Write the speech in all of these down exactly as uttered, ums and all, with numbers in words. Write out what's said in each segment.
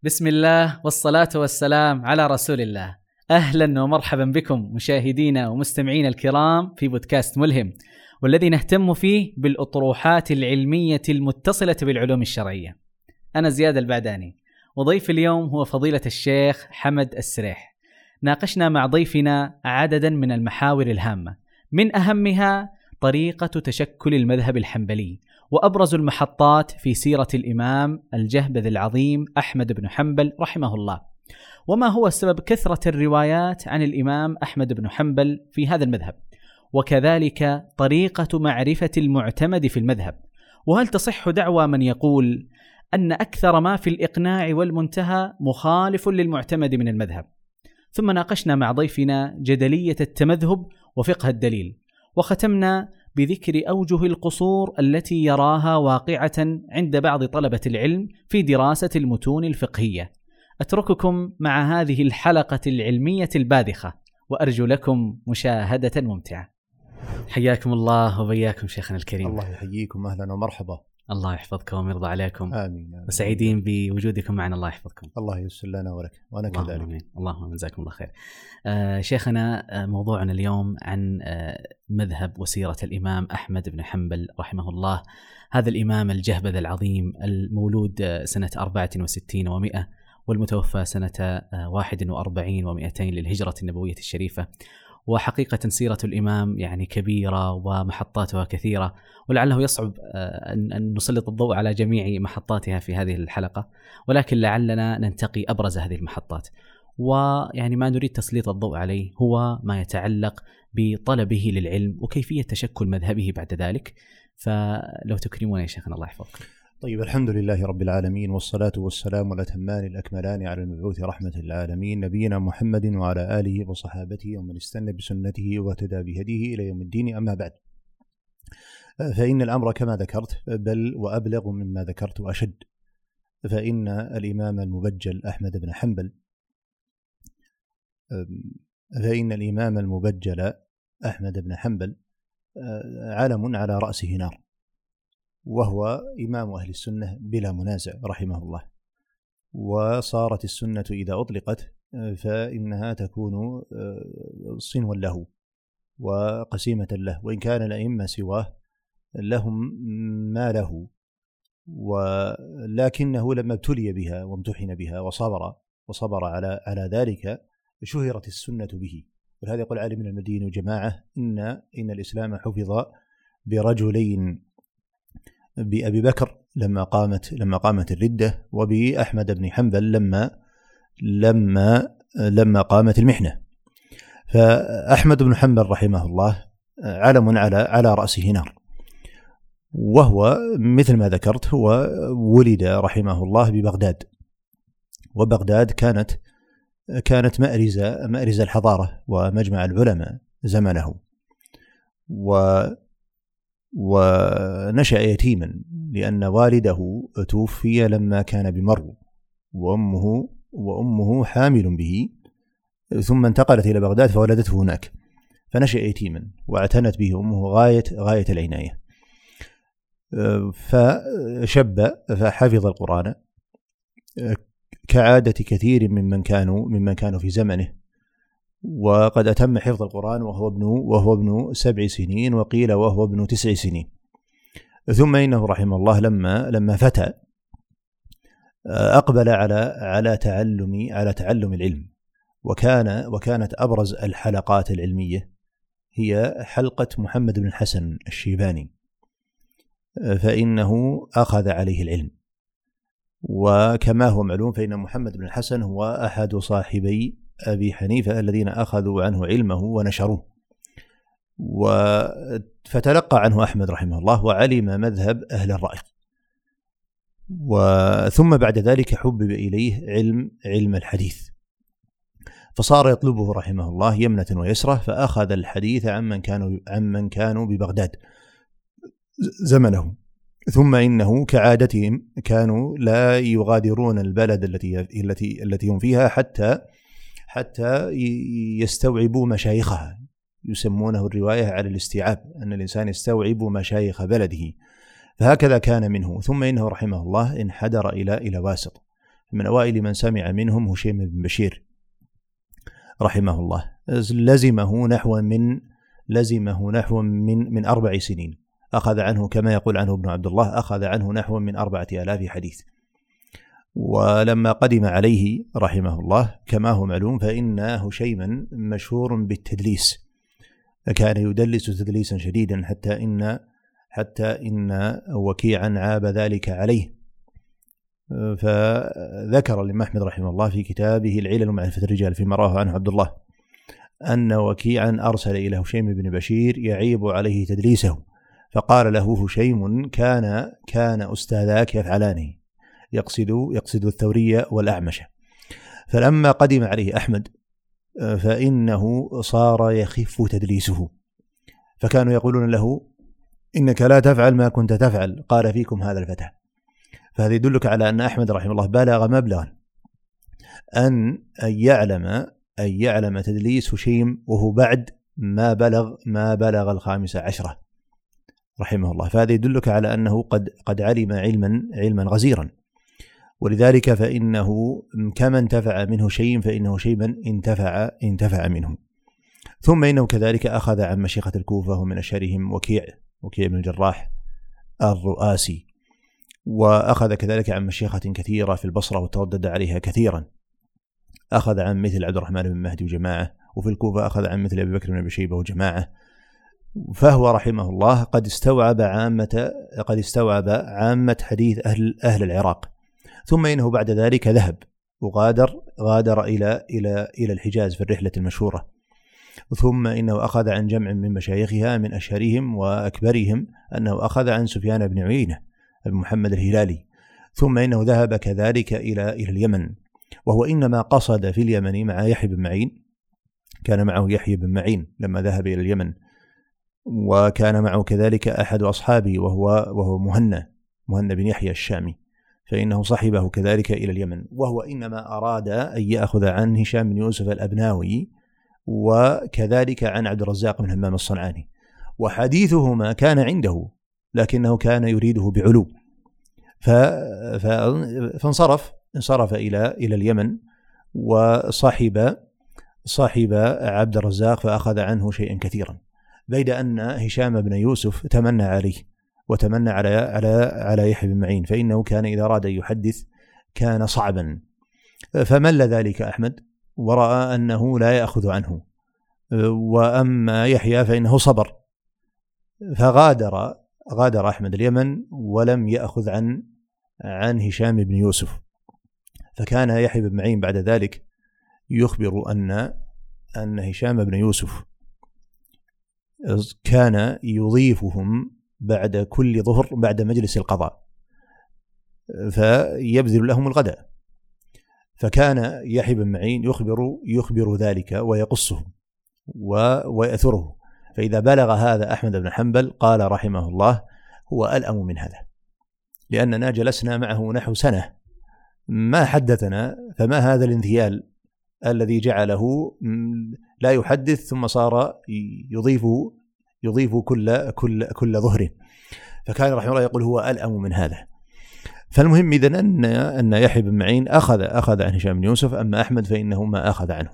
بسم الله والصلاة والسلام على رسول الله. أهلا ومرحبا بكم مشاهدينا ومستمعينا الكرام في بودكاست ملهم، والذي نهتم فيه بالأطروحات العلمية المتصلة بالعلوم الشرعية. أنا زياد البعداني، وضيف اليوم هو فضيلة الشيخ حمد السريح. ناقشنا مع ضيفنا عددا من المحاور الهامة، من أهمها طريقة تشكل المذهب الحنبلي، وأبرز المحطات في سيرة الإمام الجهبذ العظيم أحمد بن حنبل رحمه الله، وما هو سبب كثرة الروايات عن الإمام أحمد بن حنبل في هذا المذهب، وكذلك طريقة معرفة المعتمد في المذهب، وهل تصح دعوى من يقول أن أكثر ما في الإقناع والمنتهى مخالف للمعتمد من المذهب. ثم ناقشنا مع ضيفنا جدلية التمذهب وفقه الدليل، وختمنا بذكر أوجه القصور التي يراها واقعة عند بعض طلبة العلم في دراسة المتون الفقهية. أترككم مع هذه الحلقة العلمية الباذخة، وأرجو لكم مشاهدة ممتعة. حياكم الله وبياكم شيخنا الكريم. الله يحييكم، أهلا ومرحبا. الله يحفظكم ويرضى عليكم. آمين. وسعيدين بوجودكم معنا، الله يحفظكم. الله يسر لنا ولك، وأنا كذلك. اللهم جزاكم الله خير. آه شيخنا، آه موضوعنا اليوم عن آه مذهب وسيرة الإمام أحمد بن حنبل رحمه الله. هذا الإمام الجهبذ العظيم، المولود آه سنة أربعة وستين ومئة، والمتوفى سنة آه واحد وأربعين ومئتين للهجرة النبوية الشريفة. وحقيقة سيرة الإمام يعني كبيرة ومحطاتها كثيرة، ولعله يصعب أن نسلط الضوء على جميع محطاتها في هذه الحلقة، ولكن لعلنا ننتقي أبرز هذه المحطات. ويعني ما نريد تسليط الضوء عليه هو ما يتعلق بطلبه للعلم وكيفية تشكل مذهبه بعد ذلك. فلو تكرمون يا شيخنا الله يحفظكم. طيب، الحمد لله رب العالمين، والصلاة والسلام الأتمان الأكملان على المبعوث رحمة العالمين نبينا محمد وعلى آله وصحابته ومن استنى بسنته واهتدى بهديه إلى يوم الدين. أما بعد، فإن الأمر كما ذكرت بل وأبلغ مما ذكرت وأشد. فإن الإمام المبجل أحمد بن حنبل فإن الإمام المبجل أحمد بن حنبل علم على رأسه نار، وهو إمام أهل السنة بلا منازع رحمه الله. وصارت السنة إذا أطلقت فإنها تكون صنوا له وقسيمة له، وإن كان الأئمة سواه لهم ما له، ولكنه لما ابتلي بها وامتحن بها وصبر وصبر على على ذلك شهرت السنة به. ولهذا يقول عالم من المدينة وجماعة إن إن الإسلام حفظ برجلين، بأبي بكر لما قامت لما قامت الردة، وبأحمد بن حنبل لما لما لما قامت المحنة. فأحمد بن حنبل رحمه الله علم على على رأسه نار، وهو مثل ما ذكرت هو ولد رحمه الله ببغداد، وبغداد كانت كانت مأرز مأرز الحضارة ومجمع العلماء زمنه، و ونشأ يتيما لأن والده توفي لما كان بمرو، وأمه وأمه حامل به، ثم انتقلت إلى بغداد فولدته هناك، فنشأ يتيما واعتنت به أمه غاية غاية العناية. فشب فحفظ القرآن كعادة كثير ممن كانوا ممن كانوا في زمنه، وقد أتم حفظ القرآن وهو ابن وهو ابن سبع سنين، وقيل وهو ابن تسع سنين. ثم إنه رحمه الله لما لما فتى أقبل على على تعلم على تعلم العلم، وكان وكانت أبرز الحلقات العلمية هي حلقة محمد بن الحسن الشيباني، فإنه أخذ عليه العلم. وكما هو معلوم فإن محمد بن الحسن هو أحد صاحبي أبي حنيفة الذين أخذوا عنه علمه ونشروه، فتلقى عنه أحمد رحمه الله وعلم مذهب أهل الرأي. وثم بعد ذلك حبب إليه علم علم الحديث، فصار يطلبه رحمه الله يمنة ويسرة، فأخذ الحديث عمن كانوا عمن كانوا ببغداد زمنه. ثم إنه كعادتهم كانوا لا يغادرون البلد التي التي التي هم فيها حتى حتى يستوعبوا مشايخها، يسمونه الرواية على الاستيعاب، أن الإنسان يستوعب مشايخ بلده، فهكذا كان منه. ثم إنه رحمه الله انحدر إلى إلى واسط، من أوائل من سمع منهم هشيم بن بشير رحمه الله، لزمه نحو من لزمه نحو من من أربع سنين، أخذ عنه كما يقول عنه ابن عبد الله أخذ عنه نحو من أربعة آلاف حديث. ولما قدم عليه رحمه الله كما هو معلوم فإن هشيما مشهور بالتدليس، فكان يدلس تدليسا شديدا حتى إن حتى إن وكيعا عاب ذلك عليه. فذكر الإمام أحمد رحمه الله في كتابه العلل ومعرفة الرجال فيما رواه عنه عبد الله أن وكيعا أرسل إلى هشيم بن بشير يعيب عليه تدليسه، فقال له هشيم كان كان أستاذاك يفعلانه، يقصد يقصد الثورية والأعمشة. فلما قدم عليه أحمد فإنه صار يخف تدليسه، فكانوا يقولون له إنك لا تفعل ما كنت تفعل، قال فيكم هذا الفتى. فهذا يدلك على أن أحمد رحمه الله بلغ مبلغا أن يعلم أن يعلم تدليس هشيم وهو بعد ما بلغ ما بلغ الخامسة عشرة رحمه الله. فهذا يدلك على أنه قد قد علم علما علما غزيرا، ولذلك فإنه كما انتفع منه شيء فإنه شيئا انتفع انتفع منه. ثم إنه كذلك أخذ عن مشيخة الكوفة ومن أشهرهم وكيع وكيع بن الجراح الرؤاسي، وأخذ كذلك عن مشيخة كثيرة في البصرة وتردد عليها كثيرا، أخذ عن مثل عبد الرحمن بن مهدي وجماعة، وفي الكوفة أخذ عن مثل أبي بكر بن أبي شيبة وجماعة. فهو رحمه الله قد استوعب عامة قد استوعب عامة حديث أهل أهل العراق. ثم إنه بعد ذلك ذهب وغادر غادر إلى إلى إلى الحجاز في الرحلة المشهورة. ثم إنه أخذ عن جمع من مشايخها من أشهرهم وأكبرهم أنه أخذ عن سفيان بن عيينة بن محمد الهلالي. ثم إنه ذهب كذلك إلى إلى اليمن، وهو إنما قصد في اليمن مع يحيى بن معين، كان معه يحيى بن معين لما ذهب إلى اليمن، وكان معه كذلك أحد أصحابه وهو وهو مهنا مهنا بن يحيى الشامي، فإنه صحبه كذلك إلى اليمن. وهو إنما أراد أن يأخذ عن هشام بن يوسف الأبناوي وكذلك عن عبد الرزاق بن همام الصنعاني، وحديثهما كان عنده لكنه كان يريده بعلو، فانصرف انصرف إلى إلى اليمن وصحب صاحب عبد الرزاق فأخذ عنه شيئا كثيرا، بيد أن هشام بن يوسف تمنى عليه وتمنى على على على يحيى بن معين، فإنه كان إذا أراد أن يحدث كان صعبا، فمل ذلك أحمد ورأى أنه لا يأخذ عنه. وأما يحيى فإنه صبر، فغادر غادر أحمد اليمن ولم يأخذ عن عن هشام بن يوسف. فكان يحيى بن معين بعد ذلك يخبر أن أن هشام بن يوسف كان يضيفهم بعد كل ظهر بعد مجلس القضاء فيبذل لهم الغداء، فكان يحيى بن معين يخبر يخبر ذلك ويقصه ويأثره. فإذا بلغ هذا أحمد بن حنبل قال رحمه الله هو ألأم من هذا، لأننا جلسنا معه نحو سنة ما حدثنا، فما هذا الانثيال الذي جعله لا يحدث ثم صار يضيف يضيف كل كل كل ظهر. فكان رحمه الله يقول هو ألأم من هذا. فالمهم إذن أن أن يحيى بن معين أخذ أخذ عن هشام بن يوسف، أما أحمد فإنه ما أخذ عنه.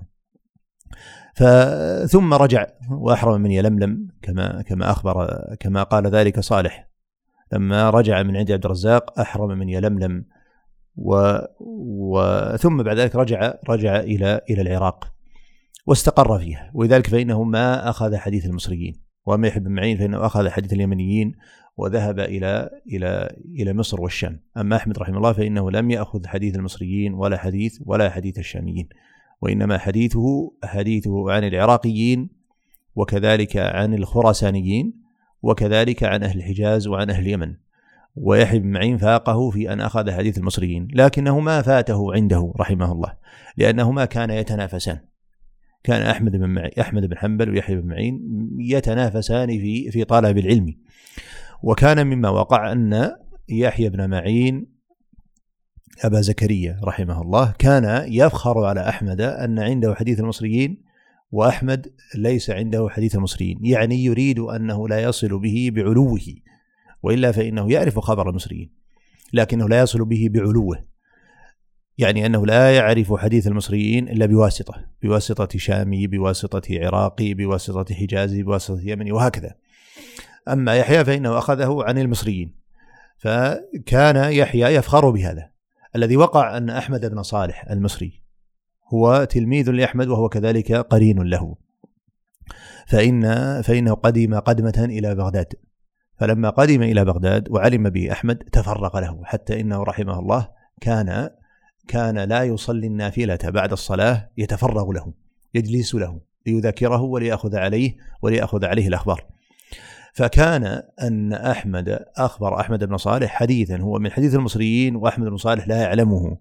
ثم رجع وأحرم من يلملم كما كما أخبر كما قال ذلك صالح، لما رجع من عند عبد الرزاق أحرم من يلملم، و وثم بعد ذلك رجع رجع إلى إلى العراق واستقر فيها، ولذلك فإنه ما أخذ حديث المصريين. وأما يحيى بن معين فإنه أخذ حديث اليمنيين وذهب إلى إلى إلى مصر والشام. أما أحمد رحمه الله فإنه لم يأخذ حديث المصريين ولا حديث ولا حديث الشاميين، وإنما حديثه حديثه عن العراقيين وكذلك عن الخراسانيين وكذلك عن أهل الحجاز وعن أهل اليمن. ويحيى بن معين فاقه في أن أخذ حديث المصريين، لكنه ما فاته عنده رحمه الله، لأنهما كان يتنافسان. كان أحمد بن معين أحمد بن حنبل ويحيى بن معين يتنافسان في في طلب العلم. وكان مما وقع أن يحيى بن معين أبا زكريا رحمه الله كان يفخر على أحمد أن عنده حديث المصريين وأحمد ليس عنده حديث المصريين، يعني يريد أنه لا يصل به بعلوه، وإلا فإنه يعرف خبر المصريين لكنه لا يصل به بعلوه. يعني أنه لا يعرف حديث المصريين إلا بواسطة بواسطة شامي، بواسطة عراقي، بواسطة حجازي، بواسطة يمني، وهكذا. أما يحيى فإنه أخذه عن المصريين، فكان يحيى يفخر بهذا. الذي وقع أن أحمد بن صالح المصري هو تلميذ لأحمد وهو كذلك قرين له، فإن فإنه قدم قدمة إلى بغداد، فلما قدم إلى بغداد وعلم به أحمد تفرغ له، حتى إنه رحمه الله كان كان لا يصلي النافلة بعد الصلاة، يتفرغ له، يجلس له ليذاكره وليأخذ عليه وليأخذ عليه الأخبار. فكان أن أحمد أخبر أحمد بن صالح حديثا هو من حديث المصريين وأحمد بن صالح لا يعلمه.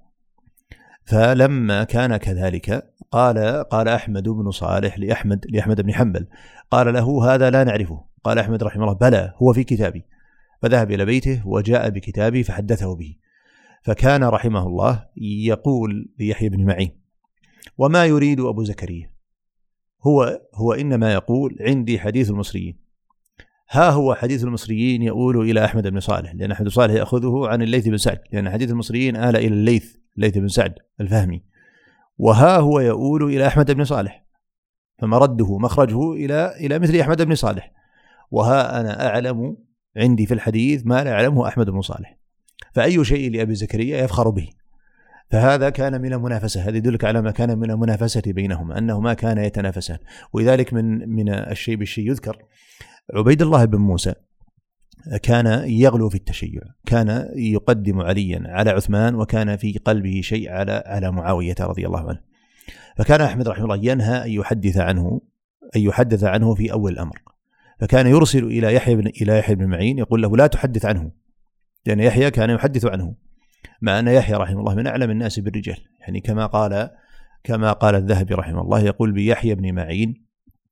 فلما كان كذلك قال قال أحمد بن صالح لأحمد لأحمد بن حنبل، قال له هذا لا نعرفه. قال أحمد رحمه الله بلى هو في كتابي، فذهب إلى بيته وجاء بكتابي فحدثه به. فكان رحمه الله يقول ليحيى بن معين: وما يريد أبو زكريا؟ هو هو إنما يقول عندي حديث المصريين، ها هو حديث المصريين يقول إلى أحمد بن صالح، لأن أحمد بن صالح يأخذه عن الليث بن سعد، لأن حديث المصريين آل إلى الليث الليث بن سعد الفهمي، وها هو يقول إلى أحمد بن صالح، فمرده مخرجه إلى إلى مثل أحمد بن صالح. وها أنا أعلم عندي في الحديث ما لا يعلمه أحمد بن صالح، فأي شيء لأبي زكريا يفخر به. فهذا كان من المنافسة، هذا يدلك على ما كان من المنافسة بينهما، أنه ما كان يتنافسان. ولذلك من من الشيء بالشيء يذكر عبيد الله بن موسى كان يغلو في التشيع، كان يقدم عليا على عثمان، وكان في قلبه شيء على على معاوية رضي الله عنه. فكان أحمد رحمه الله ينهى أن يحدث عنه أن يحدث عنه في أول الأمر، فكان يرسل إلى يحيى بن إلى يحيى بن معين يقول له لا تحدث عنه، لأن يحيى كان يحدث عنه، مع أن يحيى رحمه الله من أعلم الناس بالرجال، يعني كما قال كما قال الذهبي رحمه الله، يقول بيحيى بن معين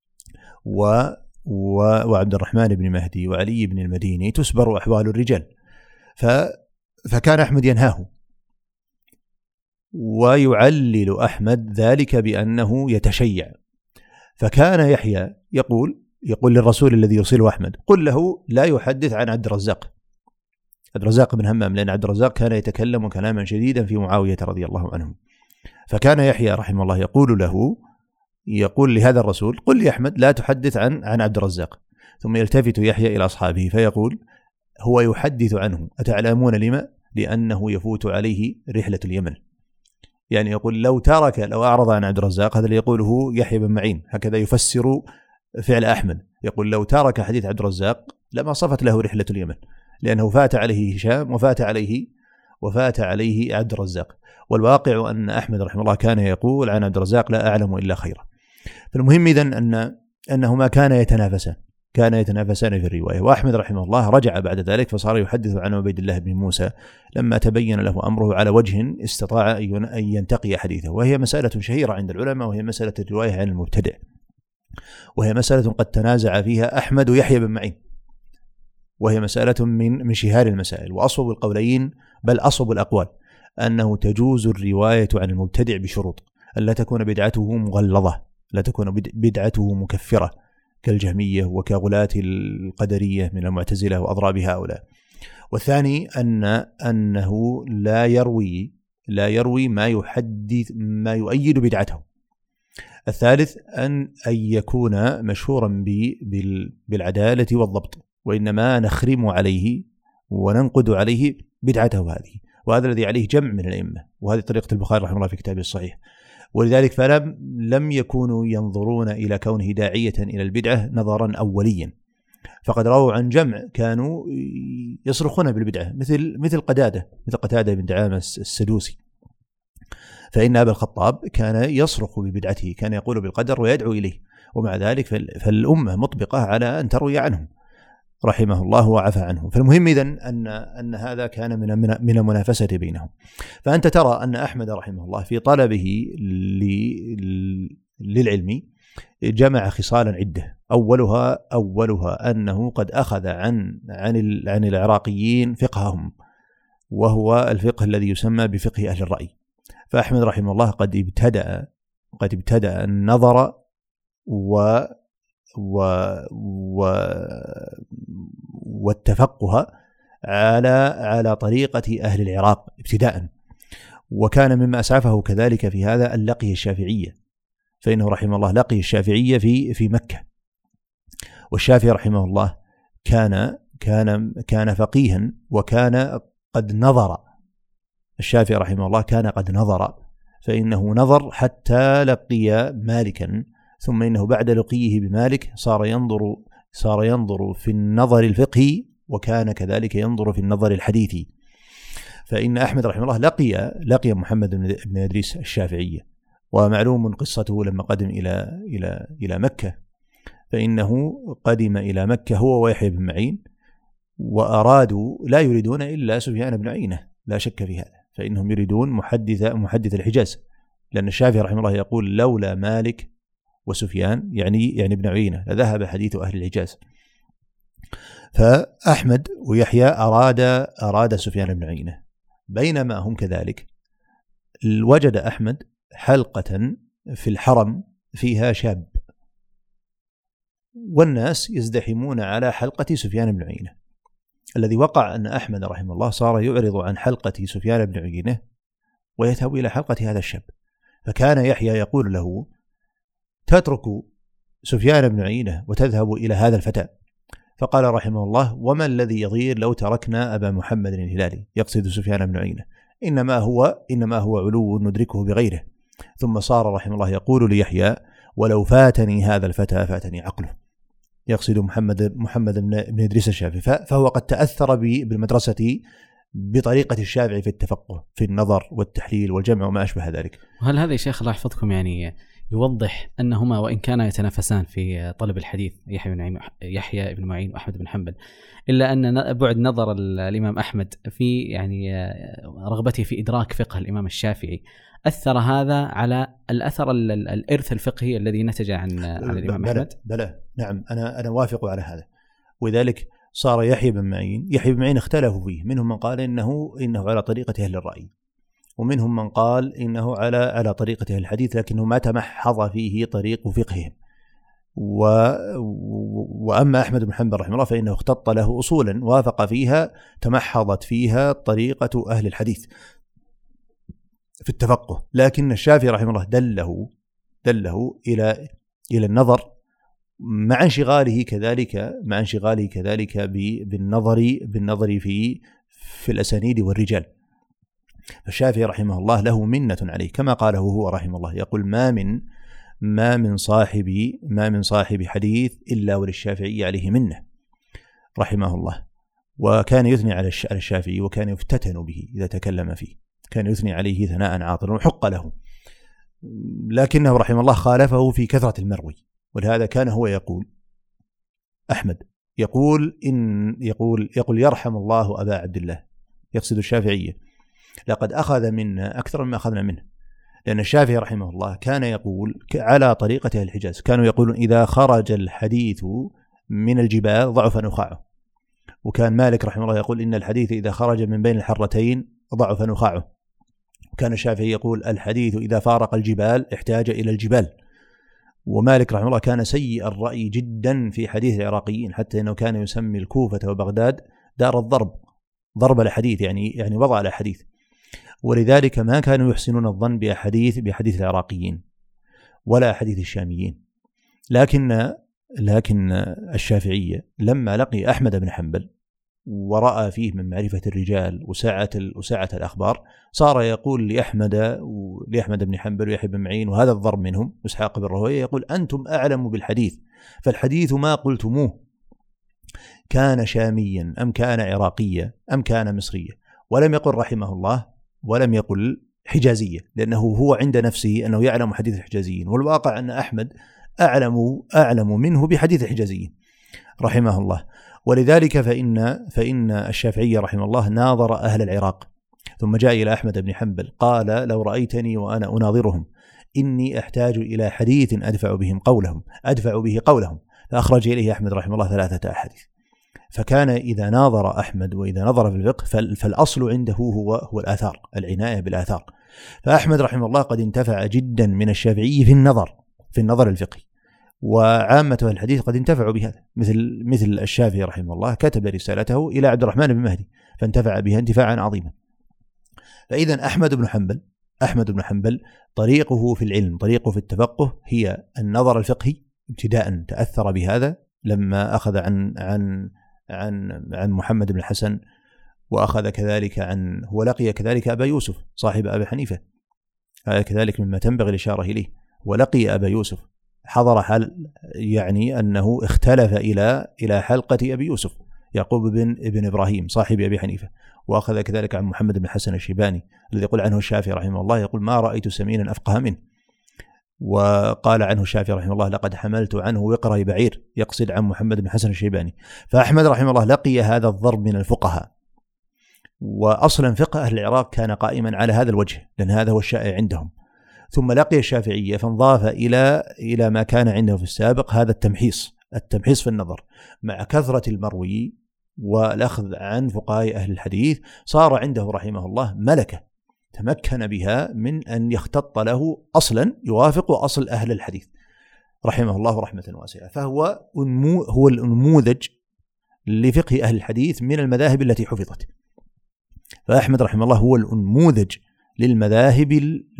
و وعبد الرحمن بن مهدي وعلي بن المديني تسبر أحوال الرجال. ف فكان أحمد ينهاه، ويعلل أحمد ذلك بأنه يتشيع. فكان يحيى يقول يقول للرسول الذي يرسله أحمد: قل له لا يحدث عن عبد الرزاق عبد الرزاق بن همام، لأن عبد الرزاق كان يتكلم كلاما شديدا في معاوية رضي الله عنه. فكان يحيى رحمه الله يقول له يقول لهذا الرسول: قل لي أحمد لا تحدث عن عن عبد الرزاق. ثم يلتفت يحيى إلى أصحابه فيقول: هو يحدث عنه، أتعلمون لما؟ لأنه يفوت عليه رحلة اليمن. يعني يقول لو ترك لو أعرض عن عبد الرزاق، هذا اللي يقوله يحيى بن معين، هكذا يفسر فعل أحمد. يقول لو ترك حديث عبد الرزاق لما صفت له رحلة اليمن، لأنه فات عليه هشام وفات عليه وفات عليه عبد الرزاق. والواقع أن أحمد رحمه الله كان يقول عن عبد الرزاق: لا أعلم إلا خيرا. فالمهم إذن أن أنهما كان يتنافسان كان يتنافسان في الرواية. وأحمد رحمه الله رجع بعد ذلك فصار يحدث عن عبيد الله بن موسى لما تبين له أمره على وجه استطاع أن ينتقي حديثه، وهي مسألة شهيرة عند العلماء، وهي مسألة الرواية عن المبتدع، وهي مسألة قد تنازع فيها أحمد ويحيى بن معين، وهي مسألة من من شهار المسائل. وأصوب القولين بل أصوب الأقوال أنه تجوز الرواية عن المبتدع بشروط: ألا تكون بدعته مغلظة، لا تكون بدعته مكفرة كالجهمية وكغلاة القدرية من المعتزلة وأضراب هؤلاء. والثاني أن أنه لا يروي لا يروي ما يحدث ما يؤيد بدعته. الثالث أن أن يكون مشهورا بالعدالة والضبط، وإنما نخرم عليه وننقد عليه بدعته هذه، وهذا الذي عليه جمع من الأئمة، وهذه طريقة البخاري رحمه الله في كتابه الصحيح. ولذلك فلم لم يكونوا ينظرون إلى كونه داعية إلى البدعة نظرا أوليا، فقد رووا عن جمع كانوا يصرخون بالبدعة، مثل مثل قتادة مثل قتادة بن دعامة السدوسي، فإن أبا الخطاب كان يصرخ ببدعته، كان يقول بالقدر ويدعو إليه، ومع ذلك فالأمة مطبقة على أن تروي عنه رحمه الله وعفى عنه. فالمهم إذن أن أن هذا كان من من المنافسة بينهم. فأنت ترى أن أحمد رحمه الله في طلبه للعلم جمع خصالا عدة، أولها أولها أنه قد أخذ عن عن عن العراقيين فقههم، وهو الفقه الذي يسمى بفقه أهل الرأي. فأحمد رحمه الله قد ابتدأ قد ابتدأ النظر و و و والتفقه على على طريقة أهل العراق ابتداء، وكان مما أسعفه كذلك في هذا أن لقي الشافعية، فإنه رحمه الله لقي الشافعية في في مكة. والشافعي رحمه الله كان كان كان فقيها، وكان قد نظر. الشافعي رحمه الله كان قد نظر، فإنه نظر حتى لقي مالكا، ثم إنه بعد لقيه بمالك صار ينظر صار ينظر في النظر الفقهي، وكان كذلك ينظر في النظر الحديثي. فإن أحمد رحمه الله لقي لقي محمد بن إدريس الشافعية، ومعلوم قصته لما قدم إلى إلى إلى مكة، فإنه قدم إلى مكة هو ويحيى بن معين، وأرادوا لا يريدون إلا سفيان بن عيينة، لا شك في هذا، فإنهم يريدون محدث محدث الحجاز، لأن الشافعي رحمه الله يقول لولا مالك وسفيان يعني يعني ابن عيينة لذهب حديث أهل الحجاز. فأحمد ويحيى أراد أراد سفيان بن عيينة، بينما هم كذلك وجد أحمد حلقة في الحرم فيها شاب، والناس يزدحمون على حلقة سفيان بن عيينة. الذي وقع أن أحمد رحمه الله صار يعرض عن حلقة سفيان بن عيينة ويذهب إلى حلقة هذا الشاب، فكان يحيى يقول له تترك سفيان بن عيينة وتذهب إلى هذا الفتى، فقال رحمه الله وما الذي يضير لو تركنا أبا محمد الهلالي، يقصد سفيان بن عيينة، إنما هو إنما هو علو ندركه بغيره. ثم صار رحمه الله يقول ليحيى ولو فاتني هذا الفتى فاتني عقله، يقصد محمد محمد بن إدريس الشافعي، فهو قد تأثر بالمدرسة بطريقة الشافعي في التفقه في النظر والتحليل والجمع وما أشبه ذلك. وهل هذا يا شيخ الله يحفظكم يعني يوضح أنهما وإن كانا يتنافسان في طلب الحديث يحيى بن معين يحيى بن معين وأحمد بن حنبل، إلا أن بعد نظر الإمام أحمد في يعني رغبته في إدراك فقه الإمام الشافعي أثر هذا على الأثر الإرث الفقهي الذي نتج عن عن الإمام بلى أحمد؟ بلى نعم، أنا أنا وافق على هذا. وذلك صار يحيى بن معين يحيى بن معين اختلفوا فيه، منهم من قال إنه إنه على طريقة أهل الرأي، ومنهم من قال إنه على على طريقة أهل الحديث، لكنه ما تمحض فيه طريق فقههم. و... وأما أحمد بن حنبل رحمه الله فإنه اختط له أصولا وافق فيها تمحضت فيها طريقة أهل الحديث في التفقه، لكن الشافعي رحمه الله دله دله إلى إلى النظر مع انشغاله كذلك مع انشغاله كذلك بالنظر بالنظر في في الأسانيد والرجال. الشافعي رحمه الله له منة عليه، كما قاله هو رحمه الله، يقول ما من ما من صاحب ما من صاحب حديث إلا وللشافعي عليه منة رحمه الله. وكان يثني على الشافعي وكان يفتتن به إذا تكلم فيه، كان يثني عليه ثناء عاطلا وحق له، لكنه رحمه الله خالفه في كثرة المروي. ولهذا كان هو يقول أحمد يقول إن يقول يقول يرحم الله أبا عبد الله، يقصد الشافعية، لقد أخذ منا أكثر مما أخذنا منه. لأن الشافعي رحمه الله كان يقول على طريقة الحجاز، كانوا يقولون إذا خرج الحديث من الجبال ضعف نخاعه، وكان مالك رحمه الله يقول إن الحديث إذا خرج من بين الحرتين ضعف نخاعه، وكان الشافعي يقول الحديث إذا فارق الجبال احتاج إلى الجبال. ومالك رحمه الله كان سيء الرأي جدا في حديث العراقيين، حتى أنه كان يسمي الكوفة وبغداد دار الضرب، ضرب الحديث يعني يعني وضع الحديث، ولذلك ما كانوا يحسنون الظن بأحاديث بحديث العراقيين ولا حديث الشاميين. لكن لكن الشافعية لما لقي أحمد بن حنبل ورأى فيه من معرفة الرجال وسعة وسعة الأخبار، صار يقول لأحمد لأحمد بن حنبل ويحيى بن معين وهذا الضرب منهم إسحاق بن راهويه، يقول أنتم أعلم بالحديث، فالحديث ما قلتموه كان شاميا أم كان عراقيا أم كان مصريا، ولم يقل رحمه الله ولم يقل حجازية، لأنه هو عند نفسه أنه يعلم حديث الحجازيين، والواقع أن أحمد أعلم أعلم منه بحديث الحجازيين رحمه الله. ولذلك فإن فإن الشافعي رحمه الله ناظر أهل العراق، ثم جاء إلى أحمد بن حنبل قال لو رأيتني وأنا أناظرهم إني أحتاج إلى حديث أدفع بهم قولهم أدفع به قولهم، فأخرج إليه أحمد رحمه الله ثلاثة أحاديث. فكان إذا ناظر أحمد وإذا نظر في الفقه فالأصل عنده هو هو الآثار، العناية بالآثار. فأحمد رحمه الله قد انتفع جدا من الشافعي في النظر في النظر الفقهي، وعامة الحديث قد انتفعوا بهذا، مثل مثل الشافعي رحمه الله كتب رسالته إلى عبد الرحمن بن مهدي فانتفع بها انتفاعا عظيما. فإذا أحمد بن حنبل أحمد بن حنبل طريقه في العلم، طريقه في التفقه هي النظر الفقهي ابتداء، تأثر بهذا لما أخذ عن عن عن عن محمد بن الحسن، وأخذ كذلك عن هو لقي كذلك أبا يوسف صاحب أبي حنيفة، هذا كذلك مما تنبغي الإشارة إليه، ولقي أبا يوسف، حضر حال يعني أنه اختلف إلى إلى حلقة أبي يوسف يعقوب بن ابن إبراهيم صاحب أبي حنيفة، وأخذ كذلك عن محمد بن الحسن الشيباني الذي يقول عنه الشافعي رحمه الله، يقول ما رأيت سمينا أفقه منه. وقال عنه الشافعي رحمه الله لقد حملت عنه وقري بعير، يقصد عن محمد بن الحسن الشيباني. فأحمد رحمه الله لقي هذا الضرب من الفقهاء، وأصلا فقه أهل العراق كان قائما على هذا الوجه لأن هذا هو الشائع عندهم، ثم لقي الشافعية فانضاف إلى إلى ما كان عنده في السابق، هذا التمحيص التمحيص في النظر مع كثرة المروي والأخذ عن فقهاء أهل الحديث، صار عنده رحمه الله ملكة تمكن بها من أن يختط له أصلا يوافق أصل أهل الحديث رحمه الله رحمة واسعة، فهو هو النموذج لفقه أهل الحديث من المذاهب التي حفظت. فأحمد رحمه الله هو النموذج للمذاهب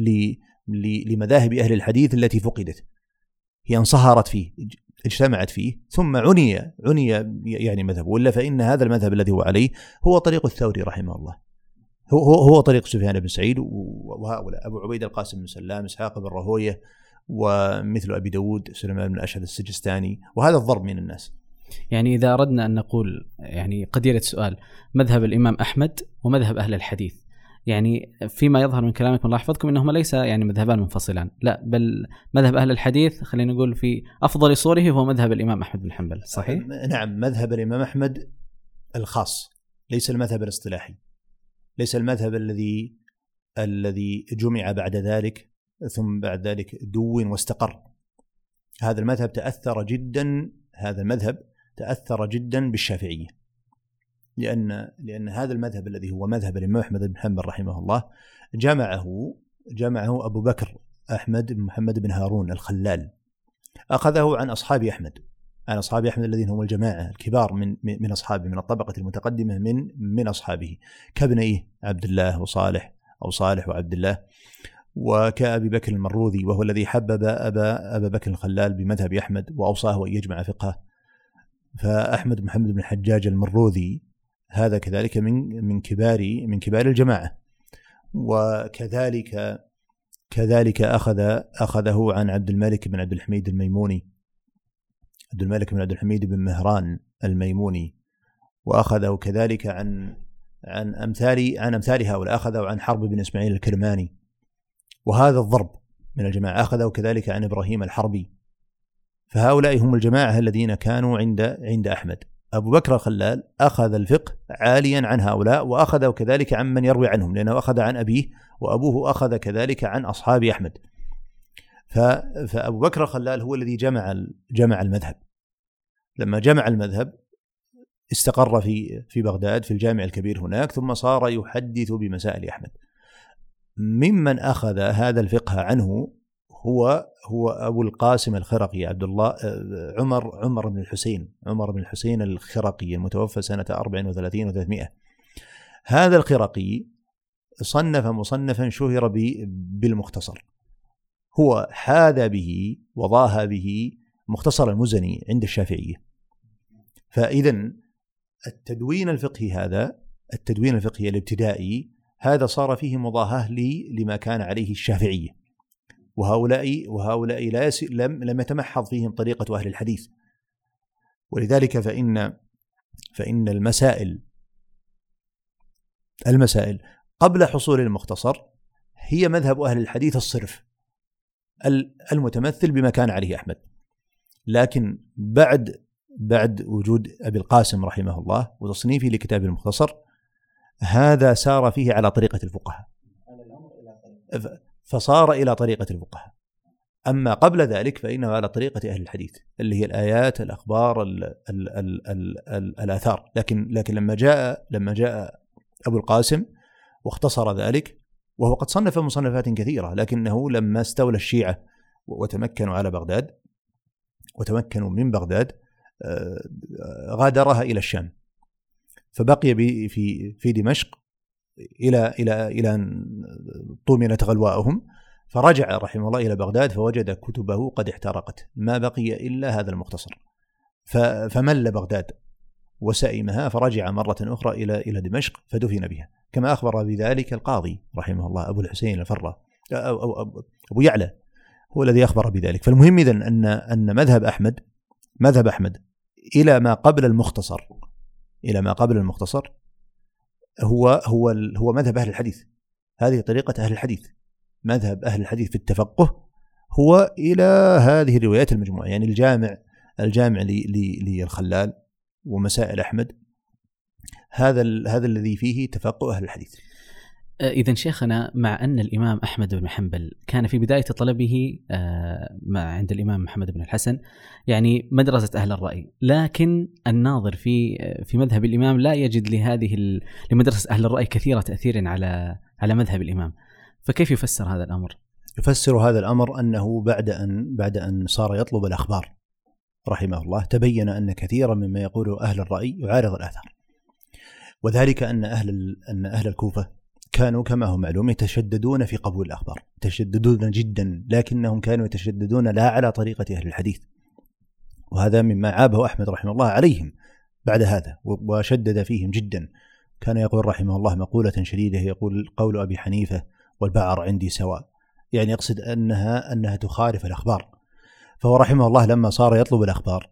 لمذاهب أهل الحديث التي فقدت، هي انصهرت فيه اجتمعت فيه ثم عني عني يعني مذهب، ولا فإن هذا المذهب الذي هو عليه هو طريق الثوري رحمه الله، هو هو طريق سفيان بن سعيد وهؤلاء أبو عبيد القاسم بن سلام، إسحاق بن راهويه، ومثل أبي داود سليمان بن أشهد السجستاني، وهذا الضرب من الناس. يعني إذا أردنا أن نقول يعني قديرة سؤال مذهب الإمام أحمد ومذهب أهل الحديث، يعني فيما يظهر من كلامكم الله يحفظكم أنهما ليس يعني مذهبان منفصلان، لا بل مذهب أهل الحديث خلينا نقول في أفضل صوره هو مذهب الإمام أحمد بن حنبل، صحيح؟ نعم، مذهب الإمام أحمد الخاص، ليس المذهب الاصطلاحي، ليس المذهب الذي الذي جمع بعد ذلك ثم بعد ذلك دون واستقر. هذا المذهب تأثر جدا هذا المذهب تأثر جدا بالشافعية، لأن لأن هذا المذهب الذي هو مذهب الإمام أحمد بن حنبل رحمه الله جمعه جمعه أبو بكر أحمد بن محمد بن هارون الخلال، أخذه عن أصحاب أحمد عن أصحاب أحمد الذين هم الجماعة الكبار من من أصحابه، من الطبقة المتقدمة من من أصحابه، كابنيه عبد الله وصالح أو صالح وعبد الله، وكأبي بكر المروذي وهو الذي حبب أبا أبا بكر الخلال بمذهب أحمد وأوصاه أن يجمع فقهه. فأحمد محمد بن الحجاج المروذي هذا كذلك من من كبار من كبار الجماعة، وكذلك كذلك أخذ أخذه عن عبد الملك بن عبد الحميد الميموني عبد الملك بن عبد الحميد بن مهران الميموني، وأخذه كذلك عن عن أمثال عن أمثال هؤلاء، أخذه عن حرب بن إسماعيل الكرماني، وهذا الضرب من الجماعة أخذه كذلك عن إبراهيم الحربي. فهؤلاء هم الجماعة الذين كانوا عند عند أحمد. أبو بكر الخلال أخذ الفقه عاليا عن هؤلاء، وأخذه كذلك عن من يروي عنهم، لأنه أخذ عن أبيه وأبوه أخذ كذلك عن أصحاب أحمد. فأبو بكر الخلال هو الذي جمع جمع المذهب. لما جمع المذهب استقر في في بغداد في الجامع الكبير هناك، ثم صار يحدث بمسائل أحمد. ممن أخذ هذا الفقه عنه هو هو أبو القاسم الخرقي عبد الله عمر عمر بن الحسين عمر بن الحسين الخرقي المتوفى سنة أربع وثلاثين وثلاثمائة. هذا الخرقي صنف مصنفا شهر بالمختصر، هو حاذى به وضاها به مختصر المزني عند الشافعية. فإذا التدوين الفقهي هذا التدوين الفقهي الابتدائي هذا صار فيه مضاهاة لما كان عليه الشافعية، وهؤلاء وهؤلاء لا يس... لم لم يتمحض فيهم طريقة أهل الحديث. ولذلك فإن فإن المسائل المسائل قبل حصول المختصر هي مذهب أهل الحديث الصرف المتمثل بما كان عليه أحمد، لكن بعد بعد وجود أبي القاسم رحمه الله وتصنيفه لكتاب المختصر هذا سار فيه على طريقة الفقهاء، فصار إلى طريقة الفقهاء. أما قبل ذلك فإنه على طريقة أهل الحديث اللي هي الآيات الأخبار ال ال ال ال ال الآثار. لكن لكن لما جاء لما جاء أبو القاسم واختصر ذلك، وهو قد صنف مصنفات كثيرة، لكنه لما استولى الشيعة وتمكنوا على بغداد وتمكنوا من بغداد غادرها إلى الشام، فبقي في في دمشق إلى إلى إلى أن طمنت غلواؤهم، فرجع رحمه الله إلى بغداد فوجد كتبه قد احترقت، ما بقي إلا هذا المختصر، فمل بغداد وسئمها، فرجع مرة أخرى إلى إلى دمشق فدفن بها، كما أخبر بذلك القاضي رحمه الله أبو الحسين الفرة أو أو أبو يعلى هو الذي أخبر بذلك. فالمهم إذن أن أن مذهب أحمد مذهب أحمد إلى ما قبل المختصر إلى ما قبل المختصر هو هو هو مذهب أهل الحديث. هذه طريقة أهل الحديث، مذهب أهل الحديث في التفقه هو إلى هذه الروايات المجموعة، يعني الجامع الجامع للخلال ومسائل أحمد، هذا هذا الذي فيه تفقه أهل الحديث. إذن شيخنا، مع أن الإمام أحمد بن حنبل كان في بداية طلبه مع عند الإمام محمد بن الحسن يعني مدرسة أهل الرأي، لكن الناظر في في مذهب الإمام لا يجد لهذه لمدرسة أهل الرأي كثيرة تأثير على على مذهب الإمام، فكيف يفسر هذا الأمر؟ يفسر هذا الأمر أنه بعد أن بعد أن صار يطلب الأخبار رحمه الله تبين أن كثيرا مما يقوله أهل الرأي يعارض الآثار، وذلك أن أهل أن أهل الكوفة كانوا كما هو معلوم يتشددون في قبول الأخبار، يتشددون جدا، لكنهم كانوا يتشددون لا على طريقة أهل الحديث، وهذا مما عابه أحمد رحمه الله عليهم بعد هذا وشدد فيهم جدا. كان يقول رحمه الله مقولة شديدة، يقول قول أبي حنيفة والبعر عندي سواء، يعني يقصد أنها أنها تخالف الأخبار. فهو رحمه الله لما صار يطلب الأخبار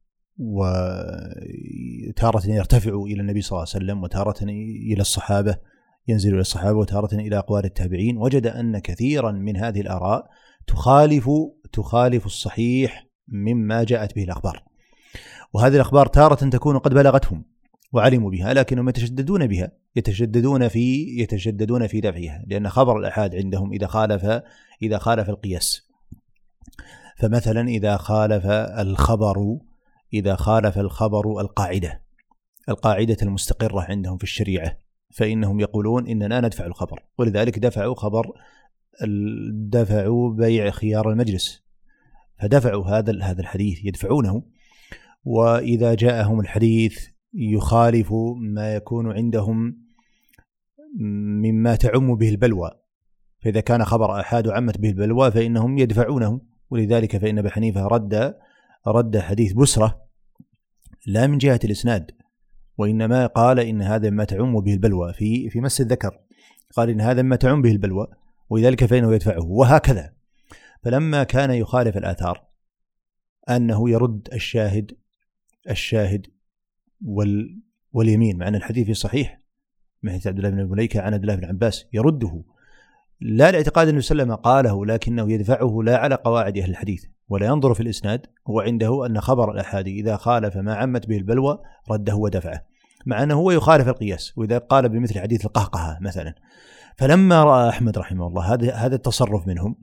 وتارة يرتفع إلى النبي صلى الله عليه وسلم وتارة إلى الصحابة، ينزل إلى الصحابة وتارة إلى أقوال التابعين، وجد أن كثيرا من هذه الآراء تخالف تخالف الصحيح مما جاءت به الأخبار، وهذه الأخبار تارة تكون قد بلغتهم وعلموا بها، لكنهم يتشددون بها يتشددون في يتشددون في دفعها، لأن خبر الأحاد عندهم إذا خالف إذا خالف القياس، فمثلا إذا خالف الخبر إذا خالف الخبر القاعدة القاعدة المستقرة عندهم في الشريعة، فإنهم يقولون إننا ندفع الخبر، ولذلك دفعوا خبر دفعوا بيع خيار المجلس، فدفعوا هذا هذا الحديث يدفعونه. وإذا جاءهم الحديث يخالف ما يكون عندهم مما تعم به البلوى، فإذا كان خبر أحاد عمت به البلوى فإنهم يدفعونه، ولذلك فإن أبي حنيفة رد رد حديث بسرة لا من جهة الإسناد، وإنما قال إن هذا ما تعم به البلوى في في مس الذكر، قال إن هذا ما تعم به البلوى ولذلك فإنه يدفعه، وهكذا. فلما كان يخالف الآثار أنه يرد الشاهد الشاهد وال واليمين، مع أن الحديث صحيح من حديث عبد الله بن مليكة عن عبد الله بن عباس، يرده لا لاعتقاد النبي صلى الله عليه وسلم قاله، لكنه يدفعه لا على قواعد أهل الحديث ولا ينظر في الإسناد، هو عنده أن خبر الأحاد إذا خالف ما عمت به البلوى رده ودفعه، مع أنه هو يخالف القياس، وإذا قال بمثل حديث القهقهة مثلا. فلما رأى أحمد رحمه الله هذا هذا التصرف منهم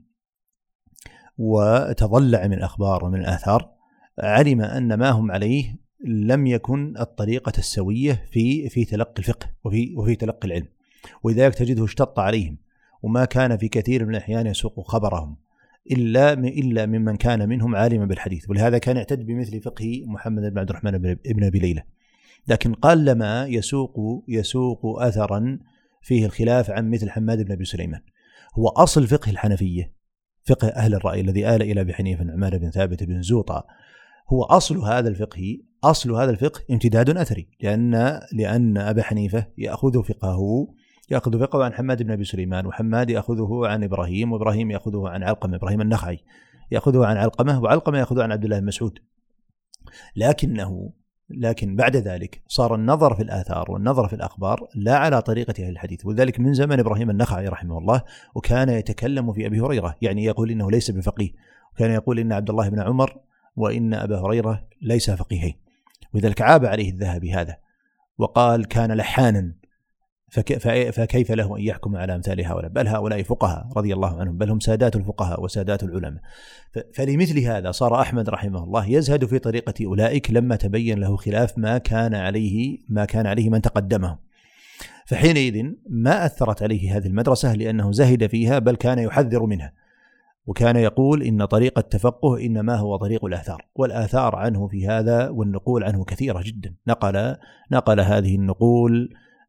وتضلع من الأخبار ومن الآثار، علم أن ما هم عليه لم يكن الطريقة السوية في في تلقي الفقه وفي وفي تلقي العلم، ولذلك تجده اشتط عليهم، وما كان في كثير من الأحيان يسوق خبرهم إلا إلا ممن كان منهم عالما بالحديث، ولهذا كان يعتد بمثل فقه محمد بن عبد الرحمن بن أبي ليلى، لكن قلما يسوق يسوق أثرا فيه الخلاف عن مثل حماد بن أبي سليمان. هو أصل فقه الحنفية، فقه أهل الرأي الذي آل إلى أبي حنيفة عمار بن ثابت بن زوطة، هو أصل هذا الفقه أصل هذا الفقه امتداد أثري، لأن لأن أبا حنيفة يأخذ فقهه يأخذ فقهه عن حماد بن أبي سليمان، وحماد يأخذه عن إبراهيم، وإبراهيم يأخذه عن علقمة، إبراهيم النخعي يأخذه عن علقمة، وعلقمة يأخذه عن عبد الله بن مسعود. لكنه لكن بعد ذلك صار النظر في الآثار والنظر في الأخبار لا على طريقة أهل الحديث، وذلك من زمن إبراهيم النخعي رحمه الله، وكان يتكلم في أبي هريرة، يعني يقول إنه ليس بفقيه، وكان يقول إن عبد الله بن عمر وإن أبا هريرة ليس فقيهين، وذلك عاب عليه الذهبي هذا وقال كان لحانا، فكيف له أن يحكم على أمثال هؤلاء، بل هؤلاء فقهاء رضي الله عنهم، بل هم سادات الفقهاء وسادات العلماء. فلمثل هذا صار أحمد رحمه الله يزهد في طريقة أولئك لما تبين له خلاف ما كان عليه ما كان عليه من تقدمه، فحينئذ ما أثرت عليه هذه المدرسة لأنه زهد فيها، بل كان يحذر منها، وكان يقول إن طريق التفقه إنما هو طريق الآثار، والآثار عنه في هذا والنقول عنه كثيرة جدا، نقل نقل هذه النقول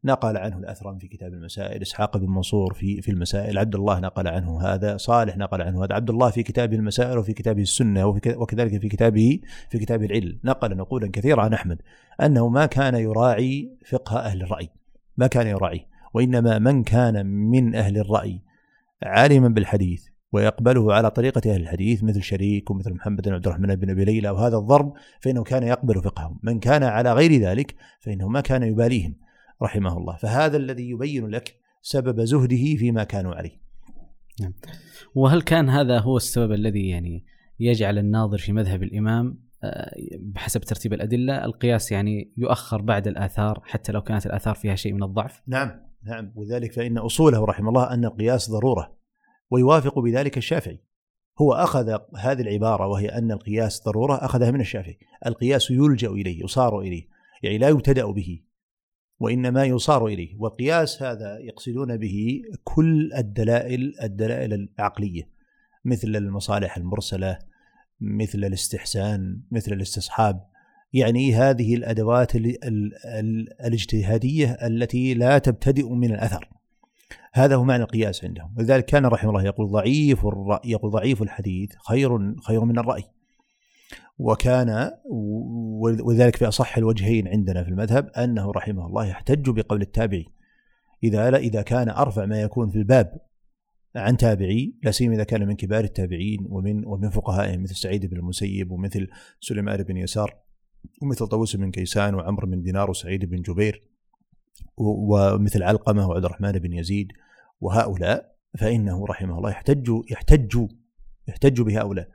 نقل عنه الأثرم في كتاب المسائل، إسحاق بن منصور في في المسائل، عبد الله نقل عنه هذا، صالح نقل عنه هذا، عبد الله في كتابه المسائل وفي كتابه السنة وكذلك في كتابه في كتاب العلل نقل نقولا كثيرة عن أحمد أنه ما كان يراعي فقه أهل الرأي، ما كان يراعي، وإنما من كان من أهل الرأي عالما بالحديث ويقبله على طريقة أهل الحديث مثل شريك ومثل محمد بن عبد الرحمن بن أبي ليلى وهذا الضرب، فإنه كان يقبل فقههم. من كان على غير ذلك فإنه ما كان يباليهم رحمه الله. فهذا الذي يبين لك سبب زهده فيما كانوا عليه. وهل كان هذا هو السبب الذي يعني يجعل الناظر في مذهب الإمام بحسب ترتيب الأدلة القياس يعني يؤخر بعد الآثار حتى لو كانت الآثار فيها شيء من الضعف؟ نعم نعم، وذلك فإن أصوله رحمه الله أن القياس ضرورة، ويوافق بذلك الشافعي. هو أخذ هذه العبارة وهي أن القياس ضرورة، أخذها من الشافعي. القياس يلجأ إليه، يصار إليه، يعني لا يبتدأ به وإنما يصار إليه. والقياس هذا يقصدون به كل الدلائل الدلائل العقلية مثل المصالح المرسلة، مثل الاستحسان، مثل الاستصحاب، يعني هذه الأدوات الاجتهادية التي لا تبتدئ من الأثر. هذا هو معنى القياس عندهم. ولذلك كان رحمه الله يقول ضعيف الرأي، يقول ضعيف الحديث خير خير من الرأي. وكان وذلك في أصح الوجهين عندنا في المذهب أنه رحمه الله يحتج بقول التابعي إذا لا إذا كان أرفع ما يكون في الباب عن تابعي، لا سيما إذا كان من كبار التابعين ومن ومن فقهائهم مثل سعيد بن المسيب ومثل سليمان بن يسار ومثل طاووس بن كيسان وعمر بن دينار وسعيد بن جبير ومثل علقمة وعبد الرحمن بن يزيد وهؤلاء، فإنه رحمه الله يحتج يحتج يحتج بهؤلاء.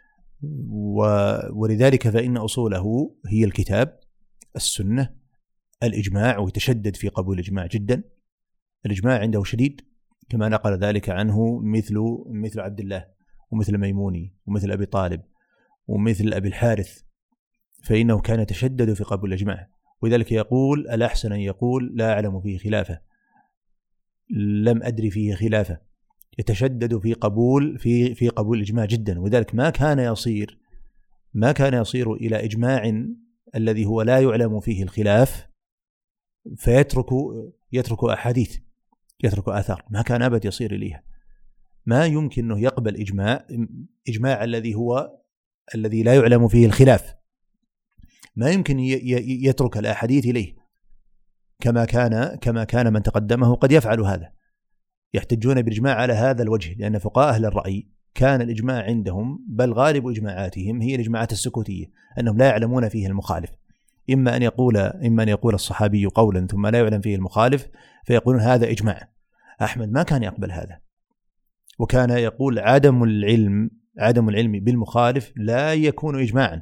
ولذلك فإن أصوله هي الكتاب، السنة، الإجماع، ويتشدد في قبول الإجماع جدا. الإجماع عنده شديد كما نقل ذلك عنه مثل مثل عبد الله ومثل ميموني ومثل أبي طالب ومثل أبي الحارث، فإنه كان يتشدد في قبول الإجماع. ولذلك يقول الأحسن أن يقول لا أعلم فيه خلافة، لم أدري فيه خلافة. يتشدد في قبول في في قبول الإجماع جدا. وذلك ما كان يصير ما كان يصير إلى إجماع الذي هو لا يعلم فيه الخلاف فيترك يترك أحاديث، يترك آثار، ما كان أبد يصير إليها. ما يمكن أنه يقبل إجماع إجماع الذي هو الذي لا يعلم فيه الخلاف، ما يمكن يترك الأحاديث إليه كما كان كما كان من تقدمه قد يفعل هذا. يحتجون بالإجماع على هذا الوجه، لأن فقهاء أهل الرأي كان الإجماع عندهم بل غالب إجماعاتهم هي الإجماعات السكوتية، أنهم لا يعلمون فيه المخالف. إما أن يقول إما أن يقول الصحابي قولا ثم لا يعلم فيه المخالف فيقولون هذا إجماع. أحمد ما كان يقبل هذا، وكان يقول عدم العلم عدم العلم بالمخالف لا يكون إجماعا،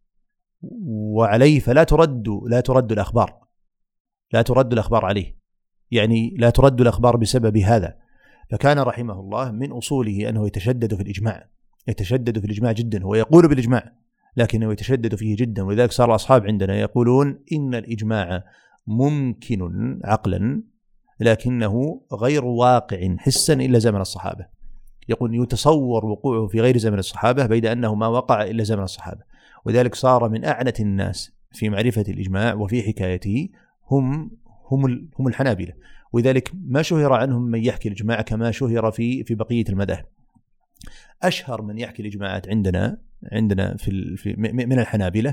وعليه فلا ترد لا ترد الأخبار لا ترد الأخبار عليه، يعني لا ترد الأخبار بسبب هذا. فكان رحمه الله من أصوله أنه يتشدد في الإجماع، يتشدد في الإجماع جدا، ويقول بالإجماع لكنه يتشدد فيه جدا. ولذلك صار الأصحاب عندنا يقولون إن الإجماع ممكن عقلا لكنه غير واقع حسا إلا زمن الصحابة. يقول يتصور وقوعه في غير زمن الصحابة بيد أنه ما وقع إلا زمن الصحابة. وذلك صار من أعنت الناس في معرفة الإجماع وفي حكايته هم هم هم الحنابلة. وذلك ما شهر عنهم من يحكي الإجماع كما شهر في في بقية المذاهب. أشهر من يحكي الإجماعات عندنا عندنا في, في من الحنابلة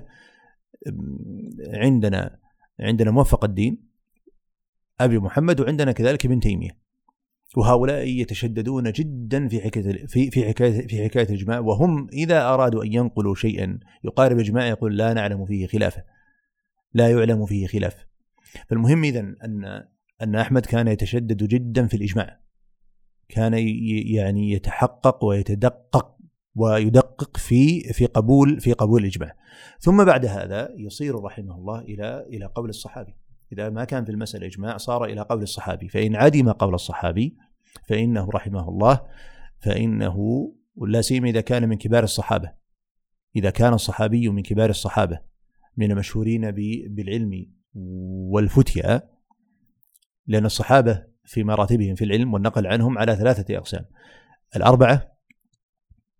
عندنا عندنا موفق الدين أبي محمد، وعندنا كذلك ابن تيمية. وهؤلاء يتشددون جدا في حكاية في في حكاية في حكاية الإجماع، وهم إذا أرادوا أن ينقلوا شيئا يقارب الإجماع يقول لا نعلم فيه خلافه، لا يعلم فيه خلاف. فالمهم إذن أن أن أحمد كان يتشدد جدا في الإجماع، كان يعني يتحقق ويتدقق ويدقق في في قبول في قبول الإجماع. ثم بعد هذا يصير رحمه الله إلى إلى قول الصحابي. إذا ما كان في المسألة إجماع صار إلى قول الصحابي، فإن عدم قول الصحابي فإنه رحمه الله فإنه لا سيما إذا كان من كبار الصحابة، إذا كان الصحابي من كبار الصحابة من المشهورين بالعلم والفتيا، لأن الصحابة في مراتبهم في العلم والنقل عنهم على ثلاثة أقسام: الأربعة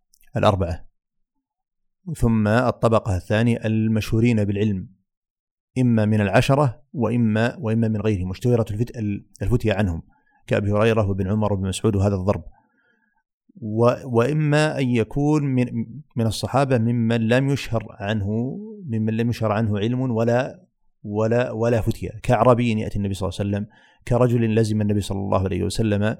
الأربعة ثم الطبقة الثانية المشهورين بالعلم إما من العشرة وإما وإما من غيرهم، اشتهرت الفتية عنهم كأبي هريرة وابن عمر وابن مسعود وهذا الضرب، وإما أن يكون من من الصحابة ممن لم يشهر عنه ممن لم يشهر عنه علم ولا ولا ولا فتية، كأعرابي يأتي النبي صلى الله عليه وسلم، كرجل لزم النبي صلى الله عليه وسلم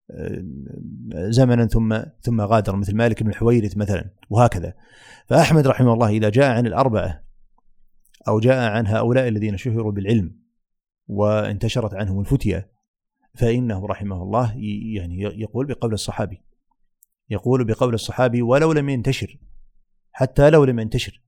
زمنا ثم ثم غادر، مثل مالك بن الحويرث مثلا، وهكذا. فأحمد رحمه الله إذا جاء عن الأربعة أو جاء عن هؤلاء الذين شهروا بالعلم وانتشرت عنهم الفتية، فإنه رحمه الله يعني يقول بقول الصحابي، يقول بقول الصحابي ولو لم ينتشر، حتى لو لم ينتشر،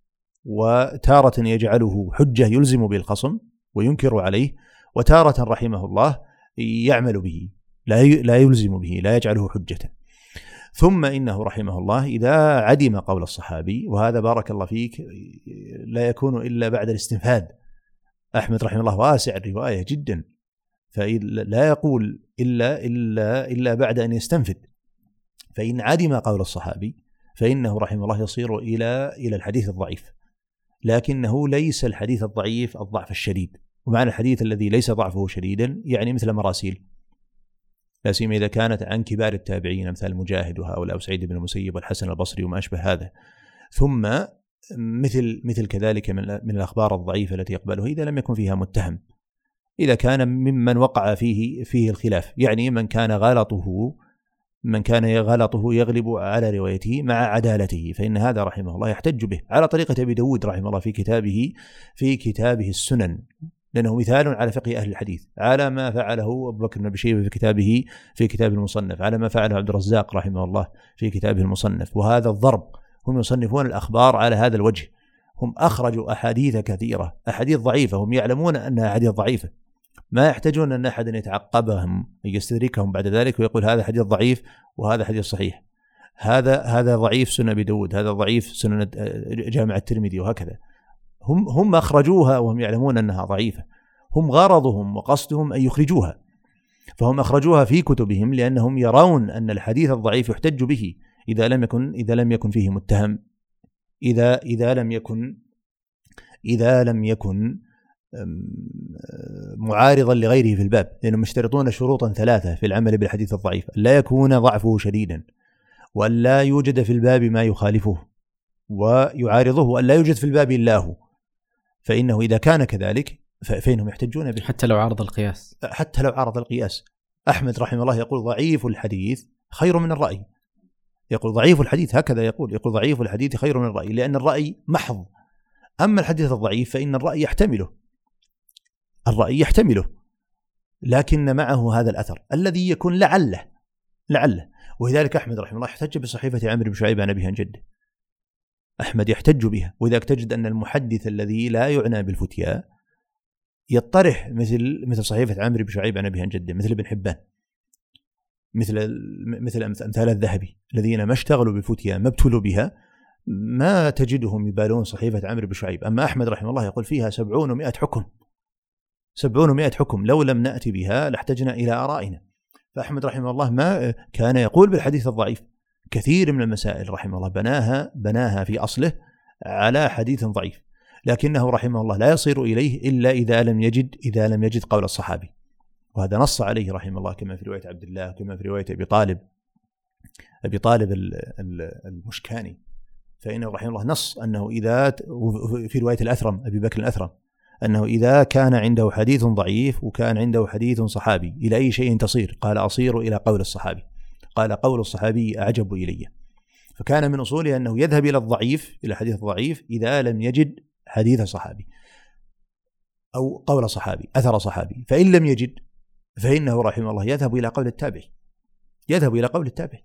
وتارة يجعله حجة يلزم به الخصم وينكر عليه، وتارة رحمه الله يعمل به لا يلزم به لا يجعله حجة. ثم إنه رحمه الله إذا عدم قول الصحابي، وهذا بارك الله فيك لا يكون إلا بعد الاستنفاذ، أحمد رحمه الله واسع الرواية جدا، فلا يقول إلا, إلا, إلا بعد أن يستنفذ. فإن عدم قول الصحابي فإنه رحمه الله يصير إلى إلى الحديث الضعيف، لكنه ليس الحديث الضعيف الضعف الشديد. ومعنى الحديث الذي ليس ضعفه شديدا يعني مثل مراسيل، لا سيما إذا كانت عن كبار التابعين أمثال مجاهد وهؤلاء وسعيد بن المسيب والحسن البصري وما أشبه هذا. ثم مثل مثل كذلك من, من الأخبار الضعيفة التي يقبلها إذا لم يكن فيها متهم، إذا كان ممن وقع فيه فيه الخلاف، يعني من كان غلطه من كان غلطه يغلب على روايته مع عدالته، فإن هذا رحمه الله يحتج به على طريقة أبي داود رحمه الله في كتابه في كتابه السنن، لأنه مثال على فقه أهل الحديث، على ما فعله أبو بكر بن أبي شيبة في كتابه في كتاب المصنف، على ما فعله عبد الرزاق رحمه الله في كتابه المصنف. وهذا الضرب هم يصنفون الأخبار على هذا الوجه، هم أخرجوا أحاديث كثيرة، أحاديث ضعيفة، هم يعلمون أنها أحاديث ضعيفة، ما يحتاجون أن أحد يتعقبهم يستدركهم بعد ذلك ويقول هذا حديث ضعيف وهذا حديث صحيح، هذا هذا ضعيف سنن أبي داود، هذا ضعيف سنن جامع الترمذي، وهكذا. هم هم أخرجوها وهم يعلمون أنها ضعيفة، هم غرضهم وقصدهم أن يخرجوها، فهم أخرجوها في كتبهم لأنهم يرون أن الحديث الضعيف يحتج به إذا لم يكن إذا لم يكن فيه متهم، إذا إذا لم يكن إذا لم يكن معارضا لغيره في الباب، لأنهم يشترطون شروطا ثلاثة في العمل بالحديث الضعيف: لا يكون ضعفه شديدا، وأن لا يوجد في الباب ما يخالفه ويعارضه، وأن لا يوجد في الباب إلا هو. فإنه إذا كان كذلك فإنهم يحتجون به حتى لو عارض القياس، حتى لو عارض القياس. أحمد رحمه الله يقول ضعيف الحديث خير من الرأي، يقول ضعيف الحديث هكذا يقول يقول ضعيف الحديث خير من الرأي، لأن الرأي محض، أما الحديث الضعيف فإن الرأي يحتمله الرأي يحتمله لكن معه هذا الأثر الذي يكون لعله لعله ولذلك أحمد رحمه الله احتج بصحيفة عمرو بن شعيب عن أبيه عن جده. أحمد يحتج بها، وإذا تجد أن المحدث الذي لا يعنى بالفتيا يطرح مثل مثل صحيفة عمرو بن شعيب عن أبيه عن جده، مثل ابن حبان، مثل مثل أمثال الذهبي الذين ما اشتغلوا بالفتيا ما ابتلوا بها، ما تجدهم يبالون صحيفة عمرو بن شعيب. أما أحمد رحمه الله يقول فيها سبعون ومائة حكم، سبعون ومائة حكم، لو لم نأتي بها لاحتجنا إلى آرائنا. فأحمد رحمه الله ما كان يقول بالحديث الضعيف، كثير من المسائل رحمه الله بناها بناها في أصله على حديث ضعيف، لكنه رحمه الله لا يصير إليه إلا إذا لم يجد إذا لم يجد قول الصحابي، وهذا نص عليه رحمه الله كما في رواية عبد الله، كما في رواية أبي طالب أبي طالب المشكاني، فإنه رحمه الله نص أنه إذا في رواية الأثرم أبي بكر الأثرم أنه إذا كان عنده حديث ضعيف وكان عنده حديث صحابي إلى أي شيء تصير؟ قال أصير إلى قول الصحابي، قال قول الصحابي أعجب إلي. فكان من أصوله أنه يذهب إلى الضعيف إلى حديث ضعيف إذا لم يجد حديث صحابي أو قول صحابي أثر صحابي، فإن لم يجد فإنه رحمه الله يذهب إلى قول التابعي يذهب إلى قول التابعي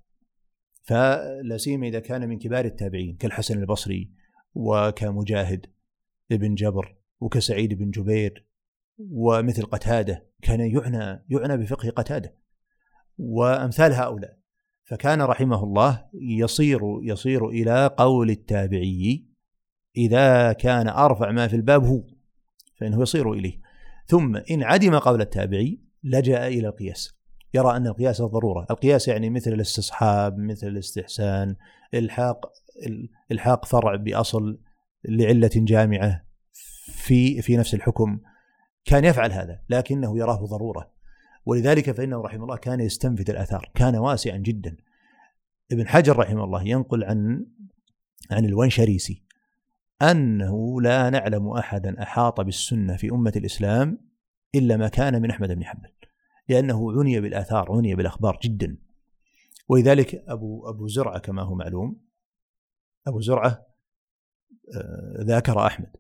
فلا سيما إذا كان من كبار التابعين كالحسن البصري وكمجاهد ابن جبر وكسعيد بن جبير ومثل قتادة، كان يعنى يعنى بفقه قتادة وأمثال هؤلاء، فكان رحمه الله يصير يصير إلى قول التابعي إذا كان أرفع ما في الباب هو، فإنه يصير إليه. ثم إن عدم قول التابعي لجأ إلى القياس، يرى أن القياس ضرورة. القياس يعني مثل الاستصحاب، مثل الاستحسان، الحاق الحاق فرع بأصل لعلة جامعة في في نفس الحكم كان يفعل هذا، لكنه يراه ضرورة، ولذلك فإنه رحمه الله كان يستنفذ الآثار، كان واسعا جدا. ابن حجر رحمه الله ينقل عن عن الونشريسي أنه لا نعلم أحدا أحاط بالسنة في أمة الإسلام إلا ما كان من أحمد بن حنبل، لأنه عني بالآثار، عني بالأخبار جدا. ولذلك أبو أبو زرعة كما هو معلوم، أبو زرعة ذاكر أحمد،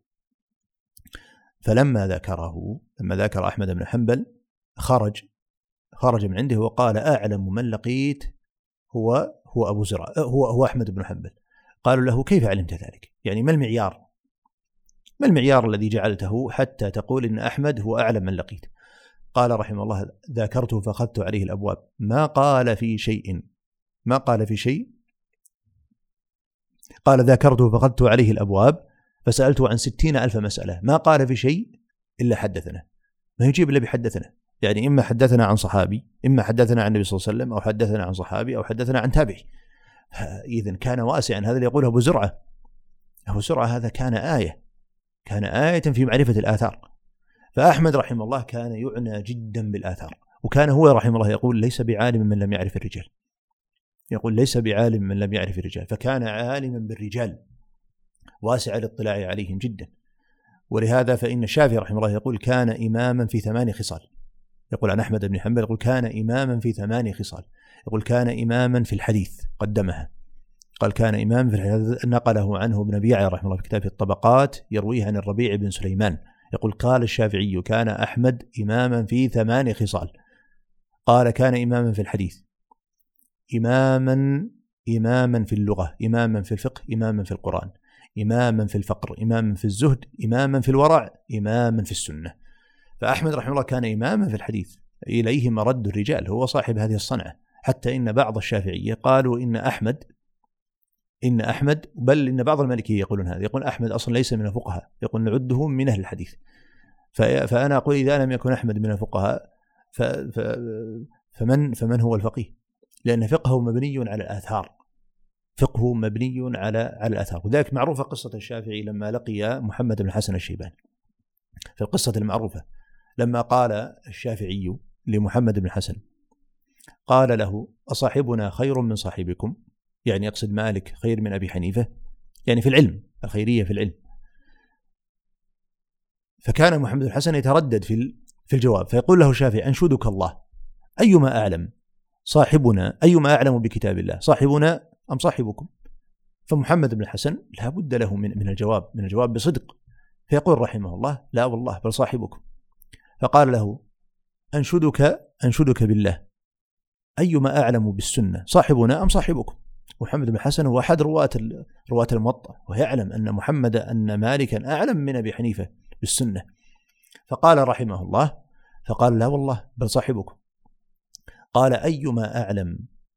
فلما ذاكره لما ذاكر أحمد بن حنبل خرج خرج من عنده وقال أعلم من لقيت هو هو أبو زرعة، هو هو أحمد بن حنبل. قالوا له كيف علمت ذلك؟ يعني ما المعيار ما المعيار الذي جعلته حتى تقول إن أحمد هو أعلم من لقيت؟ قال رحمه الله ذاكرته فأخذت عليه الأبواب، ما قال في شيء ما قال في شيء قال ذاكرته فأخذت عليه الأبواب فسألته عن ستين ألف مسألة، ما قال في شيء إلا حدثنا، ما يجيب إلا بحدثنا. يعني إما حدثنا عن صحابي، إما حدثنا عن النبي صلى الله عليه وسلم، أو حدثنا عن صحابي، أو حدثنا عن تابعي. إذن كان واسعا. هذا اللي يقوله أبو زرعة أبو زرعة هذا كان آية كان آية في معرفة الآثار. فأحمد رحمه الله كان يعنى جدا بالآثار، وكان هو رحمه الله يقول ليس بعالم من لم يعرف الرجال، يقول ليس بعالم من لم يعرف الرجال، فكان عالما بالرجال واسع الاطلاع عليهم جدا. ولهذا فإن الشافعي رحمه الله يقول كان إماما في ثمان خصال، يقول عن أحمد بن حنبل يقول كان إماما في ثمان خصال، يقول كان إماما في الحديث قدمها، قال كان إماما في الحديث، نقله عنه ابن أبي يعلى رحمه الله في كتابه الطبقات يرويه عن الربيع بن سليمان، يقول قال الشافعي كان أحمد إماما في ثمان خصال، قال كان إماما في الحديث، إماما إماما في اللغة، إماما في الفقه، إماما في القرآن، إماما في الفقر، إماما في الزهد، إماما في الورع، إماما في السنة. فأحمد رحمه الله كان إماما في الحديث، إليه مرد الرجال، هو صاحب هذه الصنعة. حتى إن بعض الشافعية قالوا إن أحمد إن أحمد بل إن بعض المالكية يقولون هذا، يقول أحمد أصلا ليس من الفقهاء، يقول نعده من أهل الحديث. فأنا أقول إذا لم يكن أحمد من الفقهاء فمن فمن هو الفقيه؟ لأن فقهه مبني على الآثار، فقهه مبني على على الآثار. وذلك معروفة قصة الشافعي لما لقي محمد بن الحسن الشيباني، في القصة المعروفة لما قال الشافعي لمحمد بن الحسن، قال له أصاحبنا خير من صاحبكم؟ يعني يقصد مالك خير من أبي حنيفة، يعني في العلم، الخيرية في العلم. فكان محمد بن الحسن يتردد في في الجواب، فيقول له الشافعي أنشدك الله أيما أعلم صاحبنا، أيما أعلم بكتاب الله صاحبنا أم صاحبكم؟ فمحمد بن الحسن لا بد له من من الجواب من الجواب بصدق، فيقول رحمه الله لا والله بل صاحبكم. فقال له أنشدك أنشدك بالله أيما أعلم بالسنة صاحبنا أم صاحبكم؟ محمد بن الحسن هو أحد رواة رواة الموطأ، ويعلم أن محمد أن مالكا أعلم من أبي حنيفة بالسنة. فقال رحمه الله فقال لا والله بل صاحبكم. قال أيما أعلم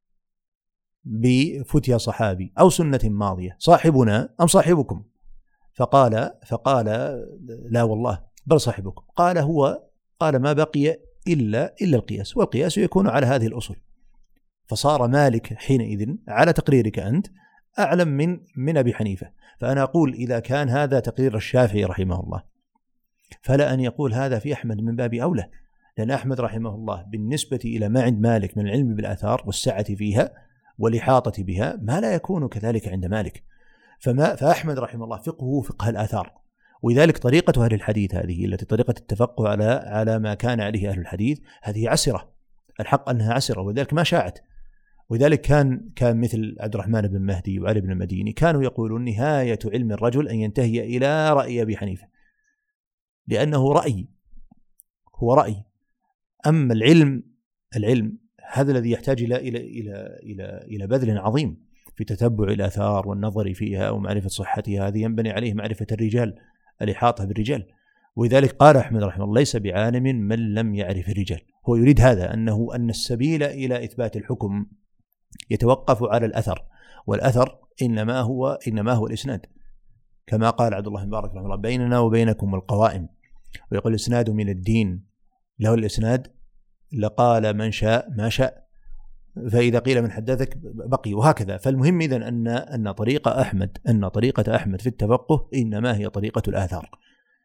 بفتيا صحابي أو سنة ماضية صاحبنا أم صاحبكم؟ فقال فقال لا والله بل صاحبكم. قال هو قال ما بقي إلا إلا القياس، والقياس يكون على هذه الأصول. فصار مالك حينئذ على تقريرك أنت أعلم من من أبي حنيفة. فأنا أقول إذا كان هذا تقرير الشافعي رحمه الله، فلا أن يقول هذا في أحمد من باب أولى، لأن أحمد رحمه الله بالنسبة إلى ما عند مالك من العلم بالآثار والسعة فيها والإحاطة بها ما لا يكون كذلك عند مالك. فما فأحمد رحمه الله فقهه فقه الآثار، ولذلك طريقة أهل الحديث هذه التي طريقة التفقه على على ما كان عليه أهل الحديث هذه عسرة، الحق أنها عسرة، ولذلك ما شاعت. ولذلك كان كان مثل عبد الرحمن بن مهدي وعلي بن المديني كانوا يقولون نهاية علم الرجل أن ينتهي إلى رأي أبي حنيفة، لأنه رأي، هو رأي. أما العلم العلم هذا الذي يحتاج إلى إلى إلى إلى إلى بذل عظيم في تتبع الآثار والنظر فيها ومعرفة صحتها، هذه ينبني عليه معرفة الرجال، الإحاطة بالرجال. ولذلك قال أحمد رحمه الله ليس بعالم من لم يعرف الرجال. هو يريد هذا، أنه أن السبيل إلى إثبات الحكم يتوقف على الأثر، والأثر إنما هو إنما هو الإسناد، كما قال عبد الله بن مبارك رحمه الله بيننا وبينكم القوائم، ويقول الإسناد من الدين، له الإسناد لقال من شاء ما شاء، فإذا قيل من حدثك بقي، وهكذا. فالمهم إذن أن أن طريقة أحمد أن طريقة أحمد في التفقه إنما هي طريقة الآثار،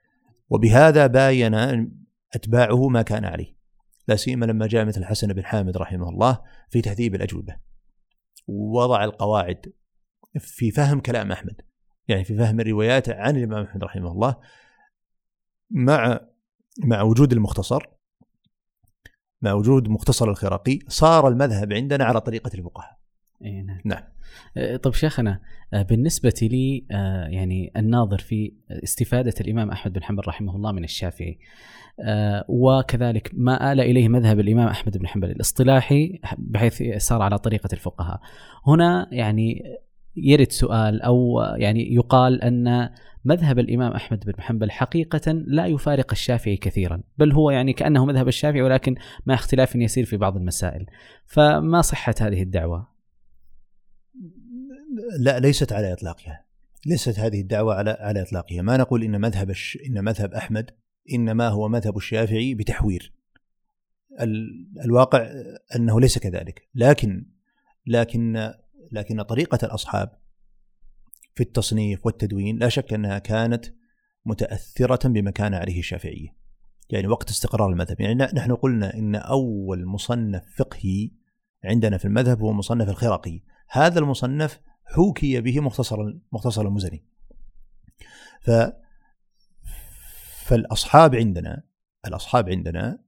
وبهذا باين أتباعه ما كان عليه، لا سيما لما جاء مثل الحسن بن حامد رحمه الله في تهذيب الأجوبة، ووضع القواعد في فهم كلام أحمد، يعني في فهم الروايات عن الإمام أحمد رحمه الله، مع مع وجود المختصر مع وجود مختصر الخراقي صار المذهب عندنا على طريقة الفقهاء. إيه نعم. نعم. طب شيخنا، بالنسبة لي يعني الناظر في استفادة الإمام أحمد بن حنبل رحمه الله من الشافعي، وكذلك ما آل إليه مذهب الإمام أحمد بن حنبل الاصطلاحي بحيث صار على طريقة الفقهاء، هنا يعني يرد سؤال أو يعني يقال أن مذهب الإمام أحمد بن حنبل حقيقة لا يفارق الشافعي كثيرا، بل هو يعني كأنه مذهب الشافعي ولكن مع اختلاف يسير في بعض المسائل، فما صحة هذه الدعوة؟ لا، ليست على إطلاقها، ليست هذه الدعوة على على إطلاقها. ما نقول إن مذهب الش... إن مذهب أحمد إنما هو مذهب الشافعي بتحوير، ال... الواقع أنه ليس كذلك، لكن لكن لكن طريقة الأصحاب في التصنيف والتدوين لا شك أنها كانت متأثرة بما كان عليه الشافعي، يعني وقت استقرار المذهب. يعني نحن قلنا إن أول مصنف فقهي عندنا في المذهب هو مصنف الخراقي، هذا المصنف حوكي به مختصر مختصر المزني. ف فالأصحاب عندنا الأصحاب عندنا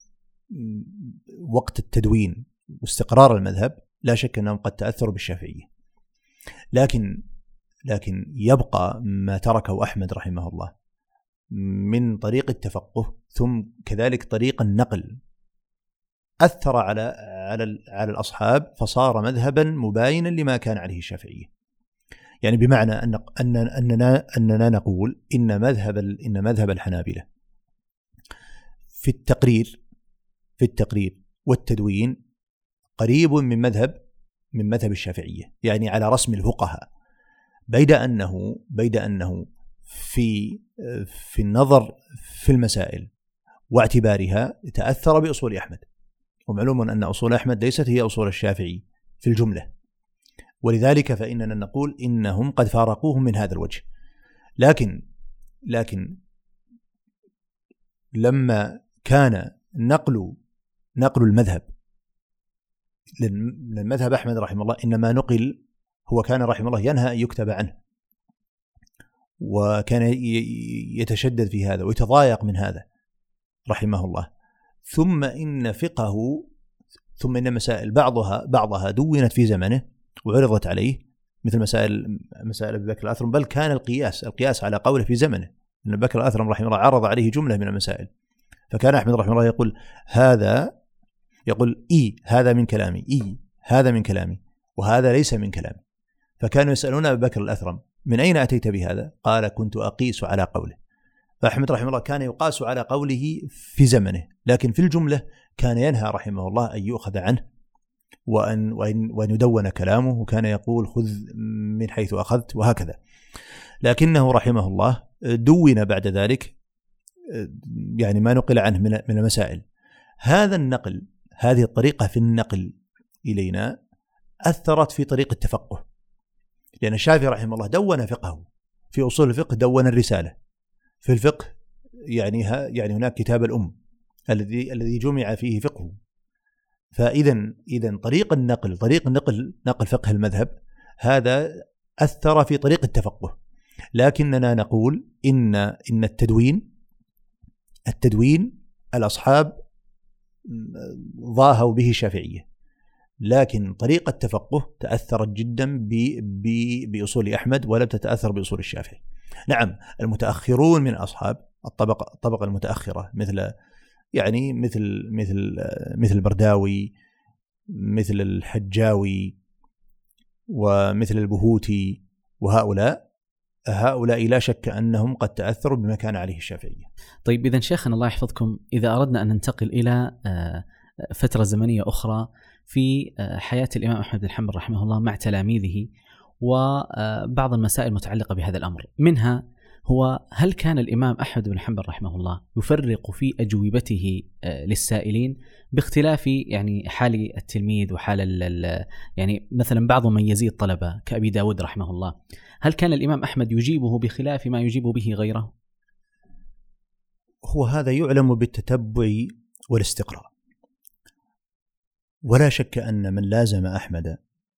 وقت التدوين واستقرار المذهب لا شك أنهم قد تأثروا بالشافعية، لكن لكن يبقى ما تركه أحمد رحمه الله من طريق التفقه، ثم كذلك طريق النقل، أثر على على على الأصحاب فصار مذهبا مباينا لما كان عليه الشافعية. يعني بمعنى أن أن أننا أننا نقول إن مذهب إن مذهب الحنابلة في التقرير في التقرير والتدوين قريب من مذهب من مذهب الشافعية، يعني على رسم الفقهاء، بيد أنه بيد أنه في في النظر في المسائل واعتبارها تأثر بأصول أحمد، ومعلوم أن أصول أحمد ليست هي أصول الشافعي في الجملة، ولذلك فإننا نقول إنهم قد فارقوهم من هذا الوجه. لكن لكن لما كان نقل نقل المذهب للمذهب أحمد رحمه الله إنما نقل، هو كان رحمه الله ينهى أن يكتب عنه، وكان يتشدد في هذا ويتضايق من هذا رحمه الله. ثم إن فقهه ثم إن مسائل بعضها بعضها دونت في زمنه وعرضت عليه، مثل مسائل مسائل أبي بكر الأثرم، بل كان القياس القياس على قوله في زمنه، أن أبي بكر الأثرم رحمه الله عرض عليه جملة من المسائل، فكان أحمد رحمه الله يقول هذا يقول إي هذا من كلامي، إي هذا من كلامي، وهذا ليس من كلامي. فكانوا يسألون أبي بكر الأثرم من أين أتيت بهذا؟ قال كنت أقيس على قوله. فأحمد رحمه الله كان يقاس على قوله في زمنه، لكن في الجملة كان ينهى رحمه الله أن يؤخذ عنه وأن, وأن, وأن يدون كلامه، وكان يقول خذ من حيث أخذت وهكذا. لكنه رحمه الله دون بعد ذلك يعني ما نقل عنه من المسائل. هذا النقل هذه الطريقة في النقل إلينا أثرت في طريق التفقه، لأن الشافعي رحمه الله دون فقهه في أصول الفقه، دون الرسالة في الفقه، يعني يعني هناك كتاب الأم الذي الذي جمع فيه فقهه. فإذا إذا طريق النقل طريق النقل نقل فقه المذهب هذا أثر في طريق التفقه. لكننا نقول إن إن التدوين التدوين الأصحاب ضاهوا به الشافعية، لكن طريقة التفقه تأثرت جدا بأصول أحمد ولم تتأثر بأصول الشافعي. نعم المتأخرون من أصحاب الطبقة الطبقة المتأخرة مثل يعني مثل مثل مثل البرداوي، مثل الحجاوي، ومثل البهوتي، وهؤلاء هؤلاء لا شك أنهم قد تأثروا بما كان عليه الشافعية. طيب إذن شيخنا الله يحفظكم، إذا أردنا أن ننتقل إلى فترة زمنية أخرى في حياة الإمام أحمد بن حنبل رحمه الله مع تلاميذه وبعض المسائل المتعلقة بهذا الأمر، منها هو هل كان الإمام أحمد بن حنبل رحمه الله يفرق في أجوبته للسائلين باختلاف يعني حال التلميذ وحال يعني مثلا بعض من يزيد طلبة كأبي داود رحمه الله، هل كان الإمام أحمد يجيبه بخلاف ما يجيب به غيره؟ هو هذا يعلم بالتتبع والاستقراء. ولا شك أن من لازم أحمد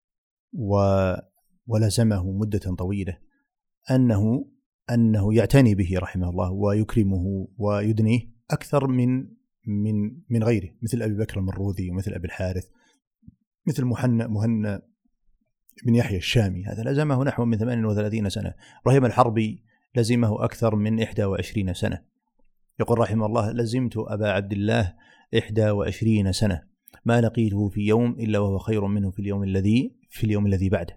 ولازمه مدة طويلة أنه أنه يعتني به رحمه الله ويكرمه ويدنيه أكثر من من من غيره، مثل أبي بكر المروذي ومثل أبي الحارث، مثل مهنا مهنا بن يحيى الشامي، هذا لزمه نحو من ثمانية وثلاثين سنة. رهيم الحربي لزمه أكثر من إحدى وعشرين سنة. يقول رحمه الله: لزمت أبا عبد الله إحدى وعشرين سنة ما لقيته في يوم إلا وهو خير منه في اليوم الذي في اليوم الذي بعده.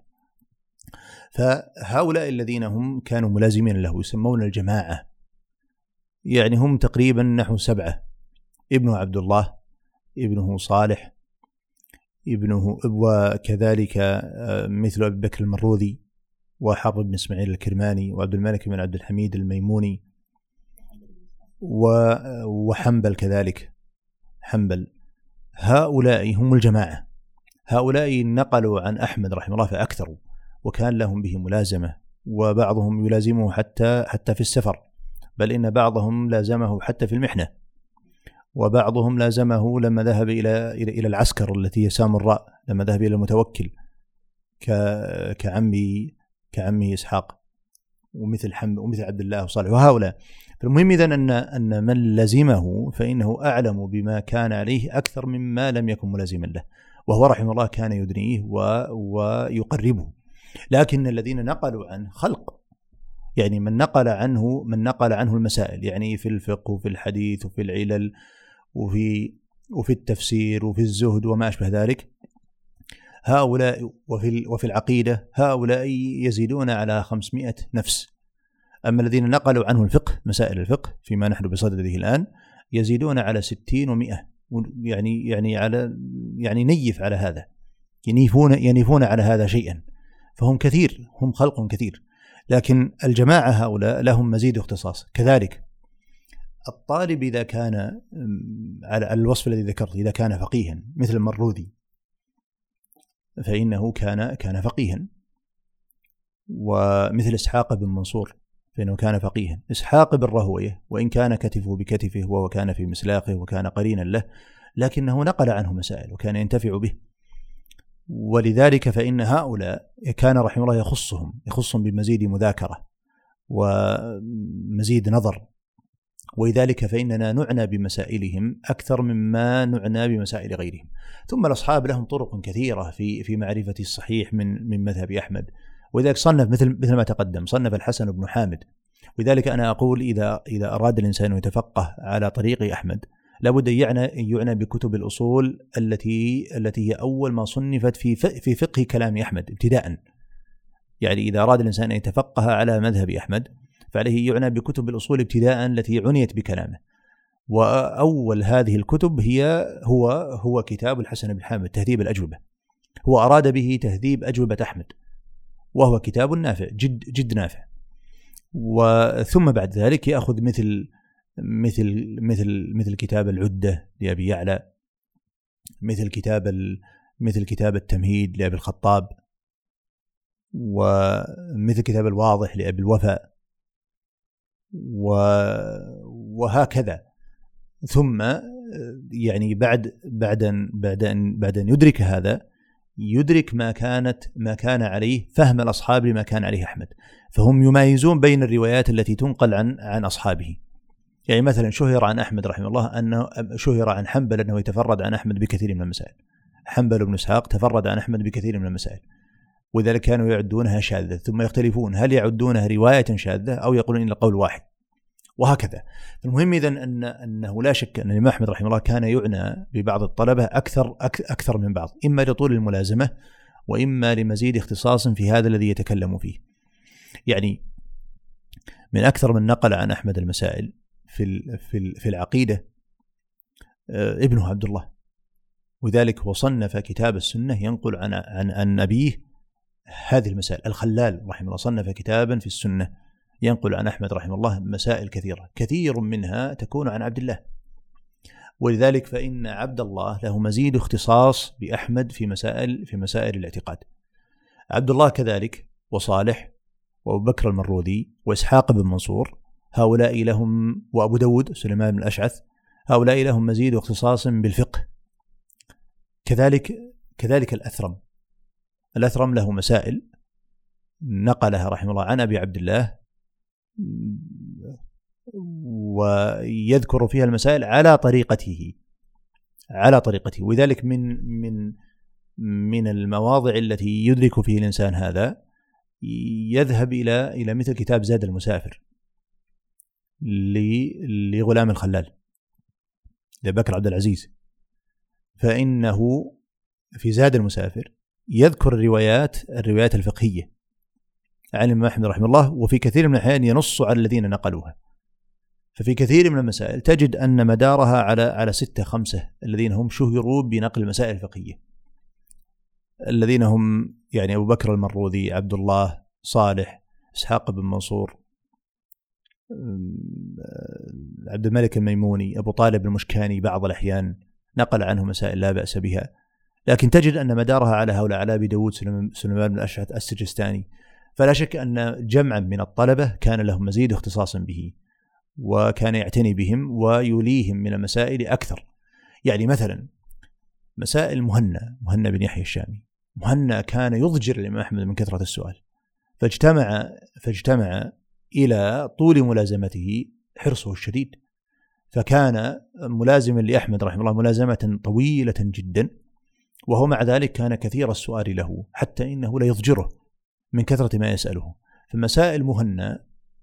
فهؤلاء الذين هم كانوا ملازمين له يسمون الجماعة، يعني هم تقريبا نحو سبعة: ابنه عبد الله، ابنه صالح، ابنه وكذلك مثل أبي بكر المروذي وحرب بن إسماعيل الكرماني وعبد الملك بن عبد الحميد الميموني وحنبل كذلك حنبل. هؤلاء هم الجماعة. هؤلاء نقلوا عن أحمد رحمه الله فأكثروا، وكان لهم به ملازمة، وبعضهم يلازمه حتى حتى في السفر، بل إن بعضهم لازمه حتى في المحنة، وبعضهم لازمه لما ذهب إلى إلى العسكر التي هي سامراء، لما ذهب إلى المتوكل كعمي كعمي إسحاق ومثل حمد ومثل عبد الله وصالح وهؤلاء. فالمهم إذن أن أن من لزمه فإنه أعلم بما كان عليه أكثر مما لم يكن ملازما له، وهو رحمه الله كان يدنيه ويقربه. لكن الذين نقلوا عنه خلق، يعني من نقل عنه من نقل عنه المسائل، يعني في الفقه وفي الحديث وفي العلل وفي وفي التفسير وفي الزهد وما أشبه ذلك، هؤلاء وفي وفي العقيدة، هؤلاء يزيدون على خمسمائة نفس. أما الذين نقلوا عنه الفقه، مسائل الفقه فيما نحن بصدده الآن، يزيدون على ستين ومئة، يعني يعني على يعني نيف على هذا، ينيفون ينيفون على هذا شيئا. فهم كثير، هم خلق كثير. لكن الجماعة هؤلاء لهم مزيد اختصاص. كذلك الطالب إذا كان على الوصف الذي ذكرت، إذا كان فقيها مثل المروذي فإنه كان كان فقيها، ومثل إسحاق بن منصور فإنه كان فقيها. إسحاق بن راهويه وإن كان كتفه بكتفه وكان في مسلاقه وكان قرينا له، لكنه نقل عنه مسائل وكان ينتفع به. ولذلك فإن هؤلاء كان رحمه الله يخصهم يخصهم بمزيد مذاكرة ومزيد نظر، ولذلك فإننا نعنى بمسائلهم أكثر مما نعنى بمسائل غيرهم. ثم الأصحاب لهم طرق كثيرة في في معرفة الصحيح من من مذهب أحمد، ولذلك صنف مثل مثل ما تقدم، صنف الحسن بن حامد. ولذلك أنا أقول إذا إذا أراد الإنسان أن يتفقه على طريق أحمد لابد أن يعنى يعنى بكتب الأصول التي التي هي أول ما صنفت في في فقه كلام أحمد ابتداء. يعني إذا أراد الإنسان أن يتفقه على مذهب أحمد فعليه يعنى بكتب الأصول ابتداء التي عنيت بكلامه. وأول هذه الكتب هي هو هو كتاب الحسن بن حامد تهذيب الأجوبة. هو أراد به تهذيب أجوبة أحمد، وهو كتاب نافع جد جد نافع. وثم بعد ذلك يأخذ مثل مثل مثل مثل كتاب العدة لأبي يعلى، مثل كتاب مثل كتاب التمهيد لأبي الخطاب، ومثل كتاب الواضح لأبي الوفاء، وهكذا. ثم يعني بعد بعد بعد أن بعد أن يدرك هذا، يدرك ما كانت ما كان عليه فهم الأصحاب لما كان عليه أحمد. فهم يميزون بين الروايات التي تنقل عن عن أصحابه. يعني مثلا شهر عن أحمد رحمه الله أنه شهر عن حنبل أنه يتفرد عن أحمد بكثير من المسائل. حنبل بن إسحاق تفرد عن أحمد بكثير من المسائل، وذلك كانوا يعدونها شاذة، ثم يختلفون هل يعدونها رواية شاذة أو يقولون إن القول واحد، وهكذا. المهم إذن أن أنه لا شك أن الإمام أحمد رحمه الله كان يعنى ببعض الطلبة أكثر أكثر من بعض، إما لطول الملازمة وإما لمزيد اختصاص في هذا الذي يتكلم فيه. يعني من أكثر من نقل عن أحمد المسائل في في في العقيدة ابنه عبد الله، وذلك وصنف كتاب السنة ينقل عن عن عن أبيه هذه المسائل. الخلال رحمه الله صنف كتابا في السنة ينقل عن أحمد رحمه الله مسائل كثيرة، كثير منها تكون عن عبد الله. ولذلك فإن عبد الله له مزيد اختصاص بأحمد في مسائل في مسائل الاعتقاد. عبد الله كذلك، وصالح، وأبو بكر المروذي، وإسحاق بن منصور، هؤلاء لهم، وأبو داود سليمان بن الأشعث، هؤلاء لهم مزيد واختصاص بالفقه. كذلك كذلك الأثرم الأثرم له مسائل نقلها رحمه الله عن أبي عبد الله، ويذكر فيها المسائل على طريقته على طريقته ولذلك من من من المواضع التي يدرك فيه الإنسان هذا يذهب إلى إلى مثل كتاب زاد المسافر لغلام الخلال لبكر عبد العزيز، فإنه في زاد المسافر يذكر الروايات الروايات الفقهية عن الإمام أحمد رحمه الله، وفي كثير من الأحيان ينص على الذين نقلوها. ففي كثير من المسائل تجد أن مدارها على على ستة خمسة الذين هم شهروا بنقل المسائل الفقهية، الذين هم يعني أبو بكر المروذي، عبد الله، صالح، إسحاق بن منصور، عبد الملك الميموني، أبو طالب المشكاني بعض الأحيان نقل عنه مسائل لا بأس بها، لكن تجد أن مدارها على هؤلاء، على أبي داود سليمان بن الأشعث السجستاني. فلا شك أن جمعا من الطلبة كان لهم مزيد اختصاصا به، وكان يعتني بهم ويليهم من المسائل أكثر. يعني مثلا مسائل مهنا مهنا بن يحيى الشامي، مهنا كان يضجر الإمام أحمد من كثرة السؤال، فاجتمع فاجتمع إلى طول ملازمته حرصه الشديد، فكان ملازما لأحمد رحمه الله ملازمة طويلة جدا، وهو مع ذلك كان كثير السؤال له حتى إنه لا يضجره من كثرة ما يسأله. فمسائل مهنا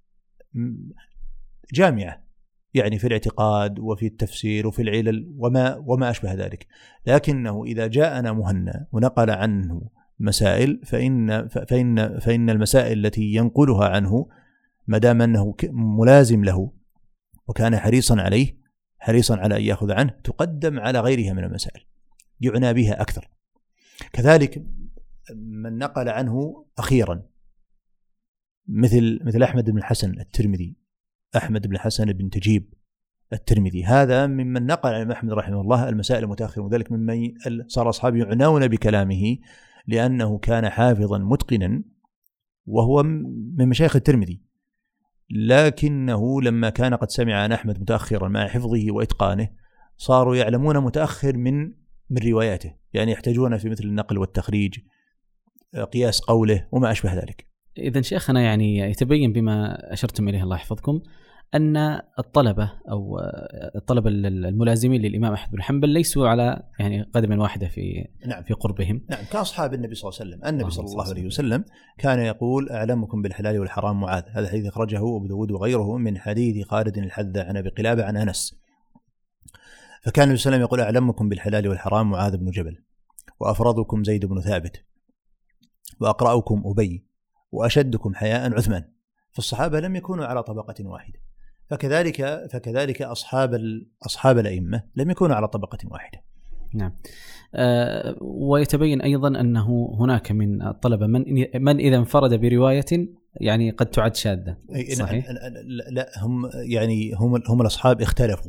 جامعة يعني في الاعتقاد وفي التفسير وفي العلل وما وما أشبه ذلك، لكنه إذا جاءنا مهنا ونقل عنه مسائل فإن فإن فإن المسائل التي ينقلها عنه ما دام أنه ملازم له وكان حريصا عليه حريصا على أن يأخذ عنه تقدم على غيرها من المسائل، يعنى بها أكثر. كذلك من نقل عنه أخيرا مثل مثل أحمد بن الحسن الترمذي، أحمد بن الحسن بن تجيب الترمذي، هذا ممن نقل عن أحمد رحمه الله المسائل المتأخرة، وذلك ممن صار أصحابه يعنون بكلامه لأنه كان حافظا متقنا وهو من مشايخ الترمذي، لكنه لما كان قد سمع عن أحمد متأخرا مع حفظه وإتقانه صاروا يعلمون متأخر من من رواياته، يعني يحتاجون في مثل النقل والتخريج، قياس قوله وما أشبه ذلك. إذن شيخنا يعني يتبين بما أشرتم إليه الله يحفظكم أن الطلبة أو الطلبة الملازمين للإمام أحمد بن حنبل ليسوا على يعني قدم واحدة في نعم. في قربهم. نعم، كأصحاب النبي صلى الله عليه وسلم. النبي صلى الله عليه وسلم كان يقول أعلمكم بالحلال والحرام معاذ، هذا حديث أخرجه أبو داود وغيره من حديث خالد الحذاء عن أبي قلابة عن أنس. فكان النبي صلى الله عليه وسلم يقول أعلمكم بالحلال والحرام معاذ بن جبل، وأفرضكم زيد بن ثابت، وأقرأكم أبي، وأشدكم حياء عثمان. فالصحابة لم يكونوا على طبقة واحدة، فكذلك فكذلك أصحاب أصحاب الأئمة لم يكونوا على طبقة واحدة. نعم. أه ويتبين أيضا أنه هناك من الطلبة من من إذا انفرد برواية يعني قد تعد شاذة. صحيح؟ لا، هم يعني هم هم الأصحاب اختلفوا.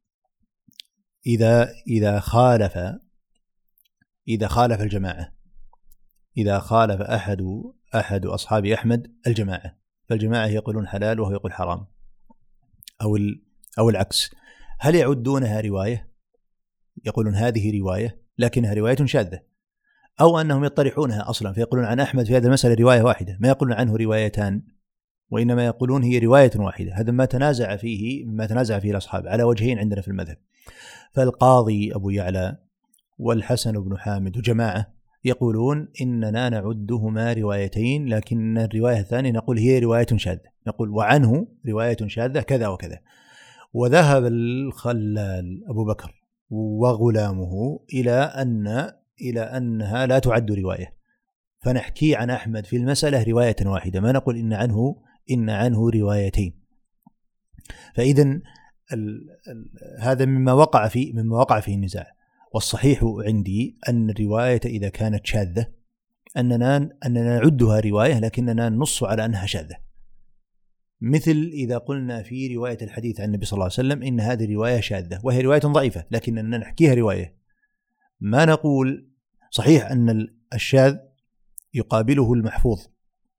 إذا إذا خالف إذا خالف الجماعة إذا خالف أحد أحد أصحاب أحمد الجماعة، فالجماعة يقولون حلال وهو يقول حرام، أو أو العكس، هل يعدونها رواية؟ يقولون هذه رواية لكنها رواية شاذة، أو أنهم يطرحونها أصلا فيقولون عن أحمد في هذه المسألة رواية واحدة، ما يقولون عنه روايتان، وإنما يقولون هي رواية واحدة. هذا ما تنازع فيه ما تنازع فيه الأصحاب على وجهين عندنا في المذهب. فالقاضي أبو يعلى والحسن بن حامد وجماعة يقولون إننا نعدهما روايتين، لكن الرواية الثانية نقول هي رواية شاذة، نقول وعنه رواية شاذة كذا وكذا. وذهب الخلال أبو بكر وغلامه إلى أن إلى أنها لا تعد رواية، فنحكي عن أحمد في المسألة رواية واحدة، ما نقول إن عنه إن عنه روايتين. فإذن هذا مما وقع فيه مما وقع فيه النزاع. والصحيح عندي أن الرواية إذا كانت شاذة أننا أننا نعدها رواية لكننا نص على أنها شاذة، مثل إذا قلنا في رواية الحديث عن النبي صلى الله عليه وسلم إن هذه رواية شاذة وهي رواية ضعيفة، لكننا نحكيها رواية، ما نقول صحيح أن الشاذ يقابله المحفوظ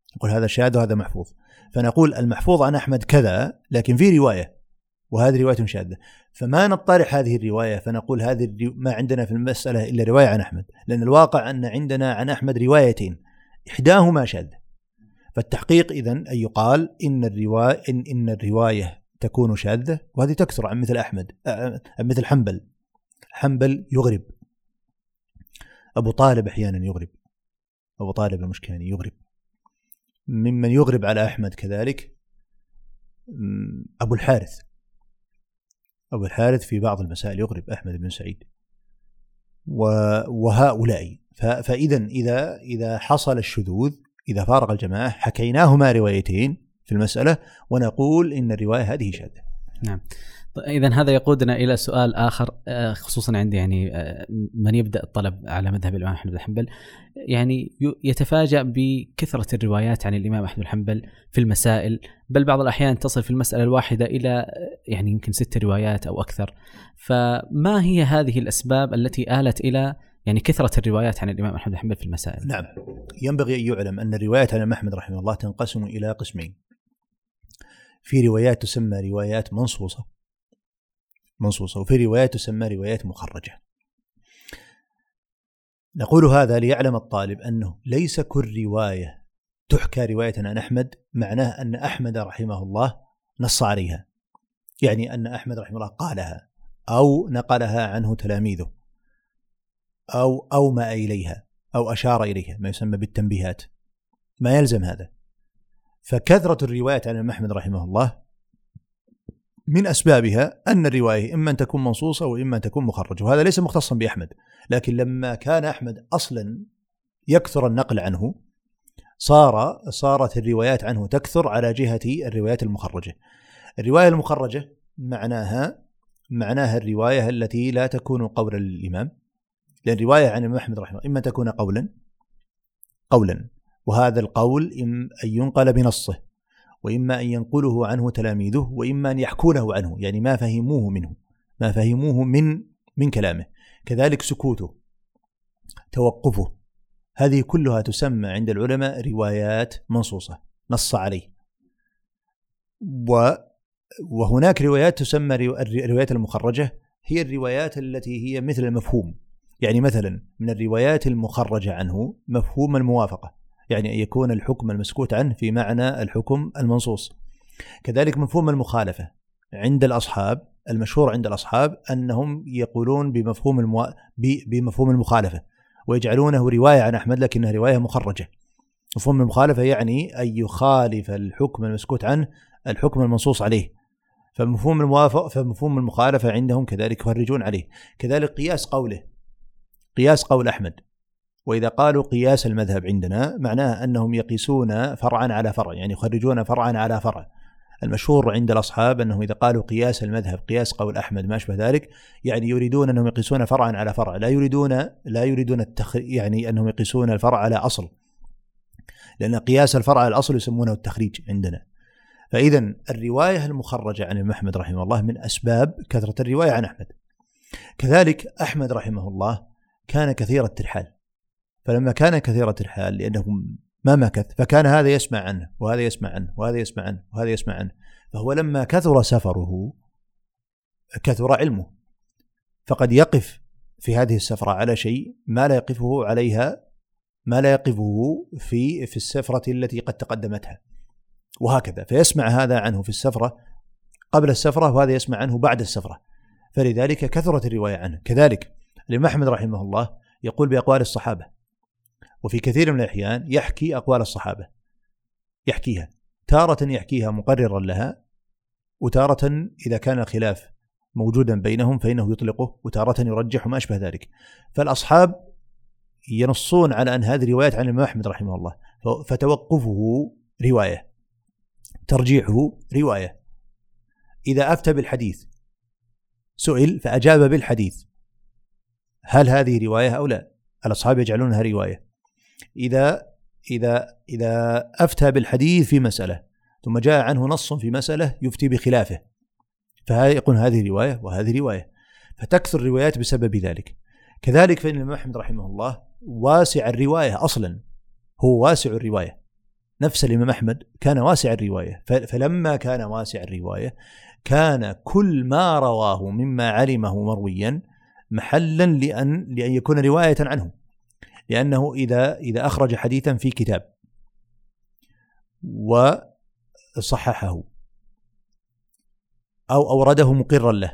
نقول هذا شاذ وهذا محفوظ، فنقول المحفوظ عن أحمد كذا لكن في رواية وهذه رواية شاذة، فما نطرح هذه الرواية فنقول هذه ما عندنا في المسألة إلا رواية عن أحمد، لأن الواقع أن عندنا عن أحمد روايتين إحداهما شاذة. فالتحقيق إذن أن يقال إن الرواية إن, إن الرواية تكون شاذة، وهذه تكثر عن مثل أحمد عن مثل حنبل. حنبل يغرب، أبو طالب أحيانا يغرب، أبو طالب المشكاني يغرب. ممن يغرب على أحمد كذلك أبو الحارث، أبو الحارث في بعض المسائل يغرب أحمد بن سعيد وهؤلاء. فإذا إذا إذا حصل الشذوذ، إذا فارق الجماعة، حكيناهما روايتين في المسألة ونقول إن الرواية هذه شاذة. نعم. إذن هذا يقودنا إلى سؤال آخر، خصوصا عندي يعني من يبدأ الطلب على مذهب الإمام أحمد بن حنبل يعني يتفاجأ بكثرة الروايات عن الإمام أحمد بن حنبل في المسائل، بل بعض الأحيان تصل في المسألة الواحدة إلى يعني يمكن ست روايات أو أكثر. فما هي هذه الأسباب التي آلت إلى يعني كثرة الروايات عن الإمام أحمد بن حنبل في المسائل؟ نعم، ينبغي أن يعلم أن الروايات عن الإمام أحمد رحمه الله تنقسم إلى قسمين. في روايات تسمى روايات منصوصة منصوصة وفي روايات تسمى روايات مخرجة. نقول هذا ليعلم الطالب أنه ليس كل رواية تحكى رواية عن أحمد معناه أن أحمد رحمه الله نص عليها، يعني أن أحمد رحمه الله قالها أو نقلها عنه تلاميذه أو أومأ إليها أو أشار إليها، ما يسمى بالتنبيهات، ما يلزم هذا. فكثرة الروايات عن الإمام أحمد رحمه الله من أسبابها أن الرواية إما أن تكون منصوصة وإما أن تكون مخرجة، وهذا ليس مختصا بأحمد، لكن لما كان أحمد أصلا يكثر النقل عنه صار صارت الروايات عنه تكثر على جهة الروايات المخرجة. الرواية المخرجة معناها معناها الرواية التي لا تكون قولا للإمام، لأن الرواية عن الإمام أحمد رحمه الله إما تكون قولا قولا وهذا القول إما أن ينقل بنصه، وإما أن ينقله عنه تلاميذه، وإما أن يحكونه عنه، يعني ما فهموه منه ما فهموه من من كلامه. كذلك سكوته، توقفه، هذه كلها تسمى عند العلماء روايات منصوصة نص عليه. وهناك روايات تسمى الروايات المخرجة، هي الروايات التي هي مثل المفهوم، يعني مثلا من الروايات المخرجة عنه مفهوم الموافقة، يعني أن يكون الحكم المسكوت عنه في معنى الحكم المنصوص. كذلك مفهوم المخالفة عند الأصحاب، المشهور عند الأصحاب أنهم يقولون بمفهوم المو... بمفهوم المخالفة ويجعلونه رواية عن أحمد لكنها رواية مخرجة. مفهوم المخالفة يعني أن يخالف الحكم المسكوت عنه الحكم المنصوص عليه، فمفهوم الموافق فمفهوم المخالفة عندهم كذلك يخرجون عليه. كذلك قياس قوله، قياس قول أحمد، وإذا قالوا قياس المذهب عندنا معناه أنهم يقيسون فرعا على فرع، يعني يخرجون فرعا على فرع. المشهور عند الأصحاب أنهم إذا قالوا قياس المذهب قياس قول أحمد ما أشبه ذلك، يعني يريدون أنهم يقيسون فرعا على فرع، لا يريدون لا يريدون التخ... يعني أنهم يقيسون الفرع على أصل، لأن قياس الفرع على الأصل يسمونه التخريج عندنا. فإذا الرواية المخرجة عن الإمام أحمد رحمه الله من أسباب كثرة الرواية عن أحمد. كذلك أحمد رحمه الله كان كثير الترحال، فلما كان كثير الترحال لأنه ما مكث، فكان هذا يسمع عنه وهذا يسمع عنه وهذا يسمع عنه وهذا يسمع عنه، فهو لما كثر سفره كثر علمه، فقد يقف في هذه السفرة على شيء ما لا يقفه عليها ما لا يقفه في في السفرة التي قد تقدمتها، وهكذا، فيسمع هذا عنه في السفرة قبل السفرة وهذا يسمع عنه بعد السفرة، فلذلك كثرت الرواية عنه. كذلك الإمام أحمد رحمه الله يقول بأقوال الصحابة، وفي كثير من الأحيان يحكي أقوال الصحابة، يحكيها تارة يحكيها مقررا لها، وتارة إذا كان الخلاف موجودا بينهم فإنه يطلقه، وتارة يرجح وما أشبه ذلك. فالأصحاب ينصون على أن هذه رواية عن الإمام أحمد رحمه الله، فتوقفه رواية، ترجيحه رواية. إذا أفتى بالحديث سئل فأجاب بالحديث، هل هذه رواية أو لا؟ الأصحاب يجعلونها رواية. إذا إذا إذا أفتى بالحديث في مسألة ثم جاء عنه نص في مسألة يفتي بخلافه، فيقول هذه رواية وهذه رواية، فتكثر الروايات بسبب ذلك. كذلك فإن الإمام أحمد رحمه الله واسع الرواية أصلا، هو واسع الرواية، نفس الإمام أحمد كان واسع الرواية، فلما كان واسع الرواية كان كل ما رواه مما علمه مرويا محلا لأن لأن يكون رواية عنه، لأنه إذا إذا أخرج حديثا في كتاب وصححه أو أورده مقرا له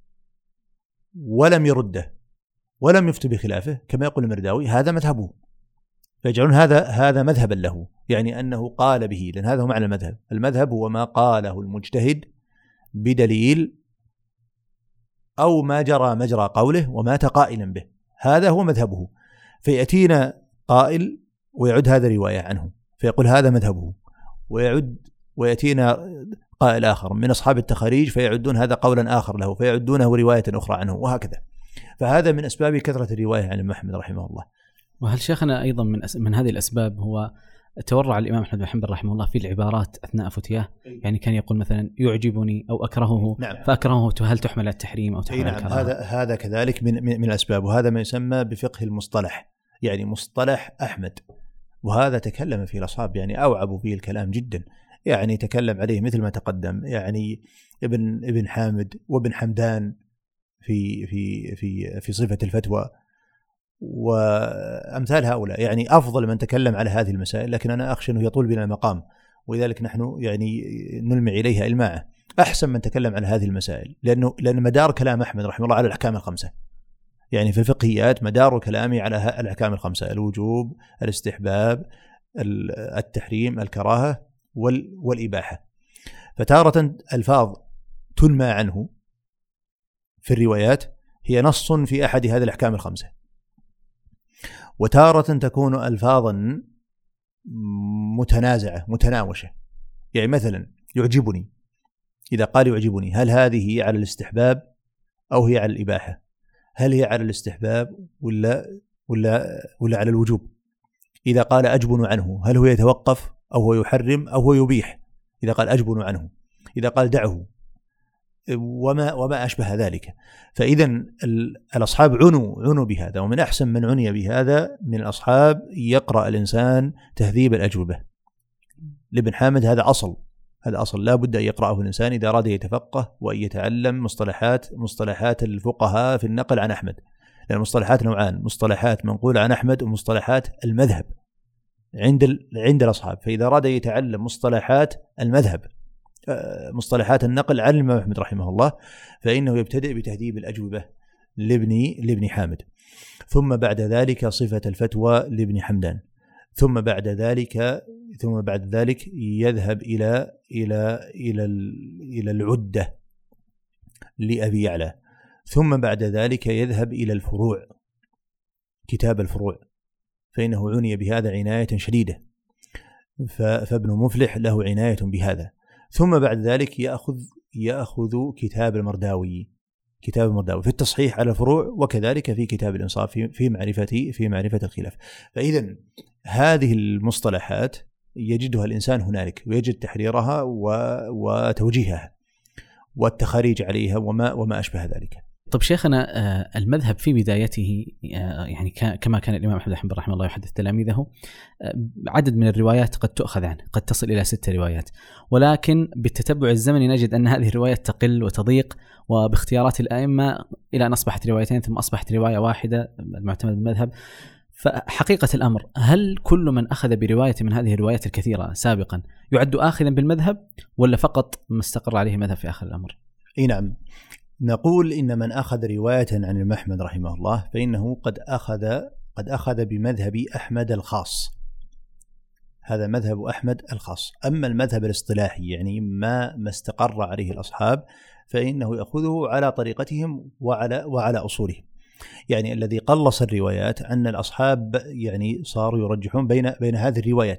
ولم يرده ولم يفتي بخلافه كما يقول المرداوي، هذا مذهبه، فيجعلون هذا هذا مذهبا له، يعني أنه قال به، لأن هذا هو معنى المذهب. المذهب هو ما قاله المجتهد بدليل أو ما جرى مجرى قوله ومات قائلا به، هذا هو مذهبه. فيأتينا قائل ويعد هذا رواية عنه فيقول هذا مذهبه، ويعد ويأتينا قائل آخر من أصحاب التخاريج فيعدون هذا قولا آخر له فيعدونه رواية أخرى عنه، وهكذا. فهذا من أسباب كثرة الرواية عن الإمام أحمد رحمه الله. وهل شيخنا أيضا من أس... من هذه الأسباب هو تورع الإمام أحمد بن حنبل رحمه الله في العبارات أثناء فتياه؟ يعني كان يقول مثلا يعجبني أو أكرهه، نعم. فأكرهه هل تحمل على التحريم أو تحمل على نعم. هذا هذا كذلك من من الأسباب، وهذا ما يسمى بفقه المصطلح، يعني مصطلح أحمد، وهذا تكلم فيه الأصحاب، يعني أوعبوا فيه الكلام جدا، يعني تكلم عليه مثل ما تقدم، يعني ابن ابن حامد وابن حمدان في في في في صفة الفتوى وأمثال هؤلاء، يعني أفضل من تكلم على هذه المسائل، لكن أنا أخشى أنه يطول بنا المقام، ولذلك نحن يعني نلمع إليها إلماعه. أحسن من تكلم على هذه المسائل، لأنه لأن مدار كلام أحمد رحمه الله على الأحكام الخمسة، يعني في الفقهيات مدار كلامي على الأحكام الخمسة: الوجوب، الاستحباب، التحريم، الكراهة، والإباحة. فتارة ألفاظ تنمى عنه في الروايات هي نص في أحد هذه الأحكام الخمسة، وتارة تكون ألفاظا متنازعة متناوشة، يعني مثلا يعجبني، إذا قال يعجبني هل هذه على الاستحباب أو هي على الإباحة؟ هل هي على الاستحباب ولا ولا ولا على الوجوب؟ إذا قال أجبن عنه هل هو يتوقف أو هو يحرم أو هو يبيح؟ إذا قال أجبن عنه، إذا قال دعه، وما وما أشبه ذلك. فإذا الأصحاب عنوا عنوا بهذا، ومن أحسن من عني بهذا من الأصحاب يقرأ الإنسان تهذيب الأجوبة لابن حامد، هذا أصل هذا أصل لا بد أن يقرأه الإنسان إذا أراد يتفقه وأن يتعلم مصطلحات مصطلحات الفقهاء في النقل عن أحمد، لأن المصطلحات نوعان: مصطلحات منقولة عن أحمد ومصطلحات المذهب عند عند الأصحاب. فإذا أراد يتعلم مصطلحات المذهب، مصطلحات النقل عن الإمام أحمد رحمه الله، فإنه يبتدئ بتهذيب الأجوبة لابن لابن حامد، ثم بعد ذلك صفة الفتوى لابن حمدان، ثم بعد ذلك ثم بعد ذلك يذهب إلى إلى إلى إلى العدة لأبي يعلى، ثم بعد ذلك يذهب إلى الفروع، كتاب الفروع، فإنه عني بهذا عناية شديدة، فابن مفلح له عناية بهذا. ثم بعد ذلك يأخذ يأخذ كتاب المرداوي كتاب المرداوي في التصحيح على الفروع، وكذلك في كتاب الإنصاف في معرفة في معرفة الخلاف. فإذا هذه المصطلحات يجدها الإنسان هنالك، ويجد تحريرها وتوجيهها والتخاريج عليها وما وما أشبه ذلك. طب شيخنا، المذهب في بدايته يعني كما كان الإمام أحمد بن حنبل رحمه الله يحدث تلاميذه، عدد من الروايات قد تؤخذ عنه، قد تصل إلى ست روايات، ولكن بالتتبع الزمني نجد أن هذه الروايات تقل وتضيق، وباختيارات الأئمة إلى أن أصبحت روايتين ثم أصبحت رواية واحدة المعتمد بالمذهب. فحقيقة الأمر، هل كل من أخذ برواية من هذه الروايات الكثيرة سابقا يعد آخذا بالمذهب، ولا فقط ما استقر عليه مذهب في آخر الأمر؟ إيه نعم، نقول إن من أخذ رواية عن الإمام أحمد رحمه الله فإنه قد أخذ قد أخذ بمذهب أحمد الخاص، هذا مذهب أحمد الخاص. أما المذهب الاصطلاحي، يعني ما ما استقر عليه الأصحاب، فإنه يأخذه على طريقتهم وعلى وعلى أصولهم. يعني الذي قلص الروايات أن الأصحاب يعني صاروا يرجحون بين بين هذه الروايات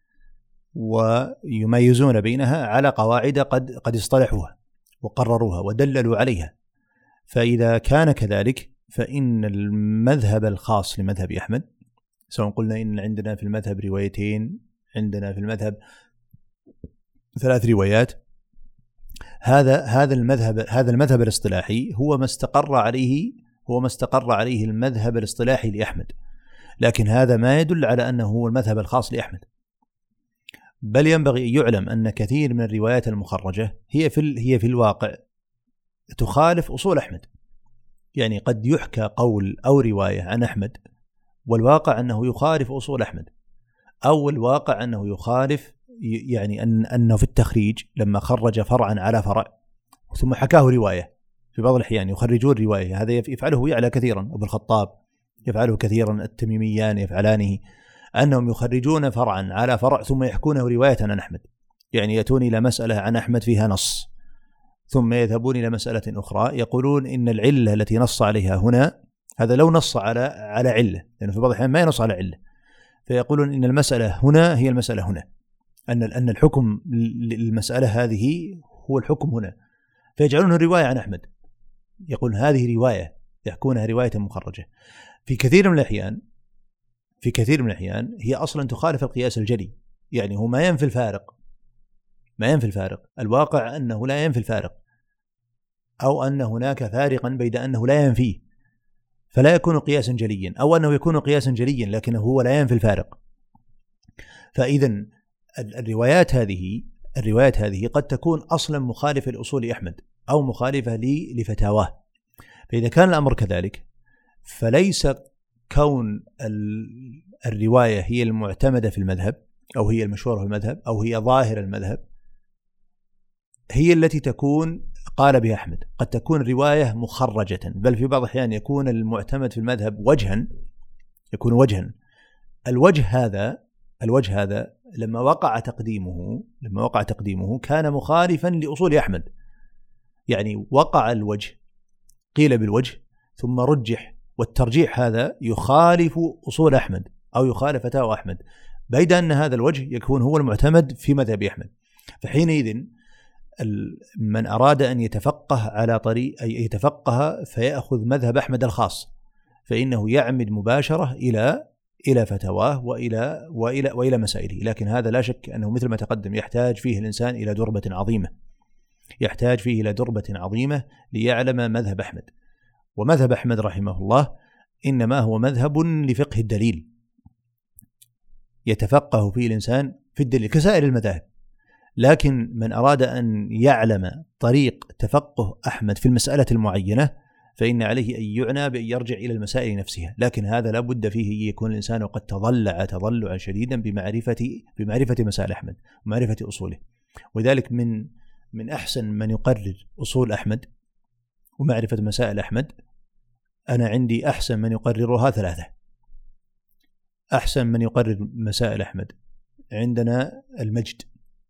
ويميزون بينها على قواعد قد قد اصطلحوها وقرروها ودللوا عليها. فإذا كان كذلك فإن المذهب الخاص لمذهب أحمد، سواء قلنا إن عندنا في المذهب روايتين، عندنا في المذهب ثلاث روايات، هذا هذا المذهب هذا المذهب الاصطلاحي هو ما استقر عليه هو ما استقر عليه المذهب الاصطلاحي لأحمد، لكن هذا ما يدل على أنه هو المذهب الخاص لأحمد. بل ينبغي أن يعلم أن كثير من الروايات المخرجة هي في هي في الواقع تخالف أصول أحمد. يعني قد يحكى قول أو رواية عن أحمد والواقع أنه يخالف أصول أحمد، أو الواقع أنه يخالف يعني أن أنه في التخريج لما خرج فرعا على فرع ثم حكاه رواية. في بعض الأحيان يخرجون رواية، هذا يفعله يعلى كثيرا، أبو الخطاب يفعله كثيرا، التميميان يفعلانه، أنهم يخرجون فرعا على فرع ثم يحكونه رواية عن أحمد. يعني يأتون إلى مسألة عن أحمد فيها نص ثم يذهبون إلى مسألة أخرى يقولون إن العلة التي نص عليها هنا، هذا لو نص على على علة، لأنه في بعض الأحيان ما ينص على علة، فيقولون إن المسألة هنا هي المسألة هنا، أن أن الحكم للمسألة هذه هو الحكم هنا، فيجعلونه رواية عن أحمد، يقول هذه رواية، يحكونها رواية مخرجة. في كثير من الأحيان في كثير من الأحيان هي أصلا تخالف القياس الجلي، يعني هو ما ينفي الفارق، ما ينفي الفارق، الواقع أنه لا ينفي الفارق، أو أن هناك فارقا بين أنه لا ينفيه، فلا يكون قياسا جليا، أو أنه يكون قياسا جليا لكنه هو لا ينفي الفارق. فإذا الروايات هذه الروايات هذه قد تكون أصلا مخالفة لأصول أحمد أو مخالفة لفتاواه. فإذا كان الأمر كذلك فليس كون الرواية هي المعتمدة في المذهب أو هي المشهورة في المذهب أو هي ظاهر المذهب هي التي تكون قال بها أحمد، قد تكون رواية مخرجة، بل في بعض الأحيان يكون المعتمد في المذهب وجها، يكون وجها. الوجه هذا الوجه هذا لما وقع تقديمه لما وقع تقديمه كان مخالفا لأصول أحمد، يعني وقع الوجه، قيل بالوجه ثم رجح، والترجيح هذا يخالف أصول أحمد أو يخالف فتاوى أحمد، بيد أن هذا الوجه يكون هو المعتمد في مذهب أحمد. فحينئذ من أراد أن يتفقه على طريق أي يتفقه فيأخذ مذهب أحمد الخاص، فإنه يعمد مباشرة إلى إلى فتواه وإلى وإلى وإلى مسائله. لكن هذا لا شك أنه مثل ما تقدم يحتاج فيه الإنسان إلى دربة عظيمة، يحتاج فيه إلى دربة عظيمة ليعلم مذهب أحمد. ومذهب أحمد رحمه الله إنما هو مذهب لفقه الدليل، يتفقه فيه الإنسان في الدليل كسائر المذاهب. لكن من أراد أن يعلم طريق تفقه أحمد في المسألة المعينة فإن عليه أن يعنى بأن يرجع إلى المسائل نفسها، لكن هذا لا بد فيه يكون الإنسان قد تضلع تضلعا شديدا بمعرفة بمعرفة مسائل أحمد ومعرفة أصوله. وذلك من من أحسن من يقرر أصول أحمد ومعرفة مسائل أحمد، أنا عندي أحسن من يقررها ثلاثة. أحسن من يقرر مسائل أحمد عندنا المجد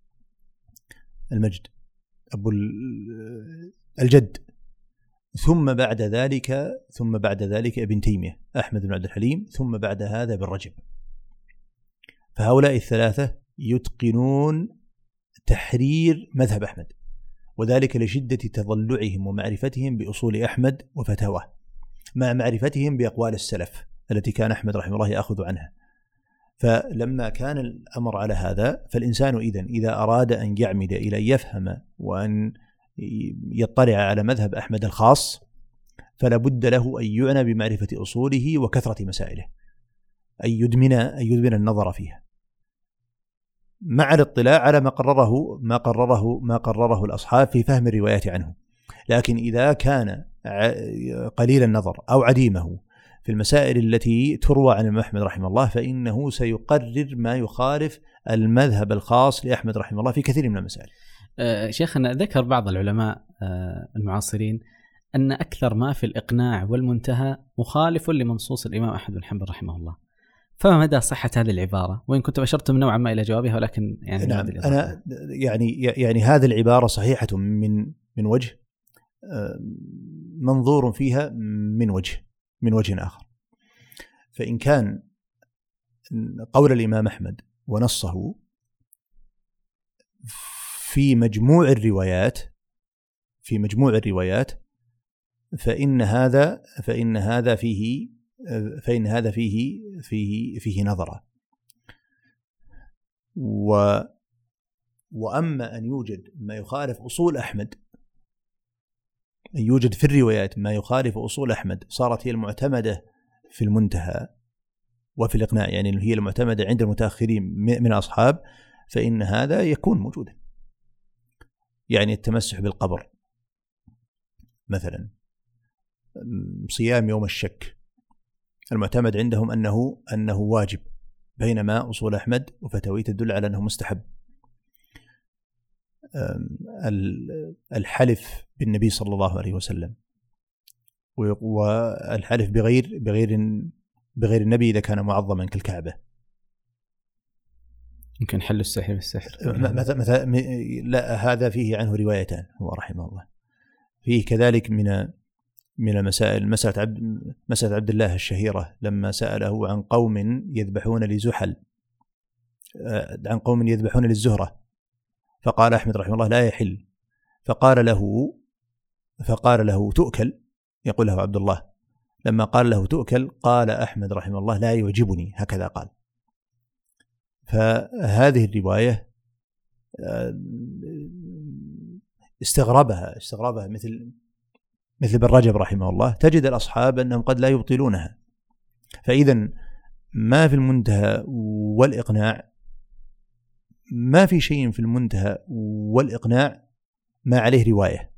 المجد أبو الجد، ثم بعد ذلك ثم بعد ذلك ابن تيمية أحمد بن عبد الحليم، ثم بعد هذا ابن رجب. فهؤلاء الثلاثة يتقنون تحرير مذهب أحمد، وذلك لشدة تضلعهم ومعرفتهم بأصول أحمد وفتاواه، مع معرفتهم بأقوال السلف التي كان أحمد رحمه الله يأخذ عنها. فلما كان الأمر على هذا فالإنسان إذن إذا أراد أن يعمد إلى أن يفهم وأن يطلع على مذهب أحمد الخاص فلا بد له أن يعنى بمعرفة أصوله وكثرة مسائله، أن يدمن أن يدمن النظر فيها مع الاطلاع على ما قرره ما قرره ما قرره الأصحاب في فهم الروايات عنه. لكن إذا كان قليل النظر أو عديمه في المسائل التي تروى عن الإمام أحمد رحمه الله فإنه سيقرر ما يخالف المذهب الخاص لأحمد رحمه الله في كثير من المسائل. أه شيخنا، ذكر بعض العلماء أه المعاصرين أن أكثر ما في الإقناع والمنتهى مخالف لمنصوص الإمام أحمد بن حنبل رحمه الله، فما مدى صحة هذه العبارة؟ وإن كنت أشرتم نوعا ما إلى جوابها، ولكن يعني نعم أنا يعني يعني هذه العبارة صحيحة من من وجه، منظور فيها من وجه من وجه آخر. فإن كان قول الإمام أحمد ونصه في مجموع الروايات في مجموع الروايات فإن هذا فإن هذا فيه فإن هذا فيه فيه فيه نظرة. و وأما أن يوجد ما يخالف أصول أحمد، أن يوجد في الروايات ما يخالف أصول أحمد صارت هي المعتمدة في المنتهى وفي الإقناع، يعني هي المعتمدة عند المتأخرين من الأصحاب، فإن هذا يكون موجودا. يعني التمسح بالقبر مثلا، صيام يوم الشك، المعتمد عندهم أنه أنه واجب، بينما أصول أحمد وفتاوي تدل على أنه مستحب. الحلف بالنبي صلى الله عليه وسلم، والحلف بغير بغير بغير النبي إذا كان معظما كالكعبة. يمكن حل السحر بالسحر مثلا مثلا لا، هذا فيه عنه روايتان هو رحمه الله. فيه كذلك من من المسائل مسألة عبد مسألة عبد الله الشهيرة لما سأله عن قوم يذبحون لزحل، عن قوم يذبحون للزهرة، فقال أحمد رحمه الله لا يحل، فقال له فقال له تؤكل، يقول له عبد الله، لما قال له تؤكل قال أحمد رحمه الله لا يعجبني، هكذا قال. فهذه الرواية استغربها استغربها مثل مثل ابن رجب رحمه الله، تجد الأصحاب أنهم قد لا يبطلونها. فإذا ما في المنتهى والإقناع، ما في شيء في المنتهى والإقناع ما عليه رواية،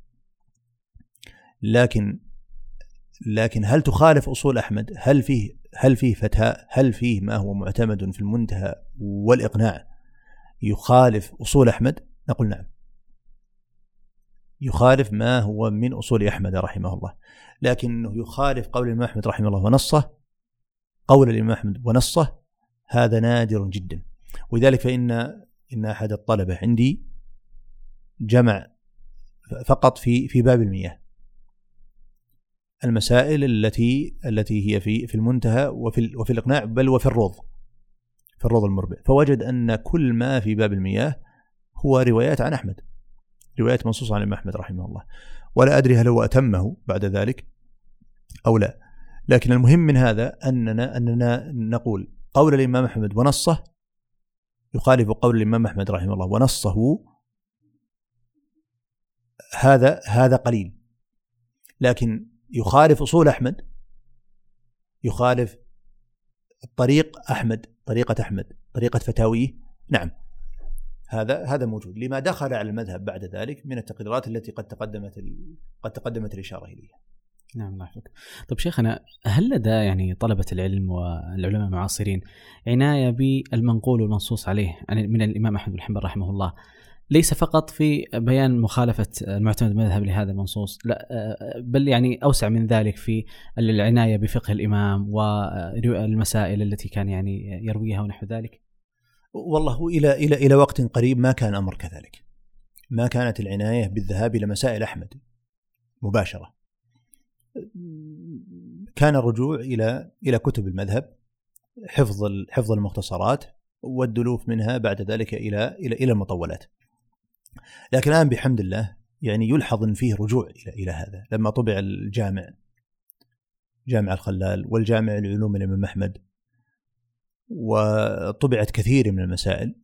لكن لكن هل تخالف أصول أحمد؟ هل فيه هل فيه فتاء؟ هل فيه ما هو معتمد في المنتهى والإقناع يخالف أصول أحمد؟ نقول نعم، يخالف ما هو من أصول أحمد رحمه الله، لكنه يخالف قول الإمام أحمد رحمه الله ونصه، قول الإمام أحمد ونصه هذا نادر جدا. ولذلك فإن إن أحد الطلبة عندي جمع فقط في في باب المياه المسائل التي التي هي في في المنتهى وفي وفي الإقناع، بل وفي الروض في الروض المربع، فوجد أن كل ما في باب المياه هو روايات عن أحمد، روايات منصوصة عن الإمام أحمد رحمه الله، ولا أدري هل هو أتمه بعد ذلك أو لا. لكن المهم من هذا أننا أننا نقول قول الإمام أحمد ونصه يخالف قول الإمام أحمد رحمه الله ونصه، هذا هذا قليل. لكن يخالف أصول أحمد، يخالف طريق أحمد، طريقة أحمد، طريقة فتاويه، نعم هذا هذا موجود، لما دخل على المذهب بعد ذلك من التقريرات التي قد تقدمت قد تقدمت الإشارة إليها. نعم الله يحفظك. طيب شيخنا، هل لدى يعني طلبة العلم والعلماء المعاصرين عناية بالمنقول والمنصوص عليه من الإمام أحمد بن حنبل رحمه الله، ليس فقط في بيان مخالفة المعتمد المذهب لهذا المنصوص، لا بل يعني أوسع من ذلك في العناية بفقه الإمام والمسائل التي كان يعني يرويها ونحو ذلك؟ والله إلى إلى إلى وقت قريب ما كان الأمر كذلك، ما كانت العناية بالذهاب إلى مسائل أحمد مباشرة، كان الرجوع إلى إلى كتب المذهب، حفظ حفظ المختصرات والدلوف منها بعد ذلك إلى إلى إلى المطولات. لكن الآن بحمد الله يعني يلحظ إن فيه رجوع إلى إلى هذا، لما طبع الجامع جامع الخلال والجامع العلوم الإمام أحمد، وطبعت كثير من المسائل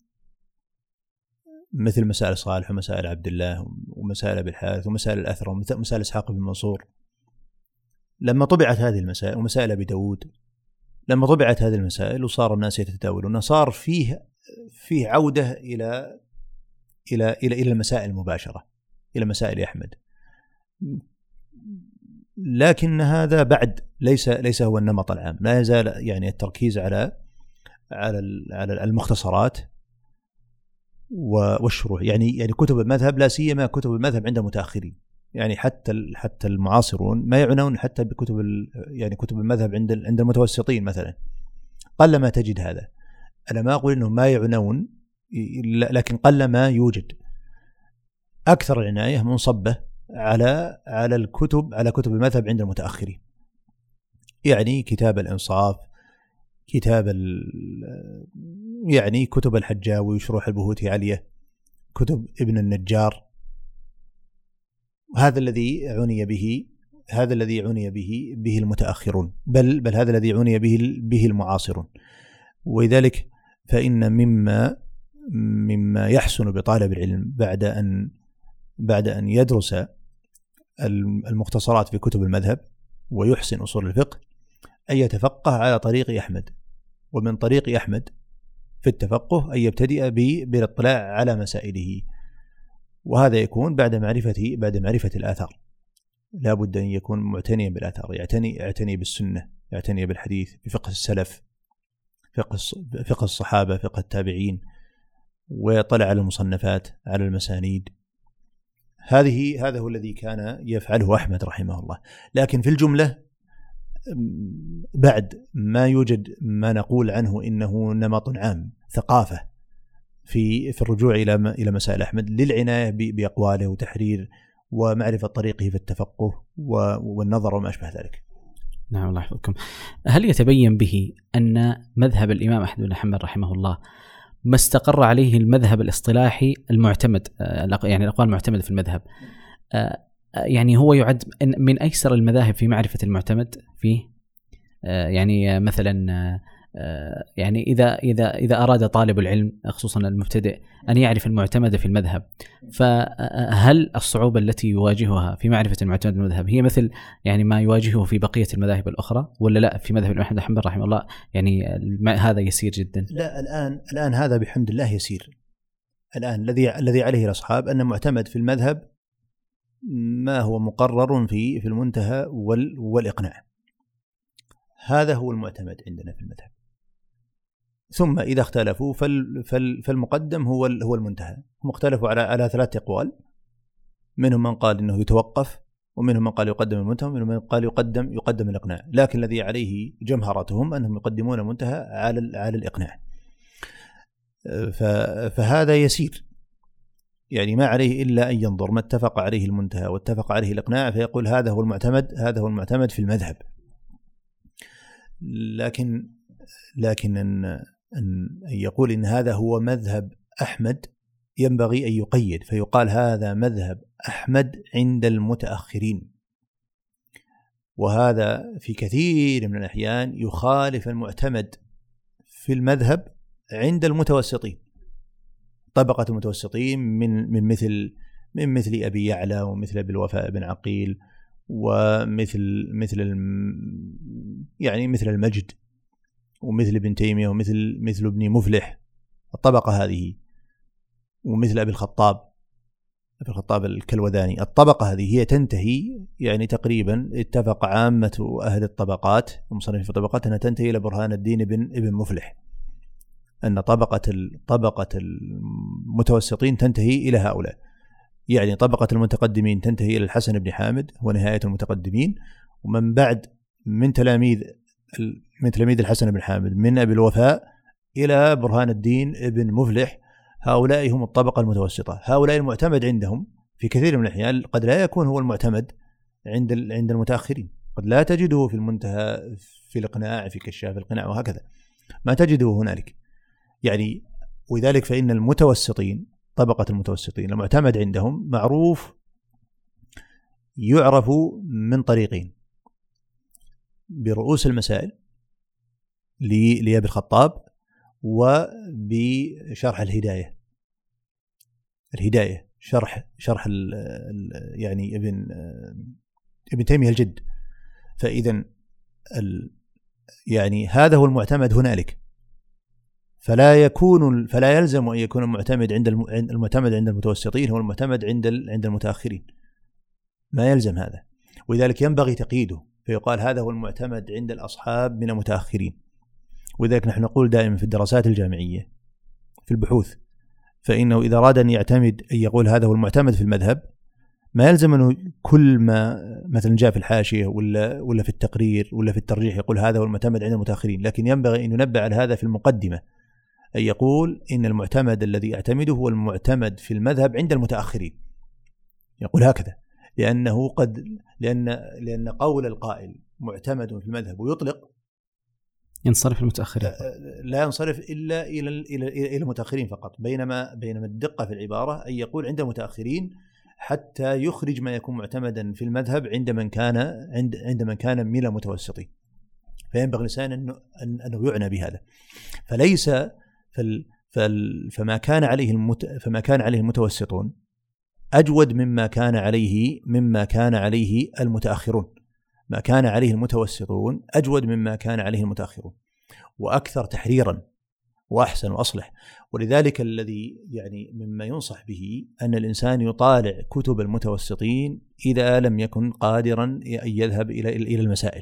مثل مسائل صالح ومسائل عبد الله ومسائل أبي الحارث ومسائل الأثر ومسائل إسحاق بن منصور. لما طبعت هذه المسائل ومسائل أبي داود، لما طبعت هذه المسائل وصار الناس يتداولون، صار فيه فيه عودة إلى إلى إلى إلى المسائل المباشرة، إلى مسائل أحمد. لكن هذا بعد ليس ليس هو النمط العام، لا يزال يعني التركيز على على على المختصرات والشروح، يعني يعني كتب المذهب، لا سيما كتب المذهب عند المتأخرين، يعني حتى حتى المعاصرون ما يعنون حتى بكتب يعني كتب المذهب عند عند المتوسطين مثلا، قل ما تجد هذا. أنا ما أقول إنهم ما يعنون، لكن قل ما يوجد. أكثر العناية منصبة على على الكتب على كتب المذهب عند المتأخرين، يعني كتاب الإنصاف، كتاب يعني كتب الحجاوي وشروح البهوتي عليه، كتب ابن النجار، هذا الذي عني به هذا الذي عني به به المتأخرون، بل بل هذا الذي عني به به المعاصرون. ولذلك فإن مما مما يحسن بطالب العلم بعد أن بعد أن يدرس المختصرات في كتب المذهب ويحسن أصول الفقه أن يتفقه على طريق أحمد، ومن طريق أحمد في التفقه أن يبتدئ بالاطلاع على مسائله، وهذا يكون بعد معرفة بعد معرفة الآثار. لا بد أن يكون معتنيا بالآثار، يعتني يعتني بالسنة، يعتني بالحديث، بفقه السلف، فقه فقه الصحابة، فقه التابعين، ويطلع على المصنفات، على المسانيد. هذه هذا هو الذي كان يفعله أحمد رحمه الله. لكن في الجملة بعد ما يوجد ما نقول عنه إنه نمط عام، ثقافة في في الرجوع إلى إلى مسائل أحمد، للعناية بأقواله وتحرير ومعرفة طريقه في التفقه والنظر وما أشبه ذلك. نعم الله يحفظكم. هل يتبين به أن مذهب الإمام أحمد بن حنبل رحمه الله ما استقر عليه المذهب الاصطلاحي المعتمد، يعني الأقوال المعتمدة في المذهب، يعني هو يعد من أيسر المذاهب في معرفة المعتمد فيه؟ يعني مثلا يعني إذا إذا إذا أراد طالب العلم خصوصا المبتدئ أن يعرف المعتمد في المذهب، فهل الصعوبة التي يواجهها في معرفة المعتمد في المذهب هي مثل يعني ما يواجهه في بقية المذاهب الأخرى، ولا لا في مذهب الإمام أحمد بن حنبل رحمه الله يعني هذا يسير جدا؟ لا، الآن الآن هذا بحمد الله يسير. الآن الذي الذي عليه الأصحاب أن معتمد في المذهب ما هو مقرر في في المنتهى والإقناع، هذا هو المعتمد عندنا في المذهب. ثم إذا اختلفوا فالمقدم هو هو المنتهى. هم اختلفوا على على ثلاث أقوال، منهم من قال إنه يتوقف، ومنهم من قال يقدم المنتهى، ومنهم من قال يقدم يقدم الإقناع. لكن الذي عليه جمهرتهم أنهم يقدمون المنتهى على على الإقناع. فهذا يسير، يعني ما عليه إلا أن ينظر ما اتفق عليه المنتهى واتفق عليه الإقناع فيقول هذا هو المعتمد، هذا هو المعتمد في المذهب. لكن لكن أن أن يقول إن هذا هو مذهب أحمد ينبغي أن يقيد، فيقال هذا مذهب أحمد عند المتأخرين، وهذا في كثير من الأحيان يخالف المعتمد في المذهب عند المتوسطين، طبقة المتوسطين من من مثل من مثل أبي يعلى ومثل أبي الوفاء بن عقيل ومثل مثل يعني مثل المجد ومثل ابن تيمية ومثل مثل ابن مفلح، الطبقة هذه، ومثل أبي الخطاب أبي الخطاب الكلوذاني. الطبقة هذه هي تنتهي يعني تقريبا اتفق عامة أهل الطبقات المصنفين في الطبقات أنها تنتهي إلى برهان الدين بن ابن مفلح، أن طبقة طبقة المتوسطين تنتهي إلى هؤلاء، يعني طبقة المتقدمين تنتهي إلى الحسن بن حامد ونهاية المتقدمين، ومن بعد من تلاميذ من تلاميذ الحسن بن حامد من أبي الوفاء إلى برهان الدين ابن مفلح، هؤلاء هم الطبقة المتوسطة. هؤلاء المعتمد عندهم في كثير من الأحيان قد لا يكون هو المعتمد عند عند المتأخرين، قد لا تجده في المنتهى، في الإقناع، في كشاف القناع، وهكذا ما تجده هنالك يعني. وذلك فإن المتوسطين، طبقة المتوسطين، المعتمد عندهم معروف يعرف من طريقين: برؤوس المسائل لأبي الخطاب، وبشرح الهداية. الهداية شرح شرح ال ال يعني ابن ابن تيمية الجد. فإذا يعني هذا هو المعتمد هنالك، فلا يكون فلا يلزم أن يكون المعتمد عند المعتمد عند المتوسطين هو المعتمد عند عند المتأخرين، ما يلزم هذا. ولذلك ينبغي تقييده، فيقال هذا هو المعتمد عند الأصحاب من المتأخرين. ولذلك نحن نقول دائما في الدراسات الجامعية في البحوث، فإنه إذا أراد أن يعتمد أن يقول هذا هو المعتمد في المذهب، ما يلزم أنه كل ما مثلا جاء في الحاشية ولا ولا في التقرير ولا في الترجيح يقول هذا هو المعتمد عند المتأخرين، لكن ينبغي أن ينبه على هذا في المقدمة، أن يقول إن المعتمد الذي أعتمده هو المعتمد في المذهب عند المتأخرين، يقول هكذا، لأنه قد لأن لأن قول القائل معتمد في المذهب ويطلق ينصرف المتأخرين، لا ينصرف إلا إلى إلى إلى المتأخرين فقط، بينما بينما الدقة في العبارة أن يقول عند المتأخرين حتى يخرج ما يكون معتمدا في المذهب عند من كان عند عند من كان من المتوسطين. فينبغي الإنسان أنه أنه يعنى بهذا. فليس فال فال فما كان عليه المت فما كان عليه المتوسطون أجود مما كان عليه مما كان عليه المتأخرون. ما كان عليه المتوسطون أجود مما كان عليه المتأخرون، وأكثر تحريرا وأحسن وأصلح. ولذلك الذي يعني مما ينصح به أن الإنسان يطالع كتب المتوسطين إذا لم يكن قادرا أن يذهب إلى إلى المسائل.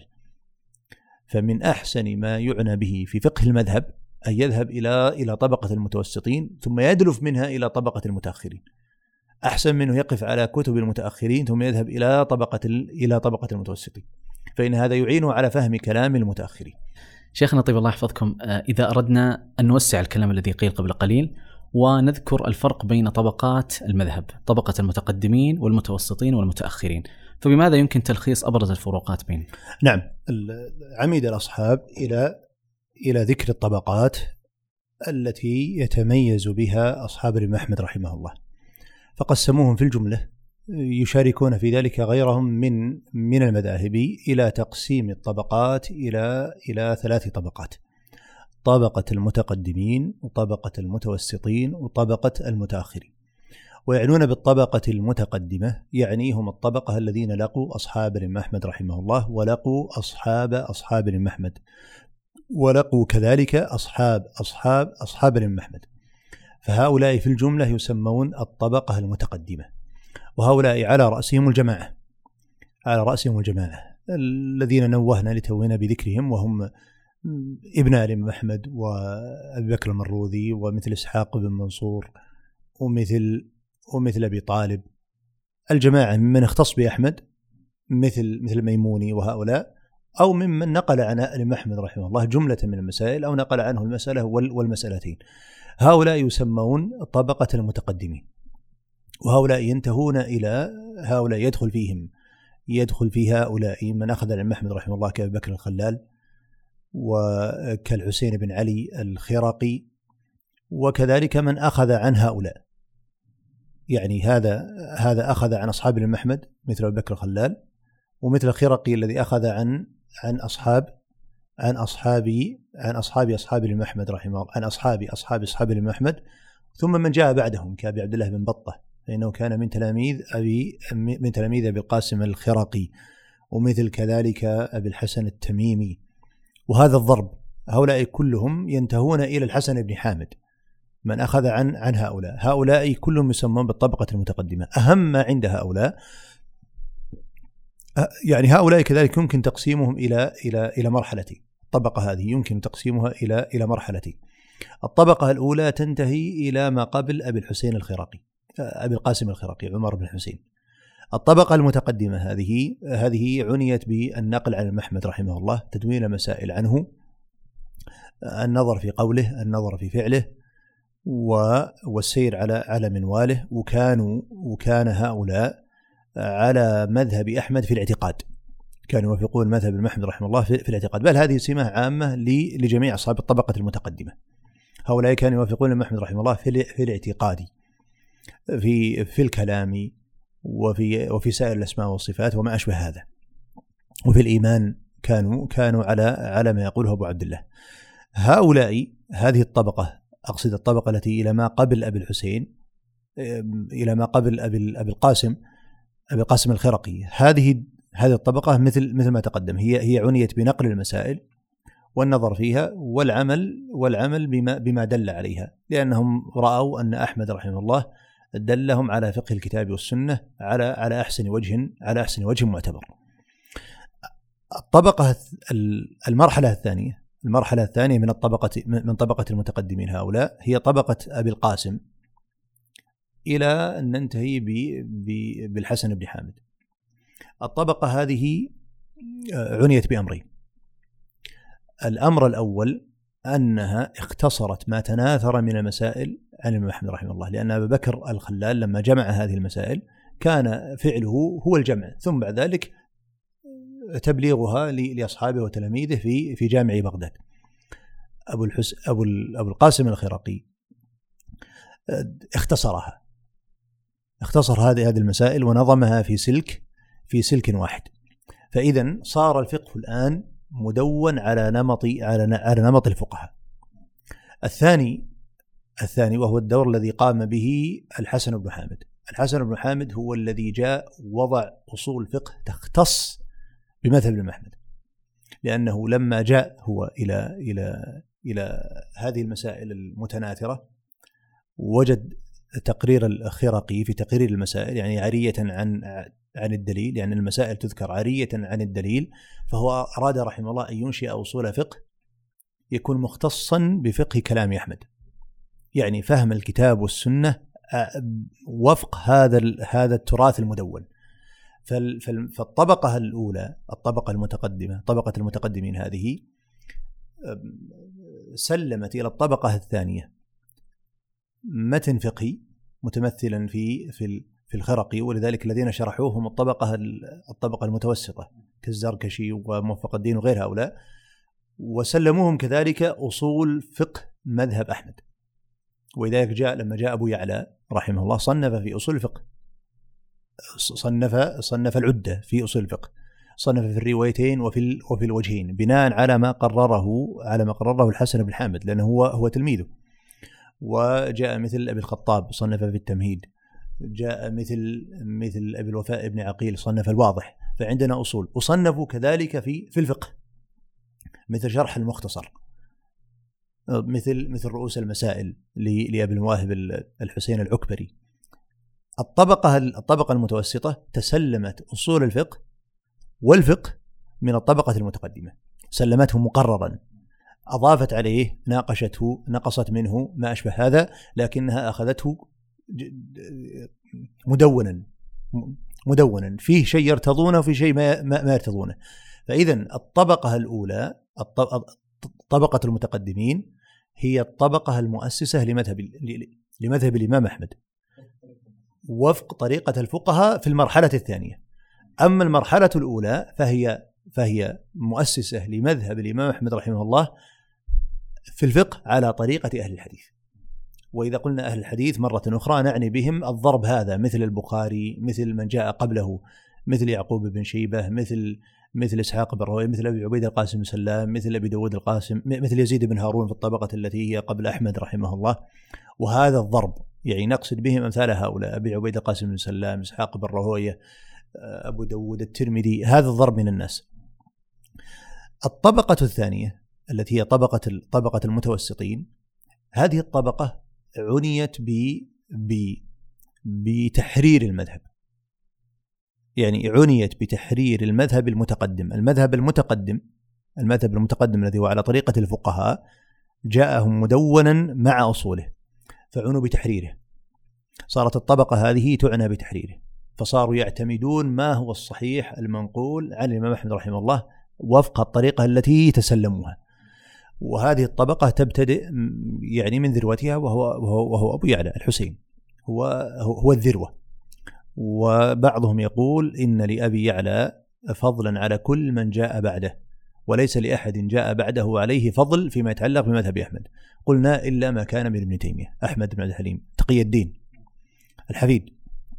فمن أحسن ما يعنى به في فقه المذهب أن يذهب إلى إلى طبقة المتوسطين ثم يدلف منها إلى طبقة المتأخرين، أحسن منه يقف على كتب المتأخرين ثم يذهب إلى طبقة إلى طبقة المتوسطين، فإن هذا يعينه على فهم كلام المتأخرين. شيخنا طيب الله يحفظكم، إذا أردنا أن نوسع الكلام الذي قيل قبل قليل ونذكر الفرق بين طبقات المذهب، طبقة المتقدمين والمتوسطين والمتأخرين، فبماذا يمكن تلخيص أبرز الفروقات بينهم؟ نعم، عمد الأصحاب إلى إلى ذكر الطبقات التي يتميز بها أصحاب الإمام أحمد رحمه الله، فقسموهم في الجملة يشاركون في ذلك غيرهم من من المذاهب إلى تقسيم الطبقات إلى إلى ثلاث طبقات: طبقة المتقدمين وطبقة المتوسطين وطبقة المتأخرين. ويعنون بالطبقة المتقدمة يعنيهم الطبقة الذين لقوا أصحاب الإمام أحمد رحمه الله، ولقوا أصحاب أصحاب الإمام أحمد، ولقوا كذلك أصحاب أصحاب أصحاب الإمام أحمد. فهؤلاء في الجملة يسمون الطبقة المتقدمة، وهؤلاء على رأسهم الجماعة على رأسهم الجماعة الذين نوهنا لتونا بذكرهم، وهم ابن الإمام أحمد وأبي بكر المروذي ومثل إسحاق بن منصور ومثل ومثل أبي طالب. الجماعة ممن اختص بأحمد مثل مثل ميموني وهؤلاء، أو ممن نقل عن الإمام أحمد رحمه الله جملة من المسائل أو نقل عنه المسألة والمسألتين. هؤلاء يسمون طبقة المتقدمين، وهؤلاء ينتهون إلى هؤلاء يدخل فيهم يدخل في هؤلاء من أخذ الإمام أحمد رحمه الله كأبي بكر الخلال وكالحسين بن علي الخرقي، وكذلك من أخذ عن هؤلاء، يعني هذا هذا أخذ عن أصحاب الإمام أحمد مثل أبي بكر الخلال، ومثل الخرقي الذي أخذ عن عن أصحاب عن أصحابي عن أصحاب أصحاب الإمام أحمد رحمه الله عن أصحاب أصحاب أصحاب الإمام أحمد، ثم من جاء بعدهم كأبي عبد الله بن بطة فإنه كان من تلاميذ أبي من تلاميذ أبي القاسم الخرقي، ومثل كذلك أبي الحسن التميمي، وهذا الضرب. هؤلاء كلهم ينتهون إلى الحسن بن حامد من أخذ عن عن هؤلاء. هؤلاء كلهم يسمون بالطبقة المتقدمة. أهم ما عند هؤلاء يعني هؤلاء كذلك يمكن تقسيمهم إلى إلى إلى مرحلتين. الطبقة هذه يمكن تقسيمها إلى إلى مرحلتين. الطبقة الأولى تنتهي إلى ما قبل أبي الحسين الخرقي أبي القاسم الخرقي عمر بن الحسين. الطبقة المتقدمة هذه هذه عنيت بالنقل عن الإمام أحمد رحمه الله، تدوين مسائل عنه، النظر في قوله، النظر في فعله، والسير على على منواله. وكانوا وكان هؤلاء على مذهب أحمد في الاعتقاد، كانوا يوافقون مذهب الإمام أحمد رحمه الله في, في الاعتقاد، بل هذه سمة عامة لجميع أصحاب الطبقة المتقدمة. هؤلاء كانوا يوافقون الإمام أحمد رحمه الله في, في الاعتقاد، في في الكلام، وفي وفي سائر الأسماء والصفات وما أشبه هذا، وفي الإيمان كانوا كانوا على على ما يقوله أبو عبد الله. هؤلاء هذه الطبقة، أقصد الطبقة التي إلى ما قبل أبي الحسين، إلى ما قبل أبي أبي القاسم أبي القاسم الخرقي، هذه هذه الطبقة مثل مثل ما تقدم، هي هي عنيت بنقل المسائل والنظر فيها والعمل والعمل بما بما دل عليها، لأنهم رأوا أن أحمد رحمه الله دلهم على فقه الكتاب والسنة على على أحسن وجه على أحسن وجه معتبر. الطبقة المرحلة الثانية المرحلة الثانية من الطبقة من طبقة المتقدمين هؤلاء هي طبقة أبي القاسم إلى أن ننتهي بالحسن بن حامد. الطبقة هذه عنيت بأمرين. الأمر الأول أنها اختصرت ما تناثر من المسائل عن الإمام أحمد رحمه الله، لأن أبا بكر الخلال لما جمع هذه المسائل كان فعله هو الجمع، ثم بعد ذلك تبليغها لأصحابه وتلاميذه في في جامع بغداد. أبو الحس أبو أبو القاسم الخرقي اختصرها اختصر هذه هذه المسائل ونظمها في سلك في سلك واحد. فإذا صار الفقه الآن مدون على نمط على على نمط الفقهاء. الثاني الثاني وهو الدور الذي قام به الحسن بن حامد. الحسن بن حامد هو الذي جاء وضع أصول فقه تختص بمذهب الإمام أحمد، لأنه لما جاء هو إلى إلى إلى هذه المسائل المتناثرة وجد تقرير الخرقي في تقرير المسائل يعني عارية عن عن الدليل، يعني المسائل تذكر عارية عن الدليل، فهو أراد رحمه الله أن ينشئ أصول فقه يكون مختصا بفقه كلام أحمد، يعني فهم الكتاب والسنة وفق هذا هذا التراث المدون. فالطبقة الأولى الطبقة المتقدمة طبقة المتقدمين هذه سلمت إلى الطبقة الثانية متن فقهي متمثلا في في في الخرقي، ولذلك الذين شرحوه هم الطبقة الطبقة المتوسطة كالزركشي وموفق الدين وغير هؤلاء، وسلموهم كذلك أصول فقه مذهب أحمد. ولذلك جاء لما جاء أبو يعلى رحمه الله صنف في أصول الفقه، صنف صنف العدة في أصول الفقه، صنف في الروايتين وفي وفي الوجهين بناء على ما قرره على ما قرره الحسن بن حامد لأنه هو هو تلميذه. وجاء مثل أبي الخطاب صنف في التمهيد، جاء مثل مثل أبي الوفاء بن عقيل صنف الواضح. فعندنا أصول، وصنفوا كذلك في في الفقه مثل شرح المختصر، مثل مثل رؤوس المسائل لأبي المواهب الحسين العكبري. الطبقة الطبقة المتوسطة تسلمت أصول الفقه والفقه من الطبقة المتقدمة، سلمته مقررا، أضافت عليه، ناقشته، نقصت منه ما أشبه هذا، لكنها أخذته مدونا مدونا فيه شيء يرتضونه وفي شيء ما ما يرتضونه. فإذا الطبقة الأولى طبقة المتقدمين هي الطبقة المؤسسة لمذهب لمذهب الإمام أحمد وفق طريقة الفقهاء في المرحلة الثانية. أما المرحلة الأولى فهي فهي مؤسسة لمذهب الإمام أحمد رحمه الله في الفقه على طريقة أهل الحديث. وإذا قلنا أهل الحديث مرة أخرى نعني بهم الضرب هذا، مثل البخاري، مثل من جاء قبله، مثل يعقوب بن شيبة، مثل مثل إسحاق بن راهويه، مثل أبي عبيد القاسم بن سلام، مثل أبي داود القاسم، مثل يزيد بن هارون في الطبقة التي هي قبل أحمد رحمه الله. وهذا الضرب يعني نقصد بهم أمثال هؤلاء: أبي عبيد القاسم بن سلام، إسحاق بن راهويه، أبو داود، الترمذي. هذا الضرب من الناس. الطبقة الثانية التي هي طبقة طبقة المتوسطين، هذه الطبقة عنيت ب بتحرير المذهب، يعني عنيت بتحرير المذهب المتقدم. المذهب المتقدم المذهب المتقدم الذي هو على طريقة الفقهاء جاءهم مدونا مع أصوله، فعنوا بتحريره. صارت الطبقة هذه تعنى بتحريره، فصاروا يعتمدون ما هو الصحيح المنقول عن الإمام أحمد رحمه الله وفق الطريقة التي تسلموها. وهذه الطبقة تبتدئ يعني من ذروتها وهو وهو, وهو أبو يعلى الحسين، هو هو الذروة. وبعضهم يقول إن لأبي يعلى فضلا على كل من جاء بعده، وليس لأحد جاء بعده عليه فضل فيما يتعلق بمذهب أحمد. قلنا إلا ما كان من ابن تيمية، أحمد بن عبد الحليم تقي الدين الحفيد.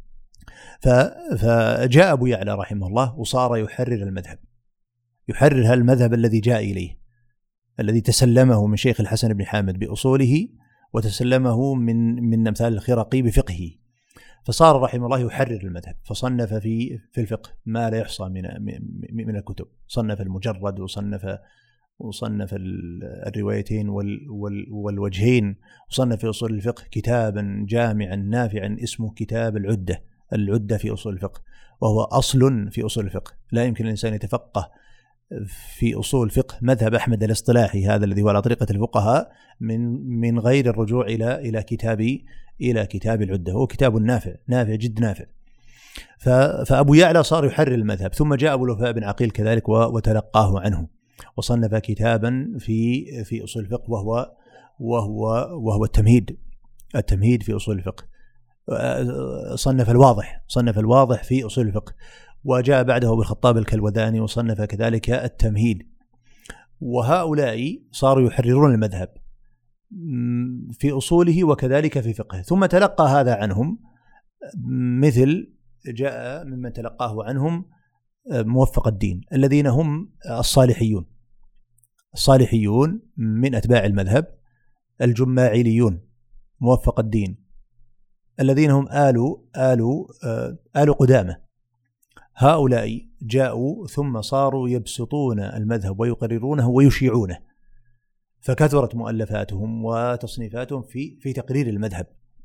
فجاء أبو يعلى رحمه الله وصار يحرر المذهب، يحرر المذهب الذي جاء إليه، الذي تسلمه من شيخ الحسن بن حامد بأصوله وتسلمه من من أمثال الخرقي بفقهه. فصار رحمه الله يحرر المذهب، فصنف في في الفقه ما لا يحصى من من الكتب. صنف المجرد، وصنف وصنف الروايتين والوجهين، وصنف في أصول الفقه كتابا جامعا نافعا اسمه كتاب العدة العدة في أصول الفقه، وهو أصل في أصول الفقه. لا يمكن الإنسان يتفقه في أصول فقه مذهب أحمد الاصطلاحي هذا الذي هو على طريقة الفقهاء من من غير الرجوع إلى إلى كتاب إلى كتاب العدة. هو كتاب نافع نافع جد نافع. فأبو يعلى صار يحرر المذهب. ثم جاء أبو الوفاء بن عقيل كذلك وتلقاه عنه، وصنف كتابا في في أصول الفقه وهو وهو وهو التمهيد التمهيد في أصول الفقه. صنف الواضح صنف الواضح في أصول الفقه. وجاء بعده أبو الخطاب الكلوذاني وصنف كذلك التمهيد. وهؤلاء صاروا يحررون المذهب في أصوله وكذلك في فقهه. ثم تلقى هذا عنهم، مثل جاء ممن تلقاه عنهم موفق الدين، الذين هم الصالحيون الصالحيون من أتباع المذهب، الجماعيليون موفق الدين، الذين هم آل آل آل قدامة. هؤلاء جاءوا ثم صاروا يبسطون المذهب ويقررونه ويشيعونه، فكثرت مؤلفاتهم وتصنيفاتهم في في تقرير المذهب.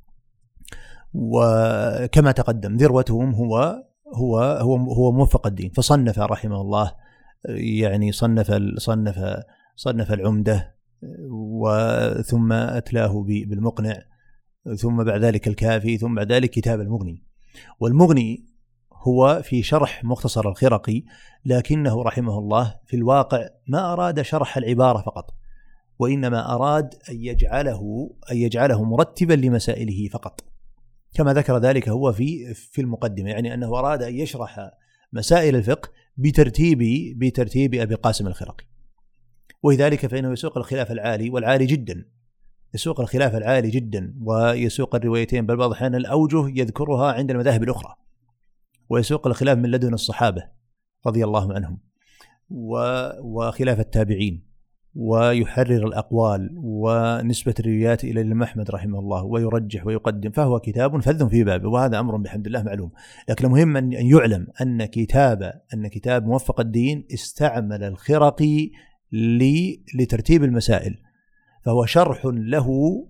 وكما تقدم ذروتهم هو هو هو هو موفق الدين، فصنف رحمه الله يعني صنف صنف صنف العمدة، وثم أتلاه بالمقنع، ثم بعد ذلك الكافي، ثم بعد ذلك كتاب المغني. والمغني هو في شرح مختصر الخرقي، لكنه رحمه الله في الواقع ما أراد شرح العبارة فقط، وإنما أراد أن يجعله أن يجعله مرتبا لمسائله فقط، كما ذكر ذلك هو في في المقدمة، يعني أنه أراد أن يشرح مسائل الفقه بترتيب بترتيب أبي القاسم الخرقي. ولذلك فإنه يسوق الخلاف العالي والعالي جدا، يسوق الخلاف العالي جدا، ويسوق الروايتين، بل بعض الأحيان الأوجه يذكرها عند المذاهب الأخرى، ويسوق الخلاف من لدن الصحابة رضي الله عنهم وخلاف التابعين، ويحرر الأقوال ونسبة الروايات إلى الإمام أحمد رحمه الله، ويرجح ويقدم، فهو كتاب فذ في بابه، وهذا أمر بحمد الله معلوم. لكن المهم أن يعلم أن كتاب أن كتاب موفق الدين استعمل الخرقي لترتيب المسائل، فهو شرح له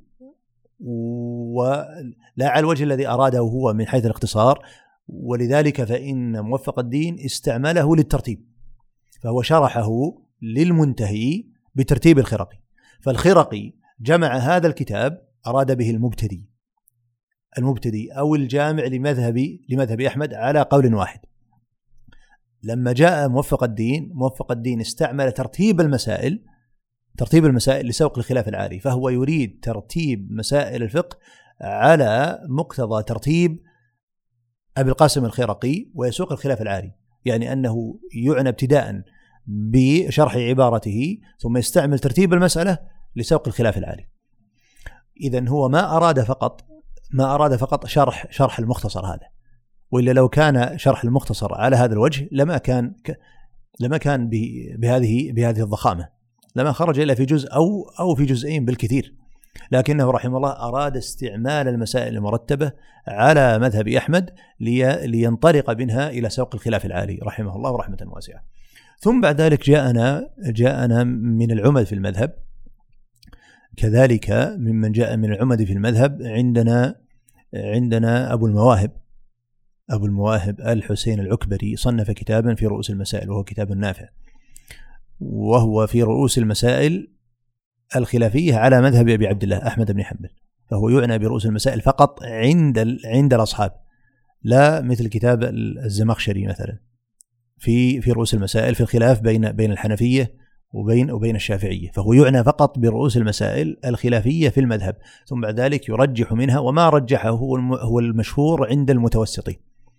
ولا على الوجه الذي أراده هو من حيث الاختصار، ولذلك فإن موفق الدين استعمله للترتيب، فهو شرحه للمنتهي بترتيب الخرقي. فالخرقي جمع هذا الكتاب، أراد به المبتدي المبتدي أو الجامع لمذهب لمذهب أحمد على قول واحد. لما جاء موفق الدين موفق الدين استعمل ترتيب المسائل ترتيب المسائل لسوق الخلاف العالي، فهو يريد ترتيب مسائل الفقه على مقتضى ترتيب أبي القاسم الخرقي، ويسوق الخلاف العالي، يعني أنه يعنى ابتداء بشرح عبارته ثم يستعمل ترتيب المسألة لسوق الخلاف العالي. إذن هو ما أراد فقط ما أراد فقط شرح شرح المختصر هذا، وإلا لو كان شرح المختصر على هذا الوجه لما كان لما كان بهذه بهذه الضخامة، لما خرج إلا في جزء أو أو في جزئين بالكثير. لكنه رحمه الله أراد استعمال المسائل المرتبة على مذهب أحمد لي لينطلق منها إلى سوق الخلاف العالي رحمه الله رحمة واسعة. ثم بعد ذلك جاءنا جاءنا من العمد في المذهب، كذلك ممن جاء من العمد في المذهب عندنا عندنا أبو المواهب أبو المواهب الحسين العكبري، صنف كتابا في رؤوس المسائل، وهو كتاب نافع، وهو في رؤوس المسائل الخلافية على مذهب أبي عبد الله أحمد بن حنبل، فهو يعنى برؤوس المسائل فقط عند عند الأصحاب، لا مثل كتاب الزمخشري مثلا في في رؤوس المسائل في الخلاف بين بين الحنفية وبين وبين الشافعية، فهو يعنى فقط برؤوس المسائل الخلافية في المذهب، ثم بعد ذلك يرجح منها، وما رجحه هو هو المشهور عند المتوسطين.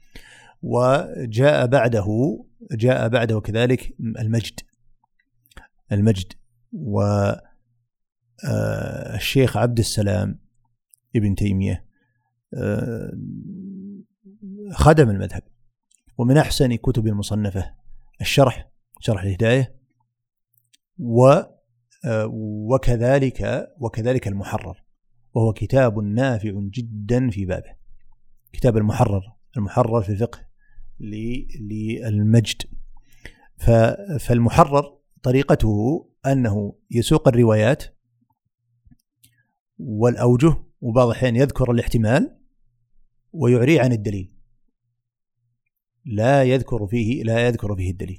وجاء بعده جاء بعده كذلك المجد المجد والشيخ عبد السلام ابن تيمية خدم المذهب، ومن أحسن كتب المصنفة الشرح شرح الهداية، وكذلك وكذلك المحرر، وهو كتاب نافع جدا في بابه، كتاب المحرر المحرر في الفقه للمجد. فالمحرر طريقته أنه يسوق الروايات والأوجه، وبعض الأحيان يذكر الاحتمال ويعري عن الدليل، لا يذكر فيه لا يذكر فيه الدليل.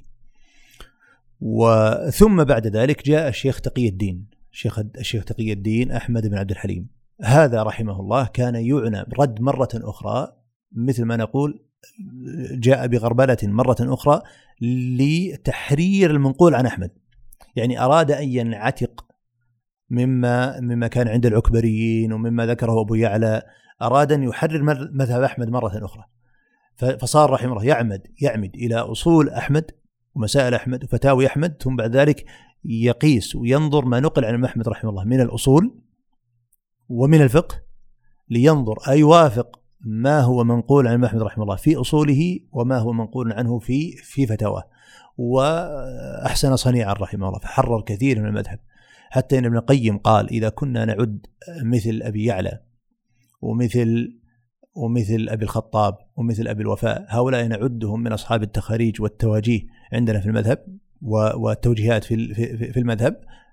وثم بعد ذلك جاء الشيخ تقي الدين الشيخ الشيخ تقي الدين أحمد بن عبد الحليم، هذا رحمه الله كان يعنى رد مرة أخرى، مثل ما نقول جاء بغربلة مرة أخرى لتحرير المنقول عن أحمد، يعني أراد أن ينعتق مما مما كان عند العكبريين ومما ذكره أبو يعلى، أراد أن يحرر مذهب أحمد مرة أخرى، فصار رحمه الله يعمد يعمد إلى أصول أحمد ومسائل أحمد وفتاوي أحمد، ثم بعد ذلك يقيس وينظر ما نقل عن أحمد رحمه الله من الأصول ومن الفقه، لينظر أيوافق ما هو منقول عن أحمد رحمه الله في أصوله وما هو منقول عنه في في فتاواه. وأحسن صنيعا رحمه الله، فحرر كثير من المذهب، حتى إن ابن القيم قال إذا كنا نعد مثل أبي يعلى ومثل ومثل أبي الخطاب ومثل أبي الوفاء، هؤلاء نعدهم من أصحاب التخاريج والتواجيه عندنا في المذهب والتوجيهات في في المذهب،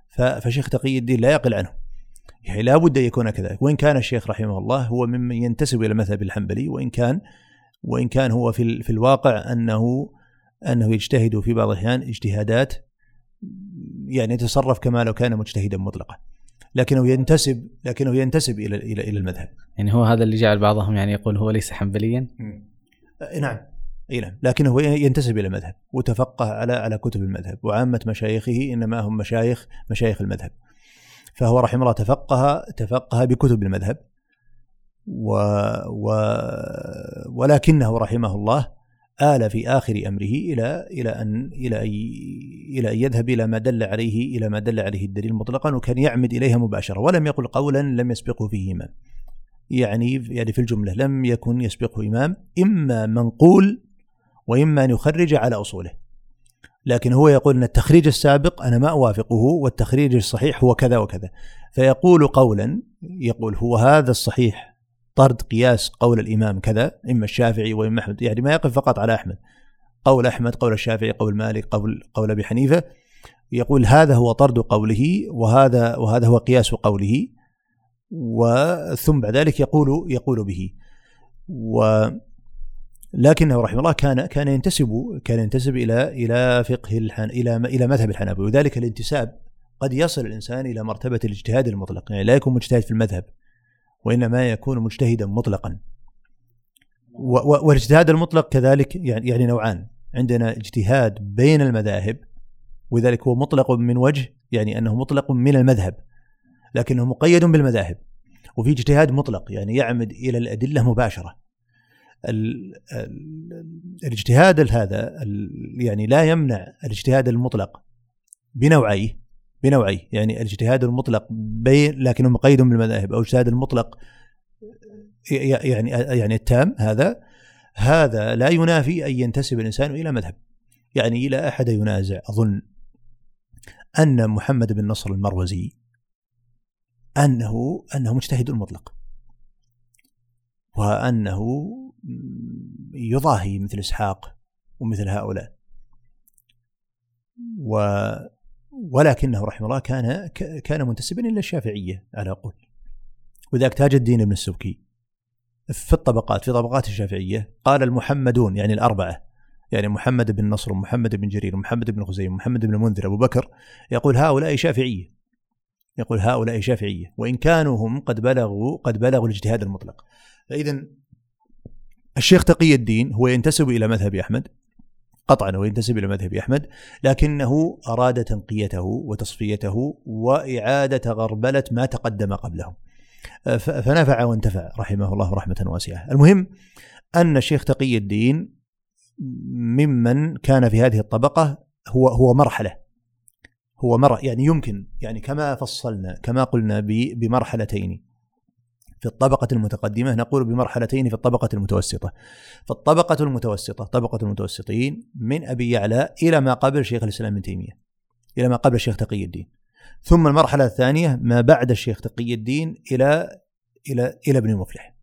فشيخ تقي الدين لا يقل عنه، يعني لا بد أن يكون كذلك. وإن كان الشيخ رحمه الله هو ممن ينتسب إلى المذهب الحنبلي، وإن كان وإن كان هو في في الواقع أنه أنه يجتهد في بعض الأحيان اجتهادات يعني يتصرف كما لو كان مجتهدا مطلقا، لكنه ينتسب لكنه ينتسب إلى إلى إلى المذهب. يعني هو هذا اللي جعل بعضهم يعني يقول هو ليس حنبليا. نعم اي نعم، لكنه ينتسب الى المذهب وتفقه على على كتب المذهب، وعامه مشايخه انما هم مشايخ مشايخ المذهب، فهو رحمه الله تفقه تفقه بكتب المذهب و, و ولكنه رحمه الله آل في آخر أمره إلى إلى أن إلى إلى أن يذهب إلى ما دل عليه إلى ما دل عليه الدليل مطلقا، وكان يعمد إليها مباشرة، ولم يقل قولا لم يسبقه فيه إمام. يعني يعني في الجملة لم يكن يسبقه إمام، إما منقول وإما أن يخرج على أصوله، لكن هو يقول أن التخريج السابق أنا ما أوافقه والتخريج الصحيح هو كذا وكذا، فيقول قولا يقول هو هذا الصحيح طرد قياس قول الإمام كذا، إما الشافعي وإما أحمد، يعني ما يقف فقط على أحمد، قول أحمد قول الشافعي قول مالك قول قول أبي حنيفة، يقول هذا هو طرد قوله وهذا وهذا هو قياس قوله، وثم بعد ذلك يقول يقول به. ولكنه رحمه الله كان كان ينتسب كان ينتسب الى الى فقه الحن الى الى مذهب الحنابلة، وذلك الانتساب قد يصل الانسان الى مرتبه الاجتهاد المطلق، يعني لا يكون مجتهد في المذهب وانما يكون مجتهدا مطلقا. والاجتهاد المطلق كذلك يعني يعني نوعان، عندنا اجتهاد بين المذاهب، وذلك هو مطلق من وجه يعني انه مطلق من المذهب لكنه مقيد بالمذاهب، وفي اجتهاد مطلق يعني يعمد إلى الأدلة مباشرة. الاجتهاد هذا يعني لا يمنع الاجتهاد المطلق بنوعيه بنوعيه يعني الاجتهاد المطلق بين لكنه مقيد بالمذاهب، أو الاجتهاد المطلق يعني يعني التام، هذا هذا لا ينافي أن ينتسب الإنسان إلى مذهب. يعني إلى أحد ينازع أظن أن محمد بن نصر المروزي أنه أنه مجتهد مطلق، وأنه يضاهي مثل إسحاق ومثل هؤلاء، و ولكنه رحمه الله كان كان منتسبا إلى الشافعية على قول. وذاك تاج الدين بن السبكي في الطبقات في طبقات الشافعية قال المحمدون يعني الأربعة، يعني محمد بن نصر ومحمد بن جرير ومحمد بن خزيمة ومحمد بن منذر أبو بكر، يقول هؤلاء شافعية يقول هؤلاء شافعية وإن كانوا هم قد بلغوا قد بلغوا الاجتهاد المطلق. فإذا الشيخ تقي الدين هو ينتسب إلى مذهب أحمد قطعا، وينتسب إلى مذهب أحمد، لكنه أراد تنقيته وتصفيته وإعادة غربلة ما تقدم قبله، فنفع وانتفع رحمه الله رحمة واسعة. المهم أن الشيخ تقي الدين ممن كان في هذه الطبقة هو هو مرحلة هو مرة يعني يمكن يعني كما فصلنا كما قلنا بمرحلتين في الطبقة المتقدمة، نقول بمرحلتين في الطبقة المتوسطة. فالطبقة المتوسطة طبقة المتوسطين من أبي يعلى إلى ما قبل شيخ الإسلام ابن تيمية، إلى ما قبل الشيخ تقي الدين، ثم المرحلة الثانية ما بعد الشيخ تقي الدين إلى إلى إلى ابن مفلح.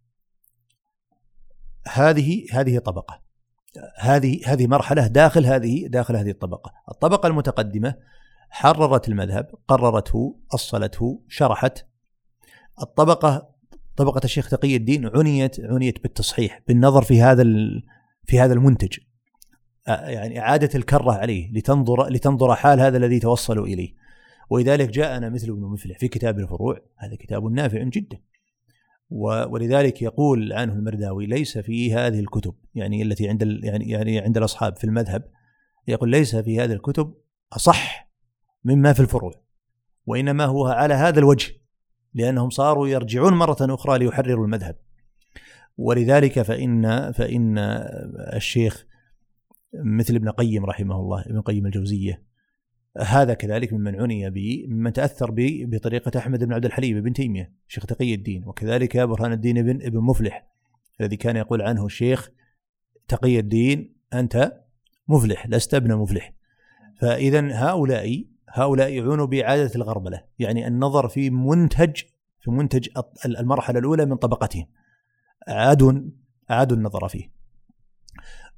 هذه هذه طبقة هذه هذه مرحلة داخل هذه داخل هذه الطبقة. الطبقة المتقدمة حررت المذهب، قررته، أصلته، شرحت. الطبقة طبقة الشيخ تقي الدين عنيت عنيت بالتصحيح، بالنظر في هذا في هذا المنتج، يعني إعادة الكرة عليه لتنظر لتنظر حال هذا الذي توصلوا إليه. ولذلك جاءنا مثل ابن مفلح في كتاب الفروع، هذا كتاب نافع جدا، ولذلك يقول عنه المرداوي ليس في هذه الكتب يعني التي عند يعني يعني عند الأصحاب في المذهب، يقول ليس في هذه الكتب أصح مما في الفروع، وإنما هو على هذا الوجه، لأنهم صاروا يرجعون مرة أخرى ليحرروا المذهب. ولذلك فإن فإن الشيخ مثل ابن قيم رحمه الله، ابن قيم الجوزية، هذا كذلك ممن عني به، ممن تأثر به بطريقة أحمد بن عبد الحليم بن تيمية شيخ تقي الدين، وكذلك برهان الدين بن ابن مفلح الذي كان يقول عنه الشيخ تقي الدين أنت مفلح لست ابن مفلح. فإذا هؤلاء هؤلاء يعونوا بإعادة الغربلة، يعني النظر في منتج في منتج المرحلة الأولى من طبقتهم، أعادوا أعادوا النظر فيه.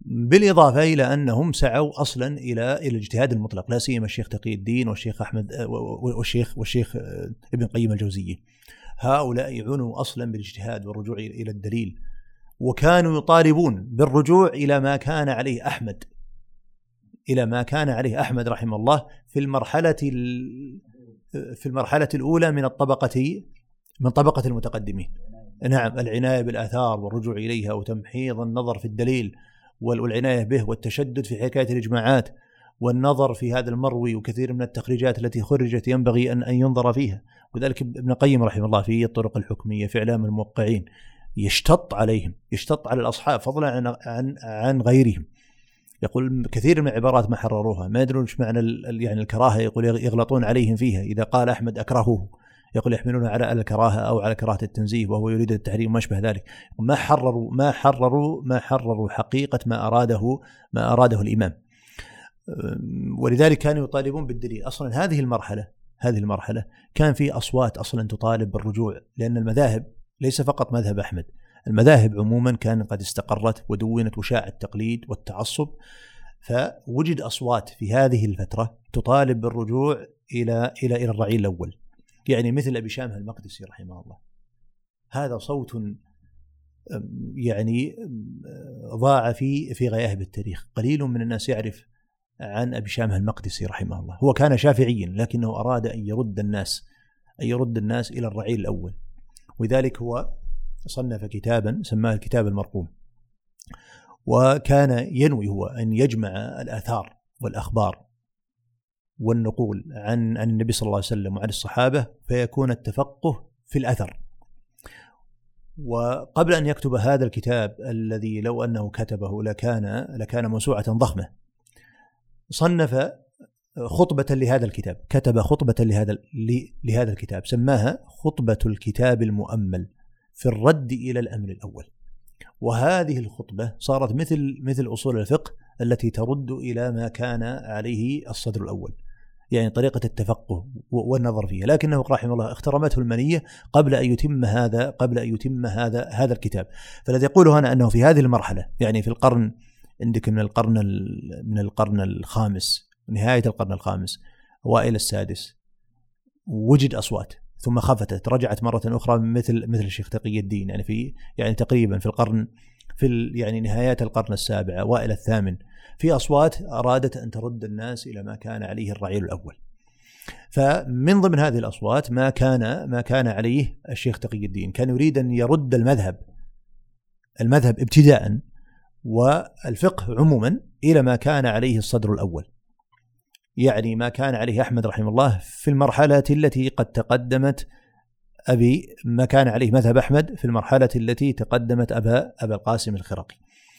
بالإضافة إلى أنهم سعوا أصلا إلى إلى الاجتهاد المطلق، لا سيما الشيخ تقي الدين والشيخ أحمد والشيخ والشيخ ابن قيم الجوزية. هؤلاء عنوا أصلا بالاجتهاد والرجوع إلى الدليل، وكانوا يطالبون بالرجوع إلى ما كان عليه أحمد إلى ما كان عليه أحمد رحمه الله في المرحلة في المرحلة الأولى من الطبقة من طبقة المتقدمين. نعم، العناية بالآثار والرجوع إليها وتمحيض النظر في الدليل والعناية به والتشدد في حكاية الإجماعات والنظر في هذا المروي، وكثير من التخريجات التي خرجت ينبغي أن ينظر فيها. وذلك ابن قيم رحمه الله في الطرق الحكمية في إعلام الموقعين يشتط عليهم، يشتط على الأصحاب فضلا عن عن عن غيرهم. يقول كثير من العبارات ما حرروها، ما يدرون ايش معنى يعني الكراهة، يقول يغلطون عليهم فيها. إذا قال أحمد أكرهه يقول يحملونها على الكراهة أو على كراهة التنزيه وهو يريد التحريم وما أشبه ذلك. ما حرروا ما حرروا ما حرروا حقيقة ما أراده ما أراده الإمام. ولذلك كانوا يطالبون بالدليل. أصلا هذه المرحلة هذه المرحلة كان في أصوات أصلا تطالب بالرجوع، لأن المذاهب ليس فقط مذهب أحمد، المذاهب عموما كانت قد استقرت ودونت وشاع التقليد والتعصب. فوجد أصوات في هذه الفترة تطالب بالرجوع إلى إلى إلى الرعيل الأول، يعني مثل أبي شامة المقدسي رحمه الله. هذا صوت يعني ضاع في في غياهب التاريخ. قليل من الناس يعرف عن أبي شامة المقدسي رحمه الله. هو كان شافعيا لكنه أراد أن يرد الناس أن يرد الناس إلى الرعيل الأول، ولذلك هو صنف كتابا سماه الكتاب المرقوم، وكان ينوي هو أن يجمع الآثار والأخبار والنقول عن عن النبي صلى الله عليه وسلم وعن الصحابة، فيكون التفقه في الأثر. وقبل أن يكتب هذا الكتاب الذي لو أنه كتبه لكان لكان موسوعة ضخمة، صنف خطبة لهذا الكتاب، كتب خطبة لهذا لهذا الكتاب سماها خطبة الكتاب المؤمل في الرد إلى الأمر الأول. وهذه الخطبة صارت مثل مثل أصول الفقه التي ترد إلى ما كان عليه الصدر الأول، يعني طريقة التفقه والنظر فيها. لكنه رحمه الله اخترمته المنية قبل أن يتم هذا قبل أن يتم هذا هذا الكتاب. فالذي يقوله هنا أنه في هذه المرحلة، يعني في القرن عندك من القرن من القرن الخامس، نهاية القرن الخامس أوائل السادس، وجد أصوات ثم خفتت، رجعت مرة أخرى مثل مثل الشيخ تقي الدين، يعني في يعني تقريبا في القرن في يعني نهايات القرن السابع أوائل الثامن، في أصوات أرادت أن ترد الناس إلى ما كان عليه الرعيل الأول. فمن ضمن هذه الأصوات ما كان ما كان عليه الشيخ تقي الدين، كان يريد أن يرد المذهب المذهب ابتداء والفقه عموما إلى ما كان عليه الصدر الأول، يعني ما كان عليه أحمد رحمه الله في المرحلة التي قد تقدمت أبي ما كان عليه مذهب أحمد في المرحلة التي تقدمت أبا أبا القاسم الخرقي.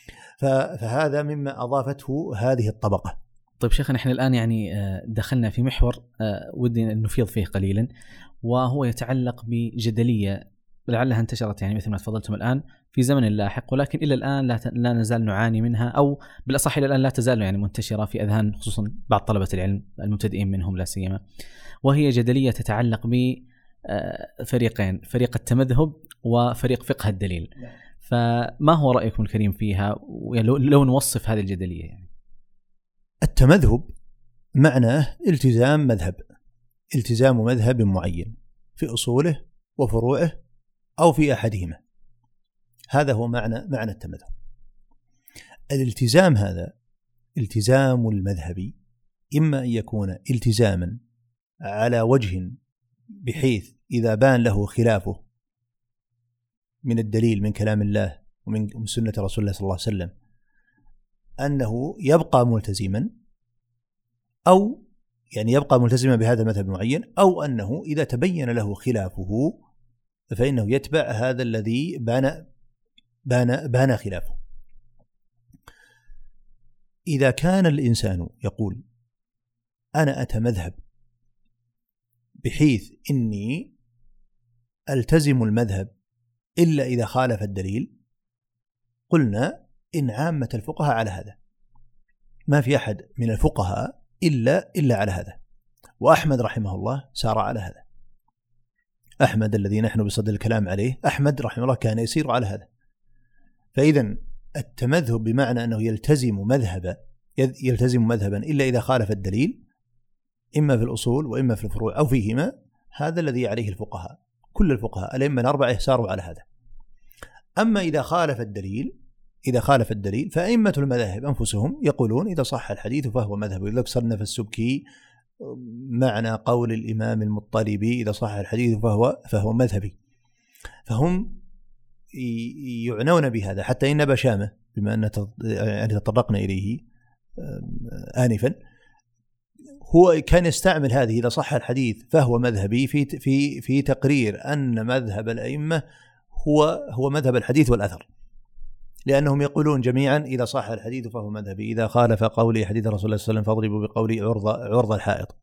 فهذا مما أضافته هذه الطبقة. طيب شيخنا، احنا الآن يعني دخلنا في محور ودي أن نفيض فيه قليلا، وهو يتعلق بجدلية لعلها انتشرت يعني مثل ما تفضلتم الآن في زمن لاحق، ولكن إلى الآن لا لا نزال نعاني منها، أو بالأصح إلى الآن لا تزال يعني منتشرة في أذهان خصوصا بعض طلبة العلم المبتدئين منهم لا سيما، وهي جدلية تتعلق بفريقين، فريق التمذهب وفريق فقه الدليل. فما هو رأيكم الكريم فيها لو نوصف هذه الجدلية؟ يعني التمذهب معناه التزام مذهب، التزام مذهب معين في أصوله وفروعه أو في أحدهما، هذا هو معنى معنى التمذهب. الالتزام هذا التزام المذهبي إما أن يكون التزاما على وجه بحيث إذا بان له خلافه من الدليل من كلام الله ومن سنة رسول الله صلى الله عليه وسلم أنه يبقى ملتزما، أو يعني يبقى ملتزما بهذا المذهب المعين، أو أنه إذا تبين له خلافه فإنه يتبع هذا الذي بان بان بان خلافه. إذا كان الإنسان يقول أنا أتمذهب بحيث إني ألتزم المذهب إلا إذا خالف الدليل، قلنا إن عامة الفقهاء على هذا، ما في أحد من الفقهاء إلا إلا على هذا، وأحمد رحمه الله سار على هذا. أحمد الذي نحن بصدد الكلام عليه، أحمد رحمه الله كان يسير على هذا. فإذا التمذهب بمعنى أنه يلتزم مذهبا يلتزم مذهبا إلا إذا خالف الدليل، إما في الأصول وإما في الفروع أو فيهما، هذا الذي عليه الفقهاء، كل الفقهاء الأئمة الأربعة ساروا على هذا. أما إذا خالف الدليل إذا خالف الدليل فأئمة المذاهب أنفسهم يقولون إذا صح الحديث فهو مذهب. يقول لك صنف السبكي معنى قول الإمام المطلبي إذا صح الحديث فهو فهو مذهبي. فهم يعنون بهذا. حتى إن بشامة بما أن تطرقنا إليه آنفا هو كان يستعمل هذه إذا صح الحديث فهو مذهبي في في في تقرير أن مذهب الأئمة هو هو مذهب الحديث والأثر، لأنهم يقولون جميعا إذا صح الحديث فهو مذهبي، إذا خالف قولي حديث رسول الله صلى الله عليه وسلم فاضربوا بقولي عرض عرض الحائط،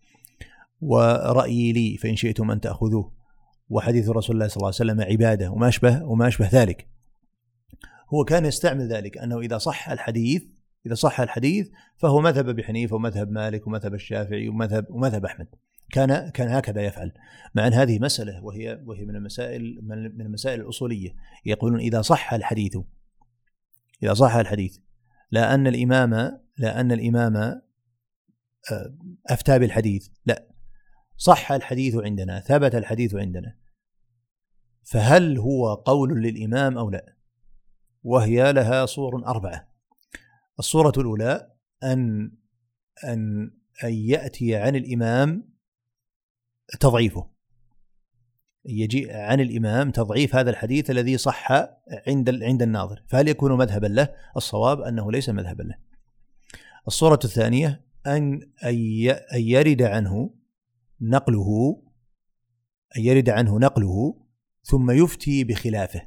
ورأيي لي فإن شئتم أن تأخذوه، وحديث رسول الله صلى الله عليه وسلم عبادة، وما أشبه وما أشبه ذلك. هو كان يستعمل ذلك أنه إذا صح الحديث إذا صح الحديث فهو مذهب أبي حنيفة ومذهب مالك ومذهب الشافعي ومذهب ومذهب أحمد. كان كان هكذا يفعل. مع أن هذه مسألة وهي وهي من المسائل من المسائل الأصولية. يقولون إذا صح الحديث إذا صح الحديث لا أن الإمام لا أن الإمام أفتى بالحديث، لا، صح الحديث عندنا، ثبت الحديث عندنا، فهل هو قول للإمام أو لا؟ وهي لها صور أربعة. الصورة الأولى أن أن أن يأتي عن الإمام تضعيفه، يجيء عن الإمام تضعيف هذا الحديث الذي صح عند عند الناظر، فهل يكون مذهبا له؟ الصواب أنه ليس مذهبا له. الصورة الثانية أن أن يرد عنه نقله أن يرد عنه نقله ثم يفتي بخلافه.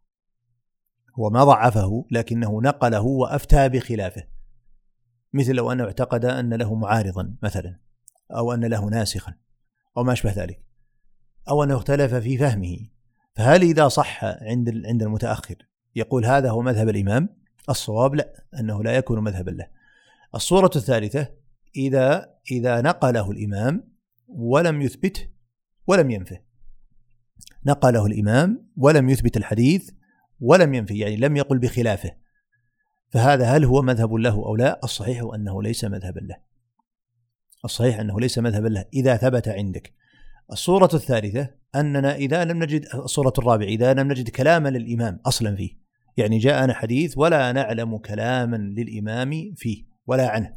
هو ما ضعفه لكنه نقله وأفتى بخلافه، مثل لو أنه اعتقد أن له معارضا مثلا، أو أن له ناسخا أو ما أشبه ذلك، أو أنه اختلف في فهمه، فهل إذا صح عند عند المتأخر يقول هذا هو مذهب الإمام؟ الصواب لا، أنه لا يكون مذهبا له. الصورة الثالثة إذا إذا نقله الإمام ولم يثبته ولم ينفه، نقله الإمام ولم يثبت الحديث ولم ينفي، يعني لم يقل بخلافه، فهذا هل هو مذهب له أو لا؟ الصحيح أنه ليس مذهبا له. الصحيح أنه ليس مذهبا له إذا ثبت عندك. الصورة الثالثة أننا إذا لم نجد الصورة الرابعة إذا لم نجد كلاما للإمام أصلا فيه، يعني جاءنا حديث ولا نعلم كلاما للإمام فيه ولا عنه،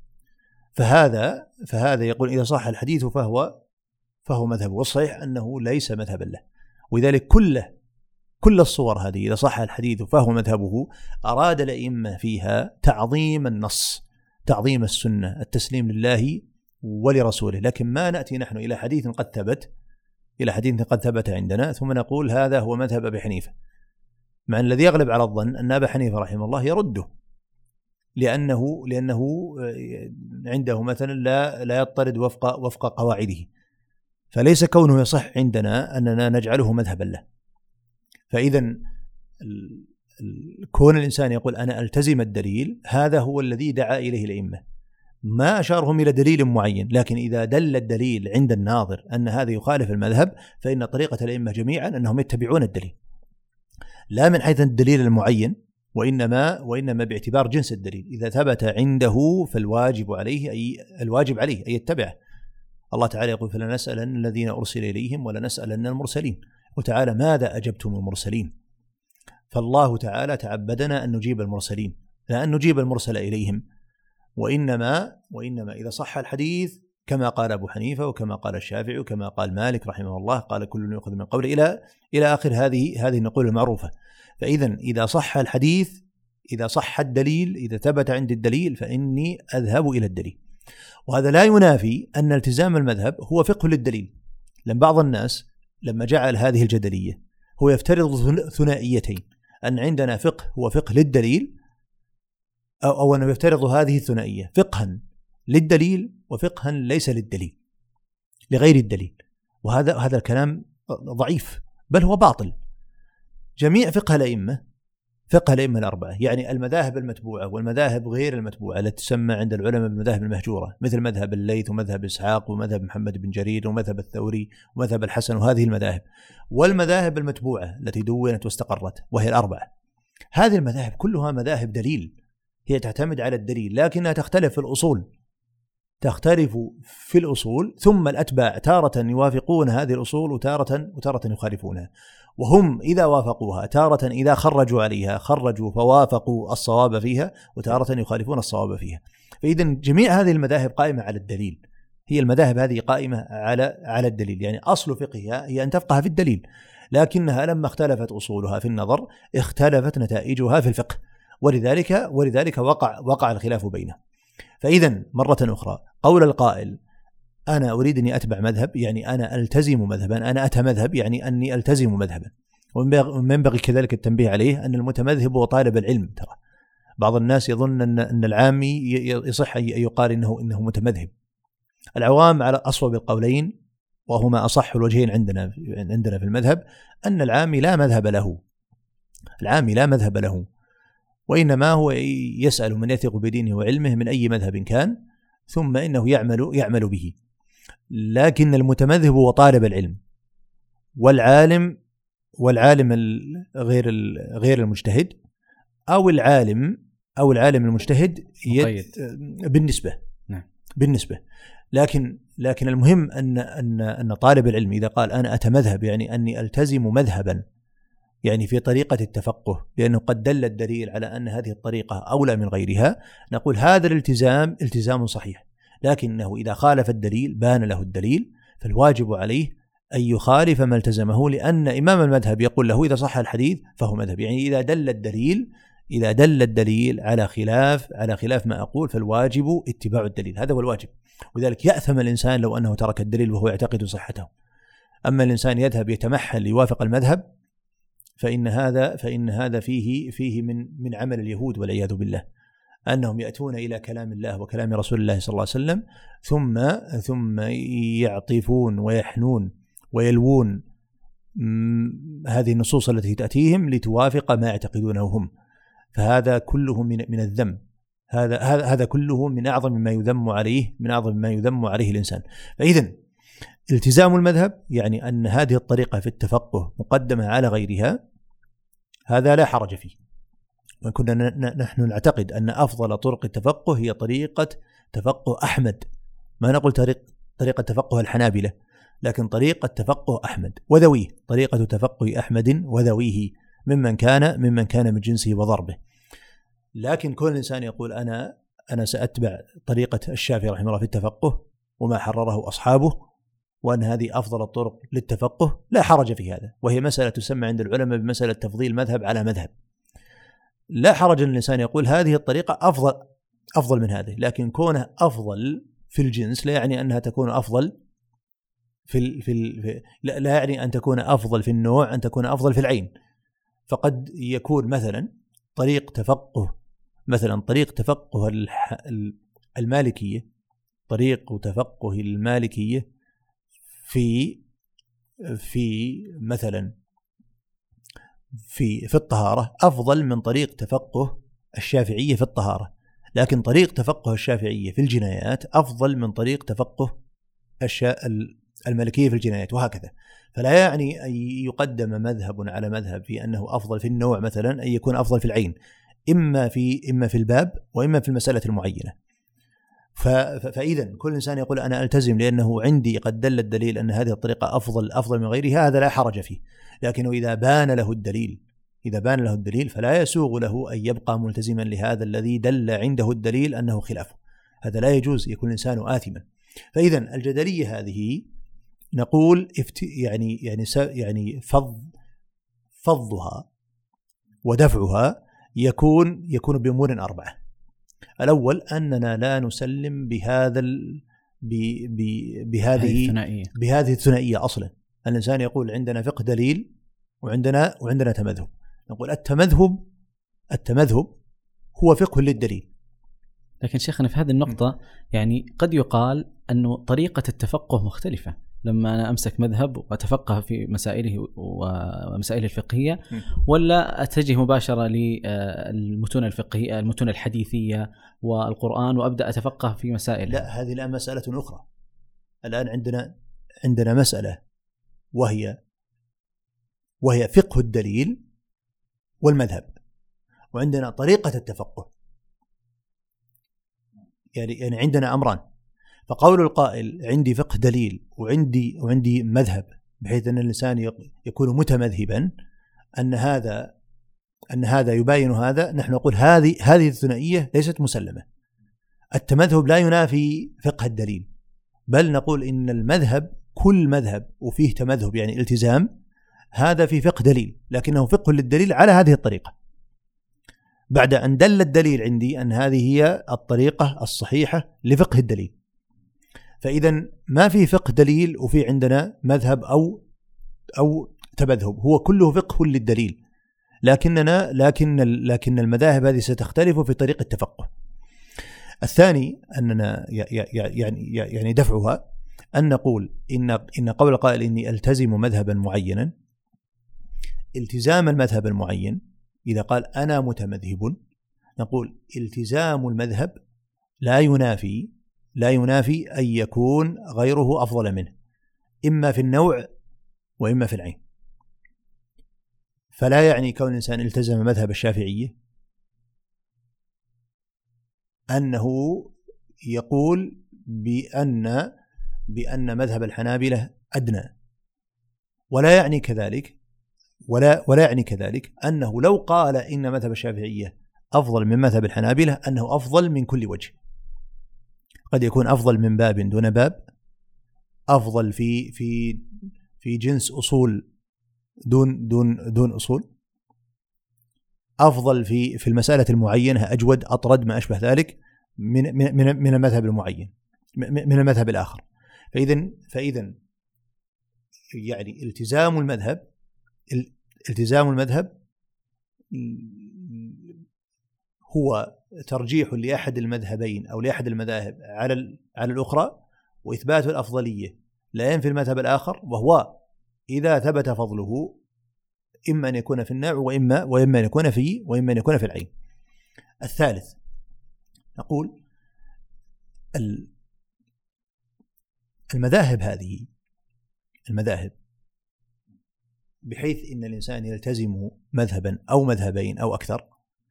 فهذا فهذا يقول إذا صح الحديث فهو فهو مذهب، والصحيح أنه ليس مذهبا له. ولذلك كله كل الصور هذه إذا صح الحديث فهو مذهبه، أراد الأئمة فيها تعظيم النص، تعظيم السنة، التسليم لله ولرسوله. لكن ما نأتي نحن إلى حديث قد ثبت إلى حديث قد ثبت عندنا ثم نقول هذا هو مذهب أبي حنيفة، مع أن الذي يغلب على الظن أن أبا حنيفة رحمه الله يرده، لأنه لأنه عنده مثلا لا لا يضطرد وفق وفق قواعده، فليس كونه يصح عندنا أننا نجعله مذهبا له. فإذا كون الإنسان يقول أنا ألتزم الدليل هذا هو الذي دعا إليه الأئمة، ما أشارهم إلى دليل معين، لكن إذا دل الدليل عند الناظر أن هذا يخالف المذهب فإن طريقة الأئمة جميعا أنهم يتبعون الدليل، لا من حيث الدليل المعين، وإنما وإنما باعتبار جنس الدليل. إذا ثبت عنده فالواجب عليه أي الواجب عليه أن يتبعه. الله تعالى يقول فلنسألن الذين أرسل إليهم ولنسألن المرسلين، وتعالى ماذا أجبتم المرسلين؟ فالله تعالى تعبدنا أن نجيب المرسلين لا أن نجيب المرسل إليهم. وإنما وإنما إذا صح الحديث كما قال أبو حنيفة وكما قال الشافعي وكما قال مالك رحمه الله، قال كل يأخذ من قوله إلى إلى آخر هذه هذه النقول المعروفة. فإذا إذا صح الحديث إذا صح الدليل إذا ثبت عند الدليل فإني أذهب إلى الدليل. وهذا لا ينافي أن التزام المذهب هو فقه للدليل، لأن بعض الناس لما جعل هذه الجدلية هو يفترض ثنائيتين، أن عندنا فقه هو فقه للدليل، أو, أو أنه يفترض هذه الثنائية فقها للدليل وفقها ليس للدليل لغير الدليل، وهذا هذا الكلام ضعيف بل هو باطل. جميع فقه الأئمة فقه الأئمة الأربعة، يعني المذاهب المتبوعة والمذاهب غير المتبوعة التي تسمى عند العلماء بالمذاهب المهجورة، مثل مذهب الليث ومذهب إسحاق ومذهب محمد بن جرير ومذهب الثوري ومذهب الحسن وهذه المذاهب، والمذاهب المتبوعة التي دونت واستقرت وهي الأربعة، هذه المذاهب كلها مذاهب دليل، هي تعتمد على الدليل، لكنها تختلف في الأصول، تختلف في الأصول، ثم الأتباع تارة يوافقون هذه الأصول وتارة وتارة يخالفونها، وهم إذا وافقوها تارة إذا خرجوا عليها خرجوا فوافقوا الصواب فيها، وتارة يخالفون الصواب فيها. فإذا جميع هذه المذاهب قائمة على الدليل، هي المذاهب هذه قائمة على على الدليل، يعني أصل فقهها هي أن تفقه في الدليل، لكنها لما اختلفت أصولها في النظر اختلفت نتائجها في الفقه، ولذلك ولذلك وقع وقع الخلاف بينه. فإذا مرة أخرى قول القائل أنا أريد أني أتبع مذهب، يعني أنا ألتزم مذهبا، أنا أتمذهب يعني أني ألتزم مذهبا. وينبغي كذلك التنبيه عليه أن المتمذهب هو طالب العلم. ترى بعض الناس يظن أن أن العامي يصح أن يقال إنه إنه متمذهب. العوام على أصوب القولين، وهما أصح الوجهين عندنا عندنا في المذهب، أن العامي لا مذهب له، العامي لا مذهب له، وإنما هو يسأل من يثق بدينه وعلمه من أي مذهب كان، ثم إنه يعمل يعمل به. لكن المتمذهب هو طالب العلم، والعالم والعالم غير غير المجتهد، أو العالم أو العالم المجتهد بالنسبة نعم. بالنسبة لكن لكن المهم أن أن أن طالب العلم إذا قال أنا أتمذهب يعني أني ألتزم مذهبا، يعني في طريقة التفقه، لأنه قد دل الدليل على أن هذه الطريقة أولى من غيرها، نقول هذا الالتزام التزام صحيح. لكنه إذا خالف الدليل بان له الدليل، فالواجب عليه أن يخالف ما التزمه، لأن إمام المذهب يقول له إذا صح الحديث فهو مذهب، يعني إذا دل الدليل إذا دل الدليل على خلاف على خلاف ما أقول فالواجب اتباع الدليل، هذا هو الواجب. ولذلك يأثم الإنسان لو أنه ترك الدليل وهو يعتقد صحته. أما الإنسان يذهب يتمحل ليوافق المذهب فإن هذا فإن هذا فيه فيه من من عمل اليهود والعياذ بالله، أنهم يأتون إلى كلام الله وكلام رسول الله صلى الله عليه وسلم ثم ثم يعطفون ويحنون ويلوون هذه النصوص التي تأتيهم لتوافق ما يعتقدونه هم، فهذا كله من من الذم، هذا هذا هذا كله من أعظم ما يذم عليه من أعظم ما يذم عليه الإنسان. فإذا التزام المذهب يعني أن هذه الطريقة في التفقه مقدمة على غيرها، هذا لا حرج فيه. وكنا نحن نعتقد أن أفضل طرق التفقه هي طريقة تفقه أحمد، ما نقول طريق طريقة تفقه الحنابلة، لكن طريقة تفقه أحمد وذويه، طريقة تفقه أحمد وذويه ممن كان ممن كان من جنسه وضربه. لكن كل إنسان يقول أنا أنا سأتبع طريقة الشافعي رحمه الله في التفقه وما حرره أصحابه، وأن هذه أفضل الطرق للتفقه، لا حرج في هذا، وهي مسألة تسمى عند العلماء بمسألة تفضيل مذهب على مذهب. لا حرج أن الإنسان يقول هذه الطريقة أفضل أفضل من هذه، لكن كونها أفضل في الجنس لا يعني أنها تكون أفضل في, ال في, ال في لا, لا يعني أن تكون أفضل في النوع أن تكون أفضل في العين. فقد يكون مثلا طريق تفقه مثلا طريق تفقه المالكية طريق تفقه المالكية في في مثلا في في الطهارة أفضل من طريق تفقه الشافعية في الطهارة، لكن طريق تفقه الشافعية في الجنايات أفضل من طريق تفقه المالكية في الجنايات، وهكذا. فلا يعني أن يقدم مذهب على مذهب في أنه أفضل في النوع مثلا أن يكون أفضل في العين، إما في إما في الباب وإما في المسألة المعينة. فإذا كل إنسان يقول أنا ألتزم لأنه عندي قد دل الدليل أن هذه الطريقة أفضل أفضل من غيرها، هذا لا حرج فيه. لكنه إذا بان له الدليل إذا بان له الدليل فلا يسوغ له أن يبقى ملتزما لهذا الذي دل عنده الدليل أنه خلافه، هذا لا يجوز، يكون الإنسان آثما. فإذا الجدلية هذه نقول يعني يعني يعني فض فضها ودفعها يكون يكون بأمور أربعة. الأول أننا لا نسلم بهذا ال... ب... ب... بهذه بهذه الثنائية أصلا. الإنسان يقول عندنا فقه دليل وعندنا وعندنا تمذهب، نقول التمذهب التمذهب هو فقه للدليل. لكن شيخنا في هذه النقطة يعني قد يقال أنه طريقة التفقه مختلفة، لما أنا أمسك مذهب وأتفقه في مسائله ومسائله الفقهية ولا أتجه مباشرة للمتون الفقهية المتون الحديثية والقرآن وأبدأ أتفقه في مسائل. لا، هذه الآن مسألة أخرى. الآن عندنا عندنا مسألة وهي وهي فقه الدليل والمذهب. وعندنا طريقة التفقه. يعني يعني عندنا أمران. فقول القائل عندي فقه دليل وعندي وعندي مذهب، بحيث أن الإنسان يكون متمذهبا، أن هذا أن هذا يباين هذا، نحن نقول هذه هذه الثنائية ليست مسلمة. التمذهب لا ينافي فقه الدليل، بل نقول إن المذهب كل مذهب وفيه تمذهب يعني التزام، هذا في فقه دليل، لكنه فقه للدليل على هذه الطريقة، بعد أن دل الدليل عندي أن هذه هي الطريقة الصحيحة لفقه الدليل. فإذا ما في فقه دليل وفي عندنا مذهب أو أو تمذهب، هو كله فقه للدليل، لكننا لكن لكن المذاهب هذه ستختلف في طريقة التفقه. الثاني أننا يعني يعني دفعها أن نقول إن إن قول القائل إني ألتزم مذهبا معينا، التزام المذهب المعين إذا قال أنا متمذهب، نقول التزام المذهب لا ينافي لا ينافي أن يكون غيره أفضل منه، إما في النوع وإما في العين. فلا يعني كون الإنسان التزم مذهب الشافعية أنه يقول بأن بأن مذهب الحنابلة أدنى، ولا يعني كذلك ولا ولا يعني كذلك أنه لو قال إن مذهب الشافعية أفضل من مذهب الحنابلة أنه أفضل من كل وجه. قد يكون أفضل من باب دون باب، أفضل في في في جنس أصول دون دون دون أصول، أفضل في في المسألة المعينة، أجود أطرد ما أشبه ذلك من من من المذهب المعين من المذهب الآخر. فإذا فإذا يعني التزام المذهب التزام المذهب هو ترجيح لأحد المذهبين أو لأحد المذاهب على على الأخرى، وإثبات الأفضلية لا ينفي المذهب الآخر، وهو إذا ثبت فضله إما أن يكون في النوع وإما وإما أن يكون في وإما أن يكون في العين. الثالث نقول المذاهب هذه المذاهب بحيث إن الإنسان يلتزم مذهبا أو مذهبين أو أكثر،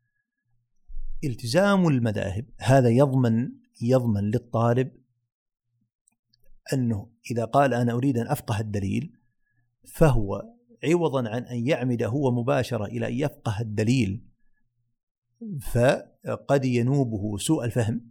التزام المذاهب هذا يضمن يضمن للطالب أنه إذا قال أنا أريد أن أفقه الدليل، فهو عوضا عن أن يعمد هو مباشرة إلى أن يفقه الدليل فقد ينوبه سوء الفهم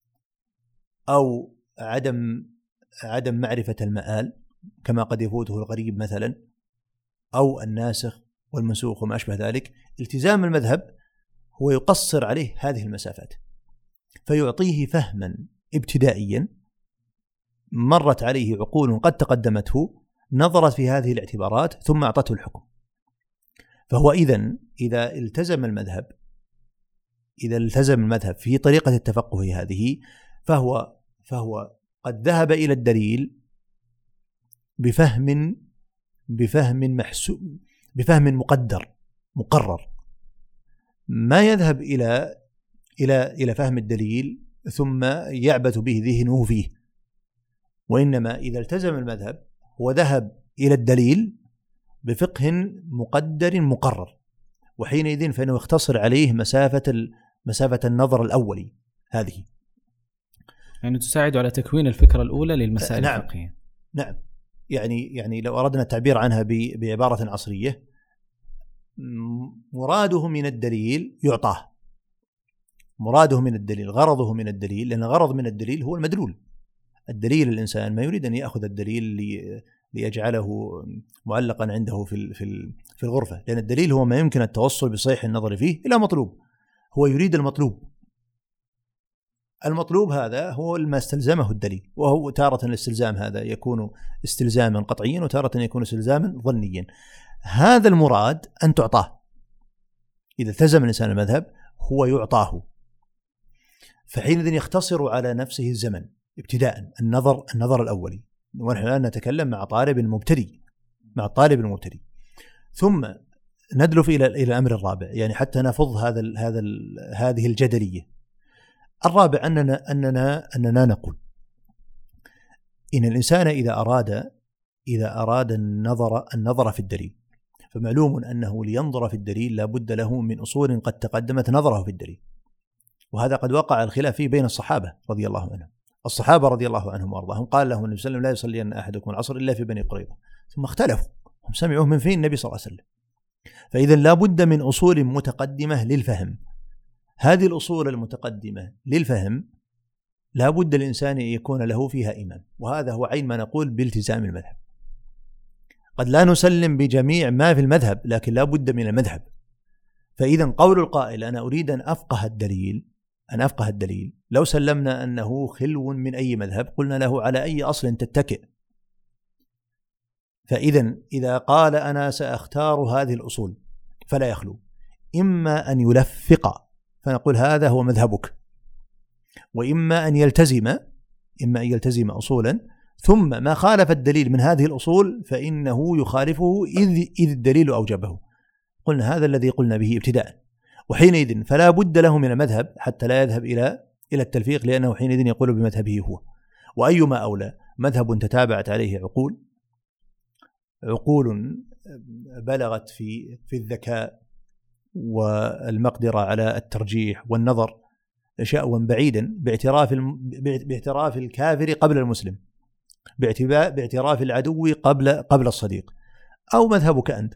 أو عدم عدم معرفة المآل، كما قد يفوته الغريب مثلا أو الناسخ والمنسوخ وما أشبه ذلك. التزام المذهب هو يقصر عليه هذه المسافات، فيعطيه فهما ابتدائيا مرت عليه عقول قد تقدمته، نظرت في هذه الاعتبارات ثم أعطته الحكم. فهو إذن إذا التزم المذهب إذا التزم المذهب في طريقة التفقه هذه، فهو فهو قد ذهب إلى الدليل بفهم بفهم محسوب بفهم مقدر مقرر، ما يذهب إلى إلى إلى فهم الدليل ثم يعبث به ذهنه فيه، وإنما إذا التزم المذهب هو ذهب إلى الدليل بفقه مقدر مقرر، وحينئذ فإنه يختصر عليه مسافة مسافة النظر الأولي هذه، يعني تساعد على تكوين الفكرة الأولى للمسائل نعم الفقهية. نعم يعني يعني لو أردنا التعبير عنها بعبارة عصرية، مراده من الدليل يعطاه، مراده من الدليل غرضه من الدليل، لأن الغرض من الدليل هو المدلول. الدليل الإنسان ما يريد أن يأخذ الدليل ليجعله معلقا عنده في في الغرفة، لأن الدليل هو ما يمكن التوصل بصحيح النظر فيه إلى مطلوب، هو يريد المطلوب. المطلوب هذا هو ما استلزمه الدليل، وهو تارة الاستلزام هذا يكون استلزاما قطعيا وتارة يكون استلزاما ظنيا. هذا المراد أن تعطاه، إذا التزم الإنسان المذهب هو يعطاه، فحينئذ يختصر على نفسه الزمن ابتداء النظر النظر الأولي. ونحن الآن نتكلم مع طالب مبتدئ مع الطالب المبتدئ، ثم ندلف إلى إلى الأمر الرابع، يعني حتى نفض هذا ال هذا ال هذه الجدلية. الرابع أننا أننا أننا نقول إن الإنسان إذا أراد إذا أراد النظر النظر في الدليل، فمعلوم أنه لينظر في الدليل لا بد له من أصول قد تقدمت نظره في الدليل، وهذا قد وقع الخلاف فيه بين الصحابة رضي الله عنهم. الصحابة رضي الله عنهم وارضاهم قال لهم النبي صلى الله عليه وسلم لا يصلين أحدكم العصر إلا في بني قريظة، ثم اختلفوا، هم سمعوه من فين النبي صلى الله عليه وسلم. فإذا لا بد من أصول متقدمة للفهم. هذه الأصول المتقدمة للفهم لا بد الإنسان يكون له فيها إمام، وهذا هو عين ما نقول بالتزام المذهب. قد لا نسلم بجميع ما في المذهب، لكن لا بد من المذهب. فإذا قول القائل أنا أريد أن أفقه الدليل أن أفقه الدليل لو سلمنا أنه خلو من أي مذهب قلنا له على أي أصل تتكئ. فإذا إذا قال أنا سأختار هذه الأصول فلا يخلو، إما أن يلفق فنقول هذا هو مذهبك، وإما أن يلتزم إما أن يلتزم أصولا ثم ما خالف الدليل من هذه الأصول فإنه يخالفه إذ, إذ الدليل أوجبه. قلنا هذا الذي قلنا به ابتداء، وحينئذ فلا بد له من المذهب حتى لا يذهب إلى إلى التلفيق، لأنه حينئذ يقول بمذهبه هو. وأيما أولى مذهب تتابعت عليه عقول عقول بلغت في في الذكاء والمقدرة على الترجيح والنظر شأوا بعيدا باعتراف باعتراف الكافر قبل المسلم، باعتراف العدو قبل قبل الصديق، أو مذهبك أنت.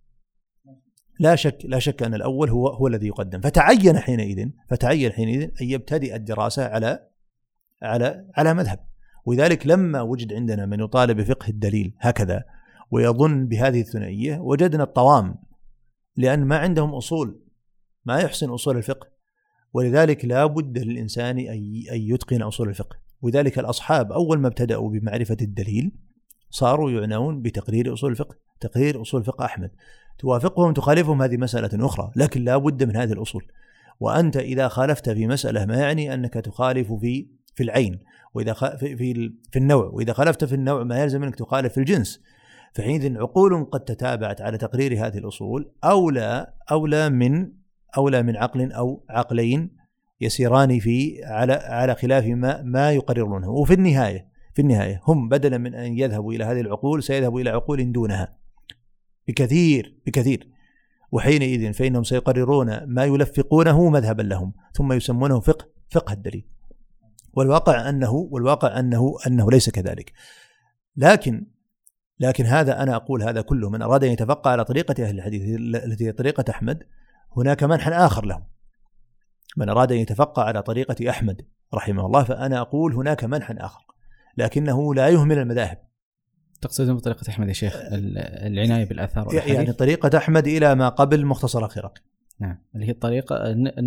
لا شك لا شك أن الأول هو هو الذي يقدم. فتعين حينئذ فتعين حينئذ أن يبتدئ الدراسة على على على مذهب. ولذلك لما وجد عندنا من يطالب بفقه الدليل هكذا ويظن بهذه الثنائية وجدنا الطوام، لأن ما عندهم أصول، ما يحسن أصول الفقه، ولذلك لا بد للإنسان أن يتقن أصول الفقه. وذلك الأصحاب أول ما ابتدأوا بمعرفة الدليل صاروا يعنون بتقرير أصول الفقه، تقرير أصول الفقه أحمد. توافقهم تخالفهم هذه مسألة أخرى، لكن لا بد من هذه الأصول. وأنت إذا خالفت في مسألة ما يعني أنك تخالف في في العين، وإذا في في, في النوع، وإذا خالفت في النوع ما يلزم أنك تخالف في الجنس. فحينئذ عقول قد تتابعت على تقرير هذه الأصول أولى أولى من أولى من عقل أو عقلين يسيران في على على خلاف ما ما يقررونه. وفي النهاية في النهاية هم بدلا من أن يذهبوا إلى هذه العقول سيذهبوا إلى عقول دونها بكثير بكثير، وحينئذ فإنهم سيقررون ما يلفقونه مذهبا لهم ثم يسمونه فقه فقه الدليل. والواقع أنه والواقع أنه أنه ليس كذلك. لكن لكن هذا أنا أقول هذا كله من أراد أن يتفقه على طريقة أهل الحديث التي هي طريقة أحمد، هناك منحى آخر لهم. من أراد أن يتفقه على طريقة أحمد رحمه الله فأنا أقول هناك منحى آخر، لكنه لا يهمل المذاهب. تقصدون بطريقة أحمد يا شيخ العناية بالآثار والحديث؟ يعني طريقة أحمد إلى ما قبل مختصر الخرقي. نعم، اللي هي الطريقة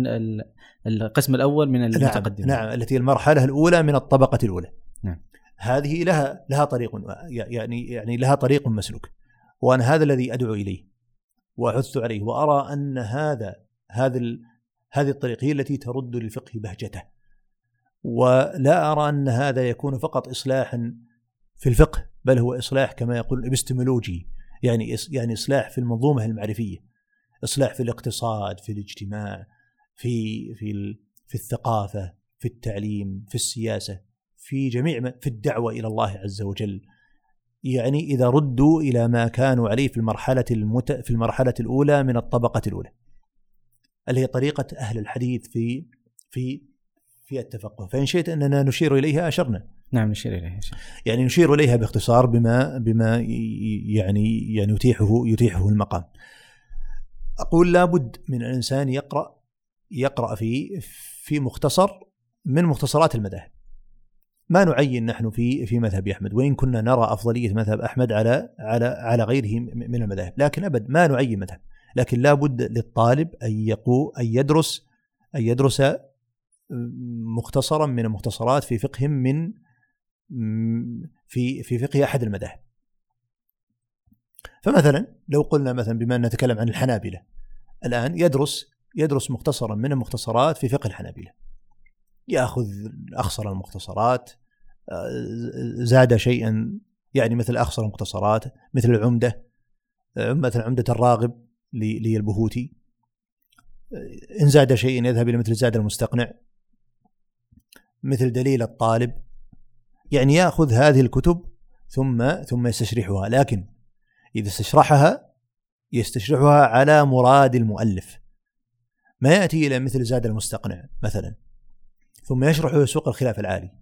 القسم الأول من المتقدم. نعم, نعم التي المرحلة الأولى من الطبقة الأولى. نعم. هذه لها لها طريق، يعني يعني لها طريق مسلوك، وأنا هذا الذي أدعو إليه وأحث عليه، وأرى أن هذا هذا هذه الطريق هي التي ترد للفقه بهجته. ولا أرى أن هذا يكون فقط إصلاحا في الفقه، بل هو إصلاح كما يقول الإبستمولوجي، يعني يعني إصلاح في المنظومة المعرفية، إصلاح في الاقتصاد، في الاجتماع، في في في الثقافة، في التعليم، في السياسة، في جميع ما في الدعوة إلى الله عز وجل. يعني إذا ردوا إلى ما كانوا عليه في المرحلة المت... في المرحلة الأولى من الطبقة الأولى، اللي هي طريقة أهل الحديث في في في التفقه. فإن شئت أننا نشير إليها أشرنا. نعم نشير إليها، يعني نشير إليها باختصار بما بما يعني يعني يتيحه يتيحه المقام. أقول لابد من الإنسان يقرأ يقرأ في في مختصر من مختصرات المذاهب. ما نعين نحن في في مذهب أحمد، وإن كنا نرى أفضلية مذهب أحمد على على على غيره من المذاهب، لكن أبد ما نعين مذهب. لكن لابد للطالب أن يقو أن يدرس أن يدرس مختصرا من المختصرات في فقه من في في فقه أحد المذاهب. فمثلا لو قلنا مثلا بما أن نتكلم عن الحنابلة الآن، يدرس يدرس مختصرا من المختصرات في فقه الحنابلة، يأخذ أخصر المختصرات، زاد شيئا يعني مثل أخصر المختصرات مثل العمدة، مثل عمدة الراغب للبهوتي، إن زاد شيئا يذهب إلى مثل زاد المستقنع، مثل دليل الطالب. يعني يأخذ هذه الكتب ثم ثم يستشرحها. لكن إذا استشرحها يستشرحها على مراد المؤلف، ما يأتي إلى مثل زاد المستقنع مثلا ثم يشرح ويسوق الخلاف العالي.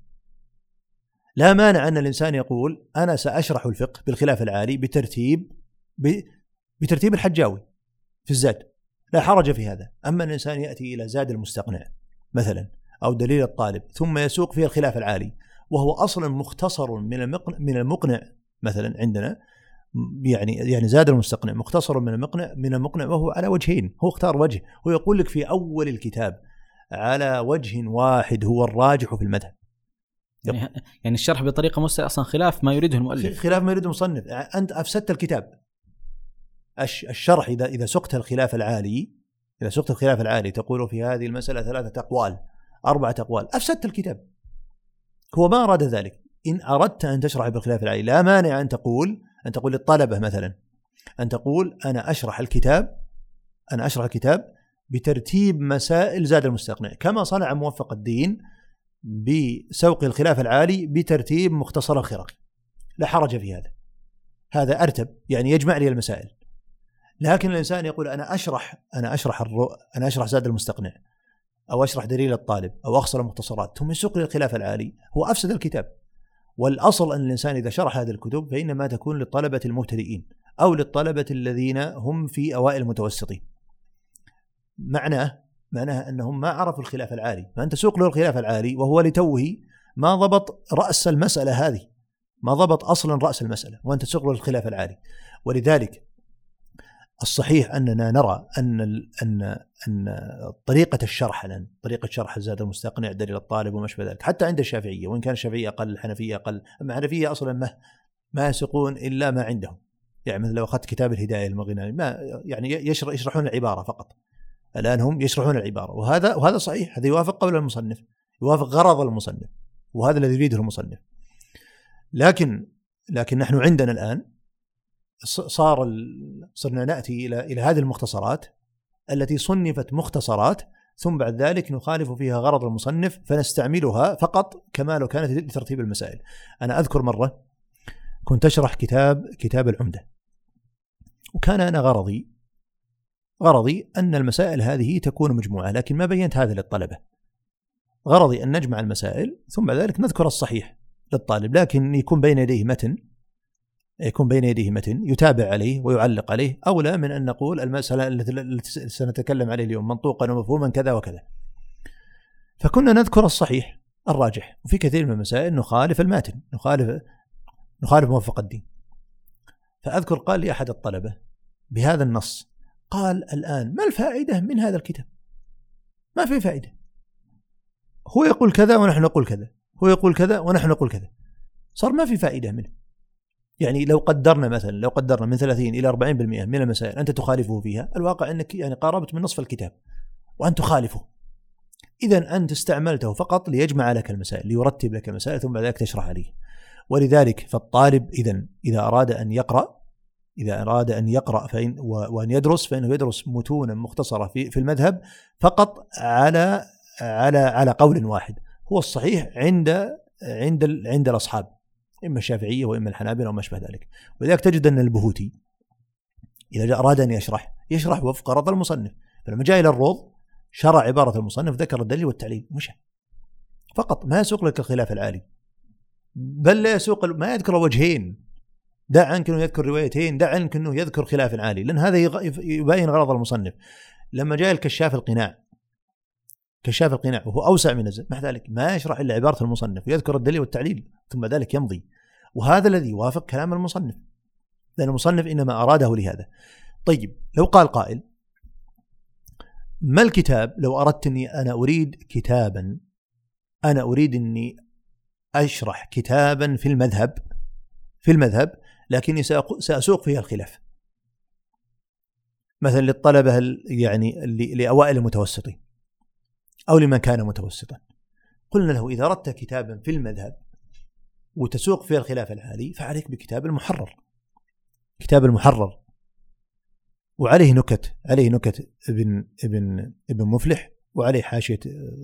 لا مانع أن الإنسان يقول أنا سأشرح الفقه بالخلاف العالي بترتيب بترتيب الحجاوي في الزاد، لا حرج في هذا. أما الإنسان يأتي إلى زاد المستقنع مثلا أو دليل الطالب ثم يسوق فيه الخلاف العالي وهو أصلا مختصر من المقنع, من المقنع مثلا عندنا، يعني يعني زاد المستقنع مختصر من المقنع من المقنع وهو على وجهين، هو اختار وجه، هو يقول لك في أول الكتاب على وجه واحد هو الراجح في المذهب. يعني, يعني الشرح بطريقة موسى أصلا خلاف ما يريده المؤلف، خلاف ما يريده المصنف. أنت أفسدت الكتاب. الشرح إذا إذا سقت الخلاف العالي إذا سقت الخلاف العالي تقول في هذه المسألة ثلاثة أقوال أربعة أقوال، أفسدت الكتاب. هو ما أراد ذلك. إن أردت أن تشرح بالخلاف العالي لا مانع أن تقول أن تقول للطلبة مثلا أن تقول أنا أشرح الكتاب أنا أشرح الكتاب بترتيب مسائل زاد المستقنع كما صنع موفق الدين بسوق الخلاف العالي بترتيب مختصر الخرقي، لا حرج في هذا، هذا أرتب يعني يجمع لي المسائل. لكن الإنسان يقول أنا أشرح أنا أشرح الرو أنا أشرح زاد المستقنع أو أشرح دليل الطالب أو أخصر المختصرات ثم يسوق للخلاف العالي، هو أفسد الكتاب. والأصل أن الإنسان إذا شرح هذه الكتب فإنما تكون للطلبة المبتدئين أو للطلبة الذين هم في أوائل المتوسطين. معناه معناه أنهم ما عرفوا الخلاف العالي، فأنت سوق له الخلاف العالي وهو لتوه ما ضبط رأس المسألة هذه، ما ضبط أصلا رأس المسألة، وأنت تسوق له الخلاف العالي. ولذلك الصحيح أننا نرى أن أن أن طريقة الشرح الآن طريقة شرح زاد المستقنع دليل الطالب وما شابه ذلك حتى عند الشافعية، وإن كان الشافعية أقل الحنفية أقل، أما الحنفية أصلا ما ما يسقون إلا ما عندهم. يعني مثل لو أخذت كتاب الهداية المغنى ما يعني يشرح يشرحون العبارة فقط، الآن هم يشرحون العبارة، وهذا وهذا صحيح، هذا يوافق قول المصنف، يوافق غرض المصنف، وهذا الذي يريده المصنف. لكن لكن نحن عندنا الآن صار صرنا نأتي إلى إلى هذه المختصرات التي صنفت مختصرات ثم بعد ذلك نخالف فيها غرض المصنف فنستعملها فقط كما لو كانت لترتيب المسائل. أنا أذكر مرة كنت أشرح كتاب كتاب العمدة، وكان أنا غرضي غرضي أن المسائل هذه تكون مجموعة، لكن ما بينت هذا للطلبة. غرضي أن نجمع المسائل ثم بعد ذلك نذكر الصحيح للطالب، لكن يكون بين يديه متن يكون بين يديه متن يتابع عليه ويعلق عليه، أولى من أن نقول المسألة التي سنتكلم عليه اليوم منطوقا ومفهوما كذا وكذا. فكنا نذكر الصحيح الراجح، وفي كثير من المسائل نخالف الماتن، نخالف نخالف موفق الدين. فأذكر قال لي أحد الطلبة بهذا النص، قال الآن ما الفائدة من هذا الكتاب؟ ما في فائدة، هو يقول كذا ونحن نقول كذا، هو يقول كذا ونحن نقول كذا، صار ما في فائدة منه. يعني لو قدرنا مثلا لو قدرنا من ثلاثين إلى أربعين بالمئة من المسائل أنت تخالفه فيها، الواقع أنك يعني قاربت من نصف الكتاب وأن تخالفه. إذن أنت استعملته فقط ليجمع لك المسائل، ليرتب لك المسائل ثم بعد ذلك تشرح عليه. ولذلك فالطالب إذن إذا أراد أن يقرأ إذا أراد أن يقرأ فإن وأن يدرس فإنه يدرس متونا مختصرة في في المذهب فقط على على على قول واحد هو الصحيح عند عند عند الأصحاب، إما الشافعية وإما الحنابلة وما شابه ذلك. ولذلك تجد أن البهوتي إذا أراد أن يشرح يشرح وفق غرض المصنف، فلما جاء إلى الروض شرع عبارة المصنف ذكر الدليل والتعليل مشى فقط، ما يسوق لك الخلاف العالي، بل لا يسوق ما يذكر وجهين، دع عنك أنه يذكر روايتين، دع عنك أنه يذكر خلاف عالي، لأن هذا يبين غرض المصنف. لما جاء الكشاف القناع كشاف القناع وهو أوسع من الزد، مع ذلك ما يشرح إلا عبارة المصنف ويذكر الدليل والتعليل ثم ذلك يمضي، وهذا الذي يوافق كلام المصنف، لأن المصنف إنما أراده لهذا. طيب لو قال قائل ما الكتاب، لو أردت أني أنا أريد كتابا أنا أريد أني أشرح كتابا في المذهب في المذهب لكني سأسوق فيها الخلاف مثلا للطلبة يعني لأوائل المتوسطين أو لمن كان متوسطا، قلنا له إذا أردت كتابا في المذهب وتسوق فيها الخلاف العالي فعليك بكتاب المحرر كتاب المحرر وعليه نكت عليه نكت ابن ابن ابن مفلح، وعليه حاشية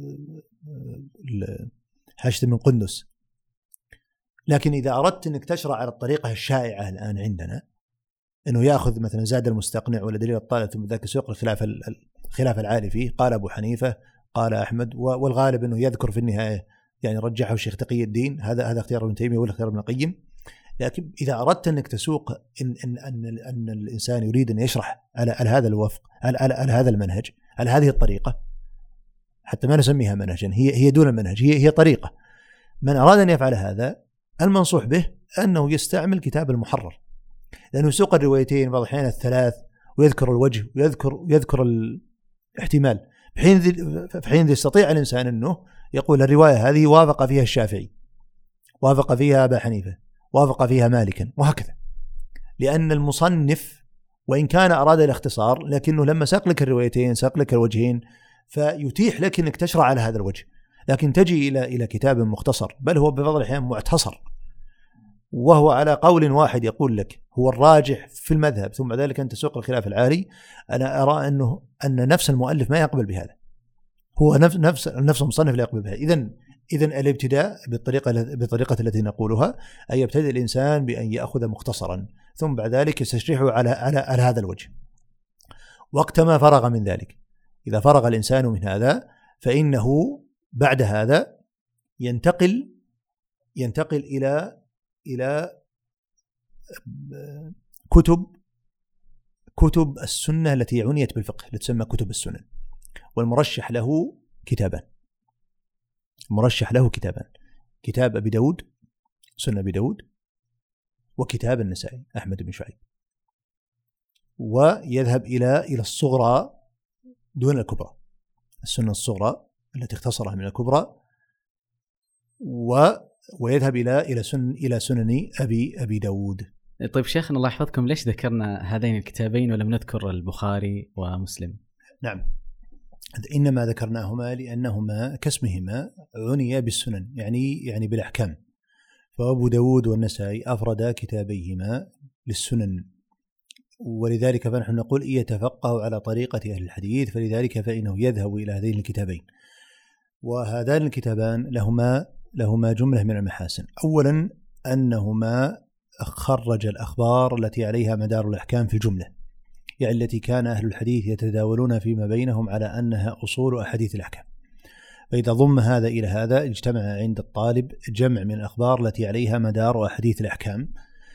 حاشية ابن قندس. لكن إذا أردت أنك تشرع على الطريقة الشائعة الآن عندنا أنه يأخذ مثلا زاد المستقنع ولا دليل الطالب ثم ذاك يسوق الخلاف الخلاف العالي فيه، قال أبو حنيفة قال أحمد، والغالب أنه يذكر في النهاية يعني رجحه الشيخ تقي الدين، هذا هذا اختيار ابن تيمية ولا اختيار ابن القيم. لكن إذا أردت أنك تسوق إن إن أن أن الإنسان يريد أن يشرح على على هذا الوفق، على على, على هذا المنهج، على هذه الطريقة، حتى ما نسميها منهجا، هي هي دون المنهج، هي هي طريقة. من أراد أن يفعل هذا المنصوح به أنه يستعمل كتاب المحرر، لأنه يسوق الروايتين بعض الأحيان الثلاث ويذكر الوجه ويذكر ويذكر الاحتمال، في حين في حين يستطيع الإنسان أنه يقول الرواية هذه وافق فيها الشافعي، وافق فيها أبا حنيفة، وافق فيها مالكا، وهكذا. لأن المصنف وإن كان أراد الاختصار لكنه لما ساق لك الروايتين ساق لك الوجهين فيتيح لك أنك تشرع على هذا الوجه. لكن تجي إلى إلى كتاب مختصر بل هو ببعض الأحيان معتصر وهو على قول واحد يقول لك هو الراجح في المذهب، ثم ذلك أنت تسوق الخلاف العالي، أنا أرى أنه أن نفس المؤلف ما يقبل بهذا، هو نفس نفس نفس المصنف لا يقبل بها. إذن إذن الابتداء بالطريقة بالطريقة التي نقولها أي يبتدئ الإنسان بأن يأخذ مختصرا ثم بعد ذلك يستشرحه على على على هذا الوجه. وقت ما فرغ من ذلك، إذا فرغ الإنسان من هذا فإنه بعد هذا ينتقل ينتقل إلى إلى كتب كتب السنة التي عنيت بالفقه التي تسمى كتب السنن، والمرشح له كتابان مرشح له كتابان كتاب أبي داود سنة أبي داود، وكتاب النسائي أحمد بن شعيب، ويذهب إلى إلى الصغرى دون الكبرى، السنة الصغرى التي اختصرها من الكبرى، و ويذهب إلى إلى سنن إلى سنن أبي أبي داود. طيب شيخنا الله يحفظكم، ليش ذكرنا هذين الكتابين ولم نذكر البخاري ومسلم؟ نعم، إنما ذكرناهما لأنهما كاسمهما عني بالسنن، يعني يعني بالأحكام. فأبو داود والنسائي أفردا كتابيهما للسنن، ولذلك فنحن نقول يتفقه على طريقة أهل الحديث، فلذلك فإنه يذهب إلى هذين الكتابين. وهذان الكتابان لهما لهما جملة من المحاسن. أولا أنهما خرج الأخبار التي عليها مدار الأحكام في الجملة، يعني التي كان أهل الحديث يتداولون فيما بينهم على أنها أصول أحاديث الأحكام. فإذا ضم هذا إلى هذا اجتمع عند الطالب جمع من الأخبار التي عليها مدار أحاديث الأحكام،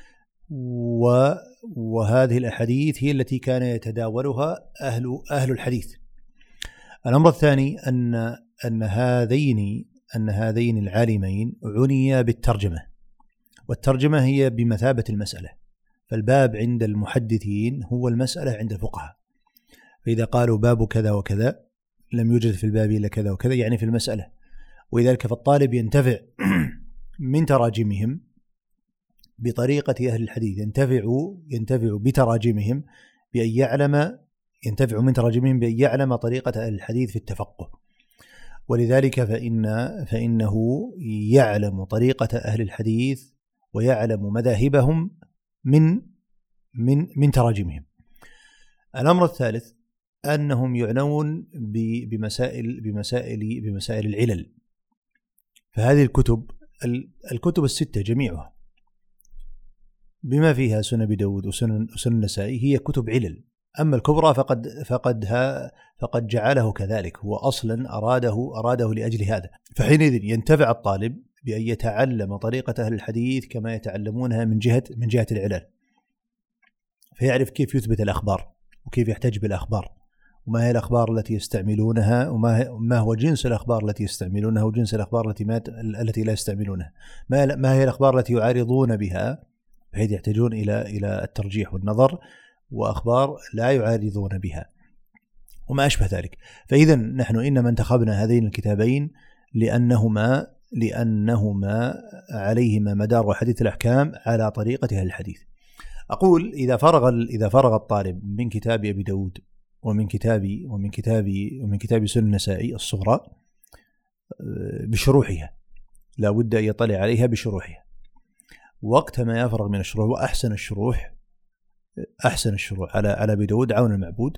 وهذه الأحاديث هي التي كان يتداولها أهل أهل الحديث. الأمر الثاني أن أن هذين أن هذين العالمين عني بالترجمة، والترجمة هي بمثابة المسألة، فالباب عند المحدثين هو المسألة عند الفقهاء. فإذا قالوا باب كذا وكذا لم يوجد في الباب إلا كذا وكذا، يعني في المسألة. ولذلك فالطالب ينتفع من تراجمهم بطريقة أهل الحديث، ينتفع ينتفع بتراجمهم بأن يعلم ينتفع من تراجمهم بأن يعلم طريقة أهل الحديث في التفقه. ولذلك فإن فإنه يعلم طريقة أهل الحديث ويعلم مذاهبهم من من من تراجمهم. الأمر الثالث أنهم يعنون بمسائل بمسائل بمسائل العلل. فهذه الكتب الكتب الستة جميعها بما فيها سنن أبي داود وسنن وسنن النسائي هي كتب علل. أما الكبرى فقد فقد ها فقد جعله كذلك، هو أصلا أراده أراده لأجل هذا. فحينئذ ينتفع الطالب بأن يتعلم طريقة أهل الحديث كما يتعلمونها من جهة من جهة العلل، فيعرف كيف يثبت الأخبار وكيف يحتج بالأخبار، وما هي الأخبار التي يستعملونها، وما ما هو جنس الأخبار التي يستعملونها وجنس الأخبار التي ما التي لا يستعملونها، ما ما هي الأخبار التي يعارضون بها بحيث يحتاجون إلى إلى الترجيح والنظر، وأخبار لا يعارضون بها وما أشبه ذلك. فإذا نحن إنما انتخبنا هذين الكتابين لأنهما لأنهما عليهما مدار حديث الأحكام على طريقة أهل الحديث. أقول إذا فرغ إذا فرغ الطالب من كتاب أبي داود ومن كتاب ومن كتاب ومن كتاب سنن النسائي الصغرى بشروحها، لا بد أن يطلع عليها بشروحها. وقت ما يفرغ من الشروح، وأحسن الشروح أحسن الشروح على على أبي داود عون المعبود،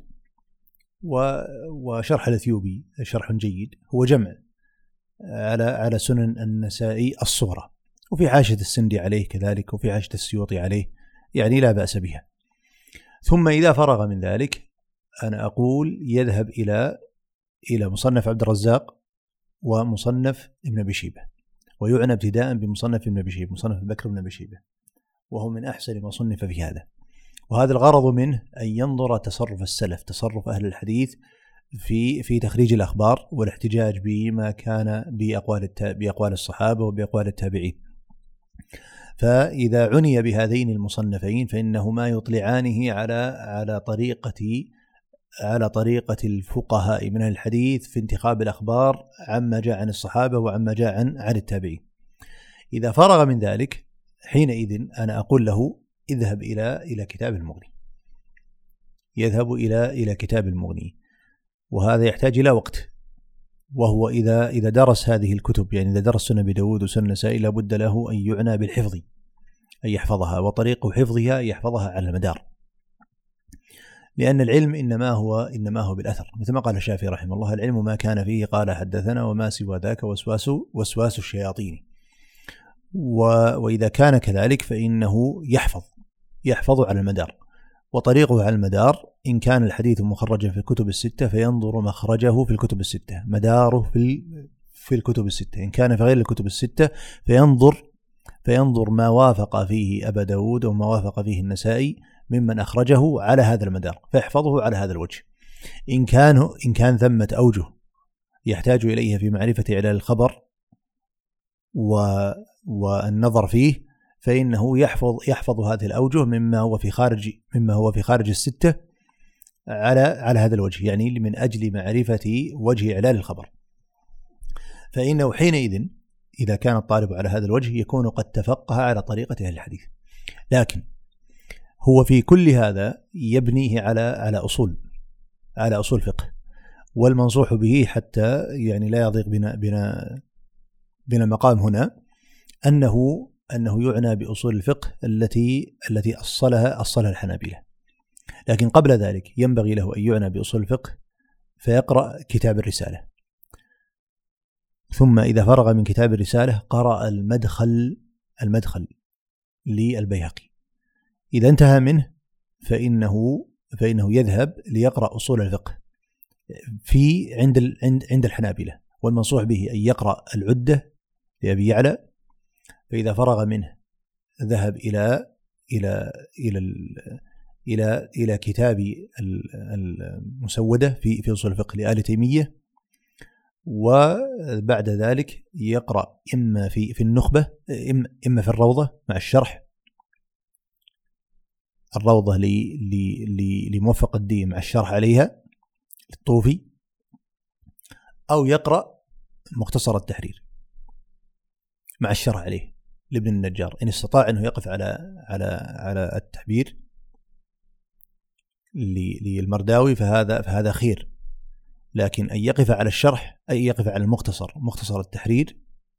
وشرح الأثيوبي شرح جيد، هو جمع على على سنن النسائي الصغرى، وفي حاشية السندي عليه كذلك، وفي حاشية السيوطي عليه، يعني لا بأس بها. ثم إذا فرغ من ذلك أنا أقول يذهب إلى إلى مصنف عبد الرزاق ومصنف ابن أبي شيبة، ويعنى ابتداء بمصنف ابن أبي شيبة، مصنف بكر بن أبي شيبة، وهو من أحسن ما صنف في هذا. وهذا الغرض منه أن ينظر تصرف السلف، تصرف أهل الحديث في في تخريج الأخبار والاحتجاج بما كان بأقوال بأقوال الصحابة وبأقوال التابعين. فإذا عني بهذين المصنفين فإنهما يطلعانه على على طريقة على طريقة الفقهاء من الحديث في انتخاب الأخبار عما جاء عن الصحابة وعما جاء عن عن التابعين. إذا فرغ من ذلك حينئذ أنا أقول له اذهب إلى إلى كتاب المغني، يذهب إلى إلى كتاب المغني، وهذا يحتاج إلى وقت. وهو إذا إذا درس هذه الكتب، يعني إذا درس سنن أبي داود وسنن النسائي لابد له أن يعنى بالحفظ، أن يحفظها، وطريق حفظها يحفظها على المدار، لأن العلم إنما هو إنما هو بالأثر، مثل ما قال الشافعي رحمه الله: العلم ما كان فيه قال حدثنا وما سوى ذاك وسواس وسواس الشياطين. وإذا كان كذلك فإنه يحفظ يحفظ على المدار، وطريقه على المدار إن كان الحديث مخرجا في الكتب الستة فينظر مخرجه في الكتب الستة، مداره في في الكتب الستة. إن كان في غير الكتب الستة فينظر فينظر ما وافق فيه أبا داود وما وافق فيه النسائي ممن أخرجه على هذا المدار فيحفظه على هذا الوجه. إن كان إن كان ثمة أوجه يحتاج إليها في معرفة علل الخبر والنظر فيه فإنه يحفظ يحفظ هذه الأوجه مما هو في خارج مما هو في خارج الستة على على هذا الوجه، يعني من أجل معرفة وجه علل الخبر. فإنه حينئذ إذا كان الطالب على هذا الوجه يكون قد تفقه على طريقة أهل الحديث. لكن هو في كل هذا يبنيه على على أصول على أصول فقه، والمنصوح به حتى يعني لا يضيق بنا بنا بنا مقام هنا أنه أنه يعنى بأصول الفقه التي التي أصلها أصلها الحنابلة. لكن قبل ذلك ينبغي له أن يعنى بأصول الفقه فيقرأ كتاب الرسالة، ثم إذا فرغ من كتاب الرسالة قرأ المدخل المدخل للبيهقي. إذا انتهى منه فإنه فإنه يذهب ليقرأ أصول الفقه في عند عند عند الحنابلة، والمنصوح به أن يقرأ العدة لأبي يعلى. فإذا فرغ منه ذهب إلى إلى إلى إلى إلى كتاب المسودة في في أصول الفقه لآل تيمية، وبعد ذلك يقرأ إما في في النخبة إما في الروضة مع الشرح، الروضة لموفق الدين مع الشرح عليها للطوفي، أو يقرأ مختصر التحرير مع الشرح عليه لابن النجار إن استطاع أنه يقف على على على التحبير للمرداوي فهذا فهذا خير. لكن أن يقف على الشرح أي يقف على المختصر مختصر التحرير،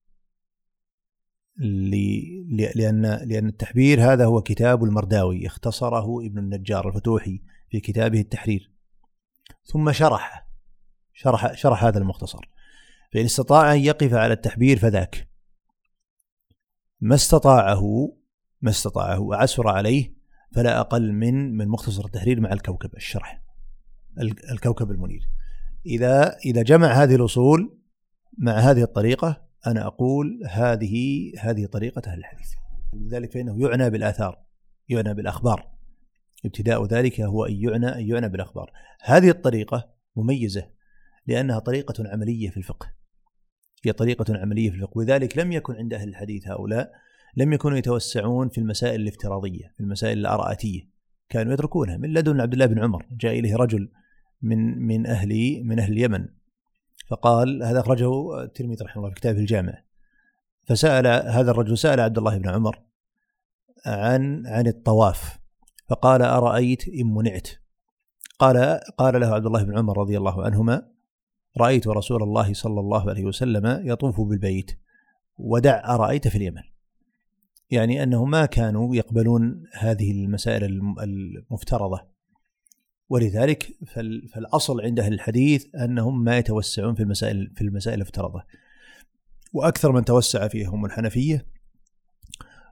لأن لأن التحبير هذا هو كتاب المرداوي اختصره ابن النجار الفتوحي في كتابه التحرير، ثم شرح شرح شرح هذا المختصر. فإن استطاع أن يقف على التحبير فذاك، ما استطاعه ما استطاعه وعسر عليه فلا أقل من من مختصر التحرير مع الكوكب الشرح الكوكب المنير. إذا إذا جمع هذه الأصول مع هذه الطريقة أنا أقول هذه هذه طريقة أهل الحديث. لذلك فإنه يعنى بالآثار، يعنى بالأخبار، ابتداء ذلك هو أن يعنى أن يعنى بالأخبار. هذه الطريقة مميزة لأنها طريقة عملية في الفقه، هي طريقة عملية في الفقه. وذلك لم يكن عند أهل الحديث هؤلاء لم يكونوا يتوسعون في المسائل الافتراضية، في المسائل الآرائية، كانوا يتركونها. من لدن عبد الله بن عمر جاء إليه رجل من من أهل من أهل اليمن فقال، هذا أخرجه الترمذي رحمه الله في كتابه الجامع، فسأل هذا الرجل سأل عبد الله بن عمر عن عن الطواف فقال: أرأيت إن منعت؟ قال قال له عبد الله بن عمر رضي الله عنهما: رأيت رسول الله صلى الله عليه وسلم يطوف بالبيت ودع أرأيت في اليمن. يعني أنه ما كانوا يقبلون هذه المسائل المفترضة، ولذلك فالأصل عند أهل الحديث أنهم ما يتوسعون في المسائل في المسائل المفترضة، وأكثر من توسع فيها هم الحنفية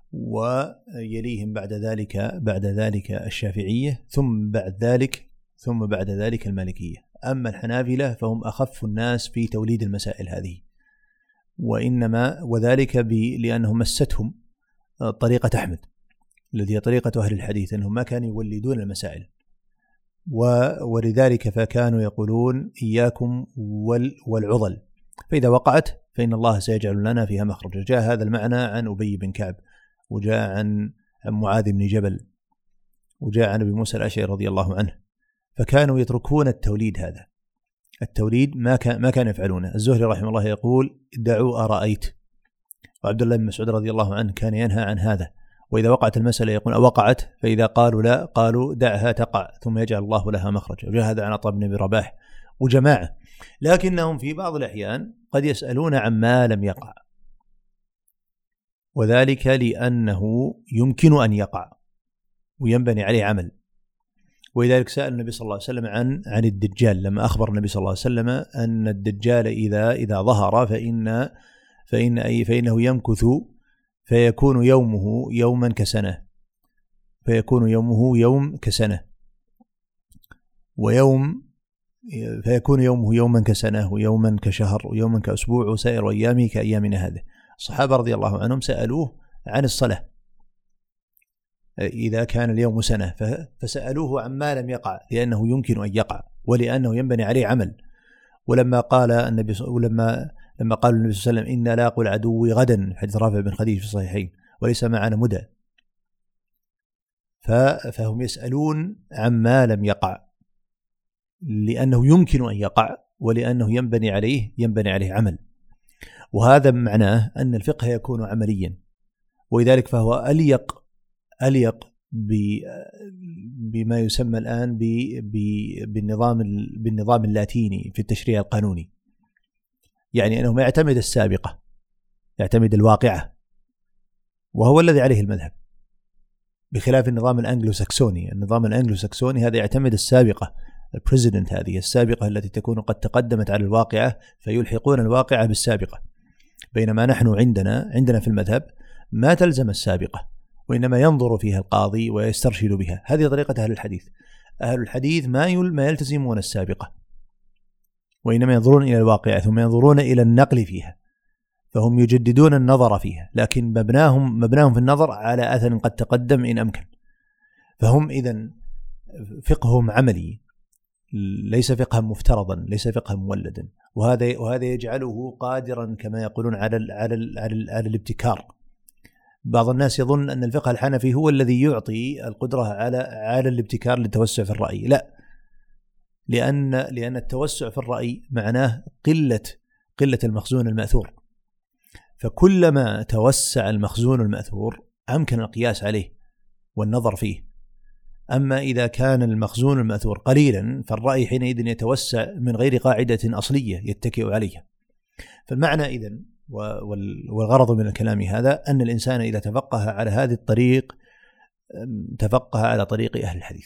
ويليهم بعد ذلك بعد ذلك الشافعية، ثم بعد ذلك ثم بعد ذلك المالكية. أما الحنابلة فهم أخف الناس في توليد المسائل هذه، وإنما وذلك لأنهم مستهم طريقة أحمد التي هي طريقة أهل الحديث، أنهم ما كانوا يولدون المسائل، ولذلك فكانوا يقولون إياكم والعضل، فإذا وقعت فإن الله سيجعل لنا فيها مخرج. جاء هذا المعنى عن أبي بن كعب، وجاء عن معاذ بن جبل، وجاء عن أبي موسى الأشعري رضي الله عنه، فكانوا يتركون التوليد. هذا التوليد ما كان ما كان يفعلونه. الزهري رحمه الله يقول دعوا أرأيت، وعبد الله بن مسعود رضي الله عنه كان ينهى عن هذا. وإذا وقعت المسألة يقول أوقعت، فإذا قالوا لا قالوا دعها تقع ثم يجعل الله لها مخرج. وجاء هذا عن عطاء بن أبي رباح وجماعة. لكنهم في بعض الأحيان قد يسألون عما لم يقع، وذلك لأنه يمكن أن يقع وينبني عليه عمل. ولذلك سأل النبي صلى الله عليه وسلم عن عن الدجال، لما أخبر النبي صلى الله عليه وسلم أن الدجال إذا إذا ظهر فإن فإن أي فإنه يمكث فيكون يومه يوما كسنة، فيكون يومه يوم كسنة ويوم فيكون يومه يوما كسنة ويوما كشهر ويوما كأسبوع وسائر أيامه كأيامنا هذه. الصحابة رضي الله عنهم سألوه عن الصلاة إذا كان اليوم سنة، فسألوه عما لم يقع لأنه يمكن أن يقع ولأنه ينبني عليه عمل. ولما قال النبي ولما لما قال النبي صلى الله عليه وسلم إن لاقوا العدو غدا، حديث رافع بن خديج في الصحيحين، وليس معنا مدى، فهم يسألون عما لم يقع لأنه يمكن أن يقع ولأنه ينبني عليه ينبني عليه عمل. وهذا معناه أن الفقه يكون عمليا، ولذلك فهو أليق أليق بما يسمى الآن بالنظام بالنظام اللاتيني في التشريع القانوني، يعني أنه ما يعتمد السابقة، يعتمد الواقعة، وهو الذي عليه المذهب، بخلاف النظام الأنجلو ساكسوني. النظام الأنجلو ساكسوني هذا يعتمد السابقة، البريزيدنت هذه السابقة التي تكون قد تقدمت على الواقعة فيلحقون الواقعة بالسابقة، بينما نحن عندنا عندنا في المذهب ما تلزم السابقة، وإنما ينظر فيها القاضي ويسترشد بها. هذه طريقة أهل الحديث. أهل الحديث ما ما يلتزمون السابقة، وإنما ينظرون إلى الواقعة ثم ينظرون إلى النقل فيها، فهم يجددون النظر فيها، لكن مبناهم مبناهم في النظر على أثر قد تقدم إن أمكن. فهم إذن فقههم عملي، ليس فقها مفترضا، ليس فقها مولدا، وهذا وهذا يجعله قادرا كما يقولون على ال على ال على, ال على الابتكار. بعض الناس يظن أن الفقه الحنفي هو الذي يعطي القدرة على على الابتكار للتوسع في الرأي، لا، لأن لأن التوسع في الرأي معناه قلة قلة المخزون المأثور، فكلما توسع المخزون المأثور أمكن القياس عليه والنظر فيه. أما إذا كان المخزون المأثور قليلا فالرأي حينئذ يتوسع من غير قاعدة أصلية يتكئ عليها. فالمعنى إذن والغرض من الكلام هذا أن الإنسان إذا تفقه على هذه الطريق تفقه على طريق أهل الحديث،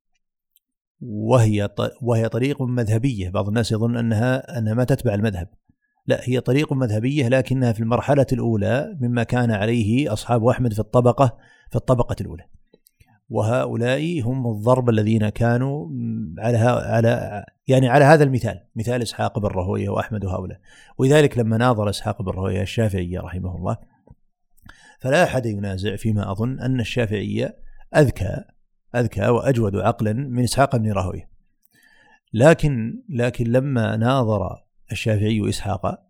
وهي وهي طريق مذهبية. بعض الناس يظن أنها أنها ما تتبع المذهب، لا، هي طريق مذهبية، لكنها في المرحلة الأولى مما كان عليه أصحاب أحمد في الطبقة في الطبقة الأولى، وهؤلاء هم الضرب الذين كانوا على على يعني على هذا المثال، مثال إسحاق بن راهويه وأحمد وهؤلاء. ولذلك لما ناظر إسحاق بن راهويه الشافعية رحمه الله، فلا أحد ينازع فيما أظن أن الشافعية أذكى أذكى وأجود عقلا من إسحاق بن راهويه، لكن لكن لما ناظر الشافعي إسحاق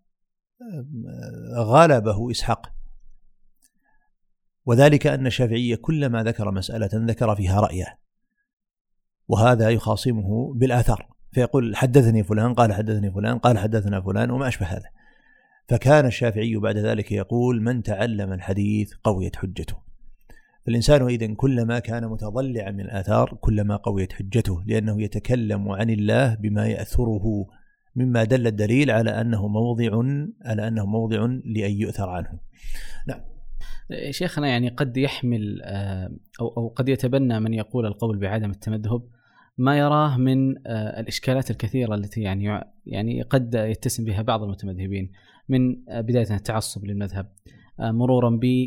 غلبه إسحاق، وذلك أن الشافعية كلما ذكر مسألة ذكر فيها رأيه، وهذا يخاصمه بالآثار، فيقول حدثني فلان قال حدثني فلان قال حدثنا فلان وما أشبه هذا. فكان الشافعي بعد ذلك يقول من تعلم الحديث قويت حجته. فالإنسان إذن كلما كان متضلعا من الآثار كلما قويت حجته، لأنه يتكلم عن الله بما يأثره مما دل الدليل على أنه موضع على أنه موضع لأن يؤثر عنه. نعم شيخنا، يعني قد يحمل أو أو قد يتبنى من يقول القول بعدم التمذهب ما يراه من الإشكالات الكثيرة التي يعني يعني قد يتسم بها بعض المتمذهبين، من بداية التعصب للمذهب مرورا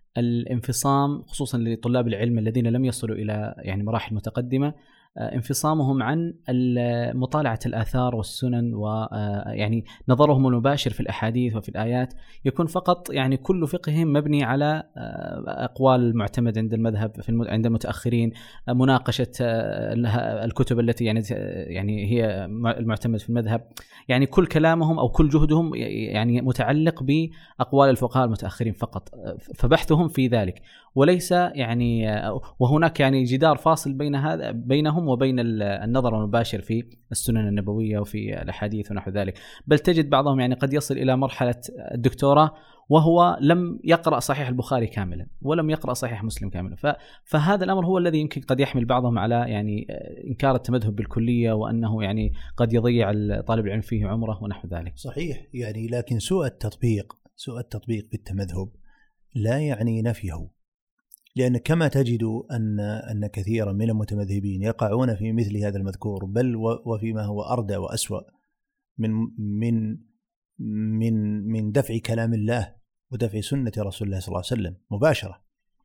الانفصام خصوصا لطلاب العلم الذين لم يصلوا إلى يعني مراحل متقدمة، انفصامهم عن مطالعة الآثار والسنن ويعني نظرهم المباشر في الأحاديث وفي الآيات، يكون فقط يعني كل فقههم مبني على أقوال المعتمد عند المذهب في عند المتأخرين، مناقشة الكتب التي يعني يعني هي المعتمد في المذهب، يعني كل كلامهم أو كل جهدهم يعني متعلق بأقوال الفقهاء المتأخرين فقط، فبحثهم في ذلك، وليس يعني وهناك يعني جدار فاصل بين هذا بينهم وبين النظر المباشر في السنن النبوية وفي الأحاديث ونحو ذلك. بل تجد بعضهم يعني قد يصل إلى مرحلة الدكتوراه وهو لم يقرأ صحيح البخاري كاملا ولم يقرأ صحيح مسلم كاملا، فهذا الأمر هو الذي يمكن قد يحمل بعضهم على يعني إنكار التمذهب بالكلية، وأنه يعني قد يضيع طالب العلم فيه عمره ونحو ذلك. صحيح يعني، لكن سوء التطبيق سوء التطبيق بالتمذهب لا يعني نفيه، لأن كما تجد أن أن كثيرا من المتمذهبين يقعون في مثل هذا المذكور، بل وفيما هو أردى وأسوأ من من من من دفع كلام الله ودفع سنة رسول الله صلى الله عليه وسلم مباشرة،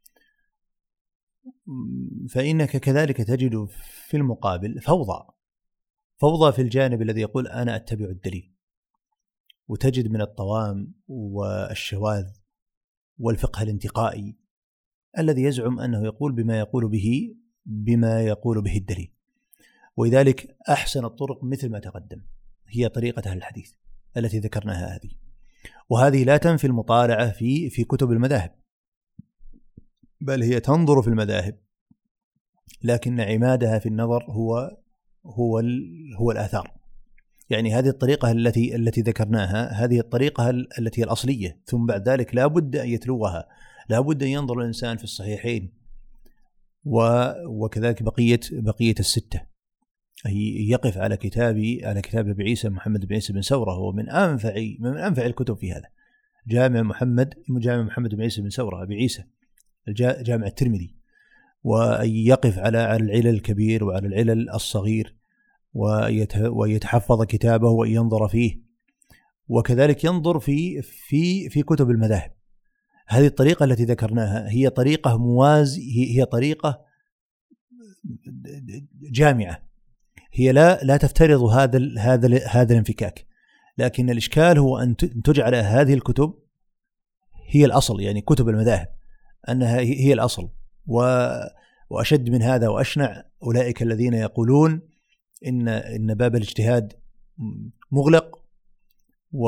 فإنك كذلك تجد في المقابل فوضى فوضى في الجانب الذي يقول أنا أتبع الدليل، وتجد من الطوام والشواذ والفقه الانتقائي الذي يزعم أنه يقول بما يقول به بما يقول به الدليل. ولذلك أحسن الطرق مثل ما تقدم هي طريقة أهل الحديث التي ذكرناها هذه، وهذه لا تنفي المطالعة في في كتب المذاهب، بل هي تنظر في المذاهب، لكن عمادها في النظر هو هو هو الآثار. يعني هذه الطريقة التي التي ذكرناها، هذه الطريقة التي هي الأصلية، ثم بعد ذلك لا بد أن يتلوها، لا بد أن ينظر الإنسان في الصحيحين وكذلك بقية بقية الستة، يقف على كتابي على كتاب أبي عيسى محمد بن عيسى بن سورة، هو من أنفع من أنفع الكتب في هذا، جامع محمد جامع محمد بن عيسى بن سورة أبي عيسى جامع الترمذي، ويقف على على العلل الكبير وعلى العلل الصغير، ويتحفظ كتابه وينظر فيه، وكذلك ينظر في في في كتب المذاهب. هذه الطريقة التي ذكرناها هي طريقة موازي، هي طريقة جامعة، هي لا لا تفترض هذا هذا هذا الانفكاك، لكن الإشكال هو أن تجعل هذه الكتب هي الأصل، يعني كتب المذاهب أنها هي الأصل. وأشد من هذا وأشنع أولئك الذين يقولون إن إن باب الاجتهاد مغلق، و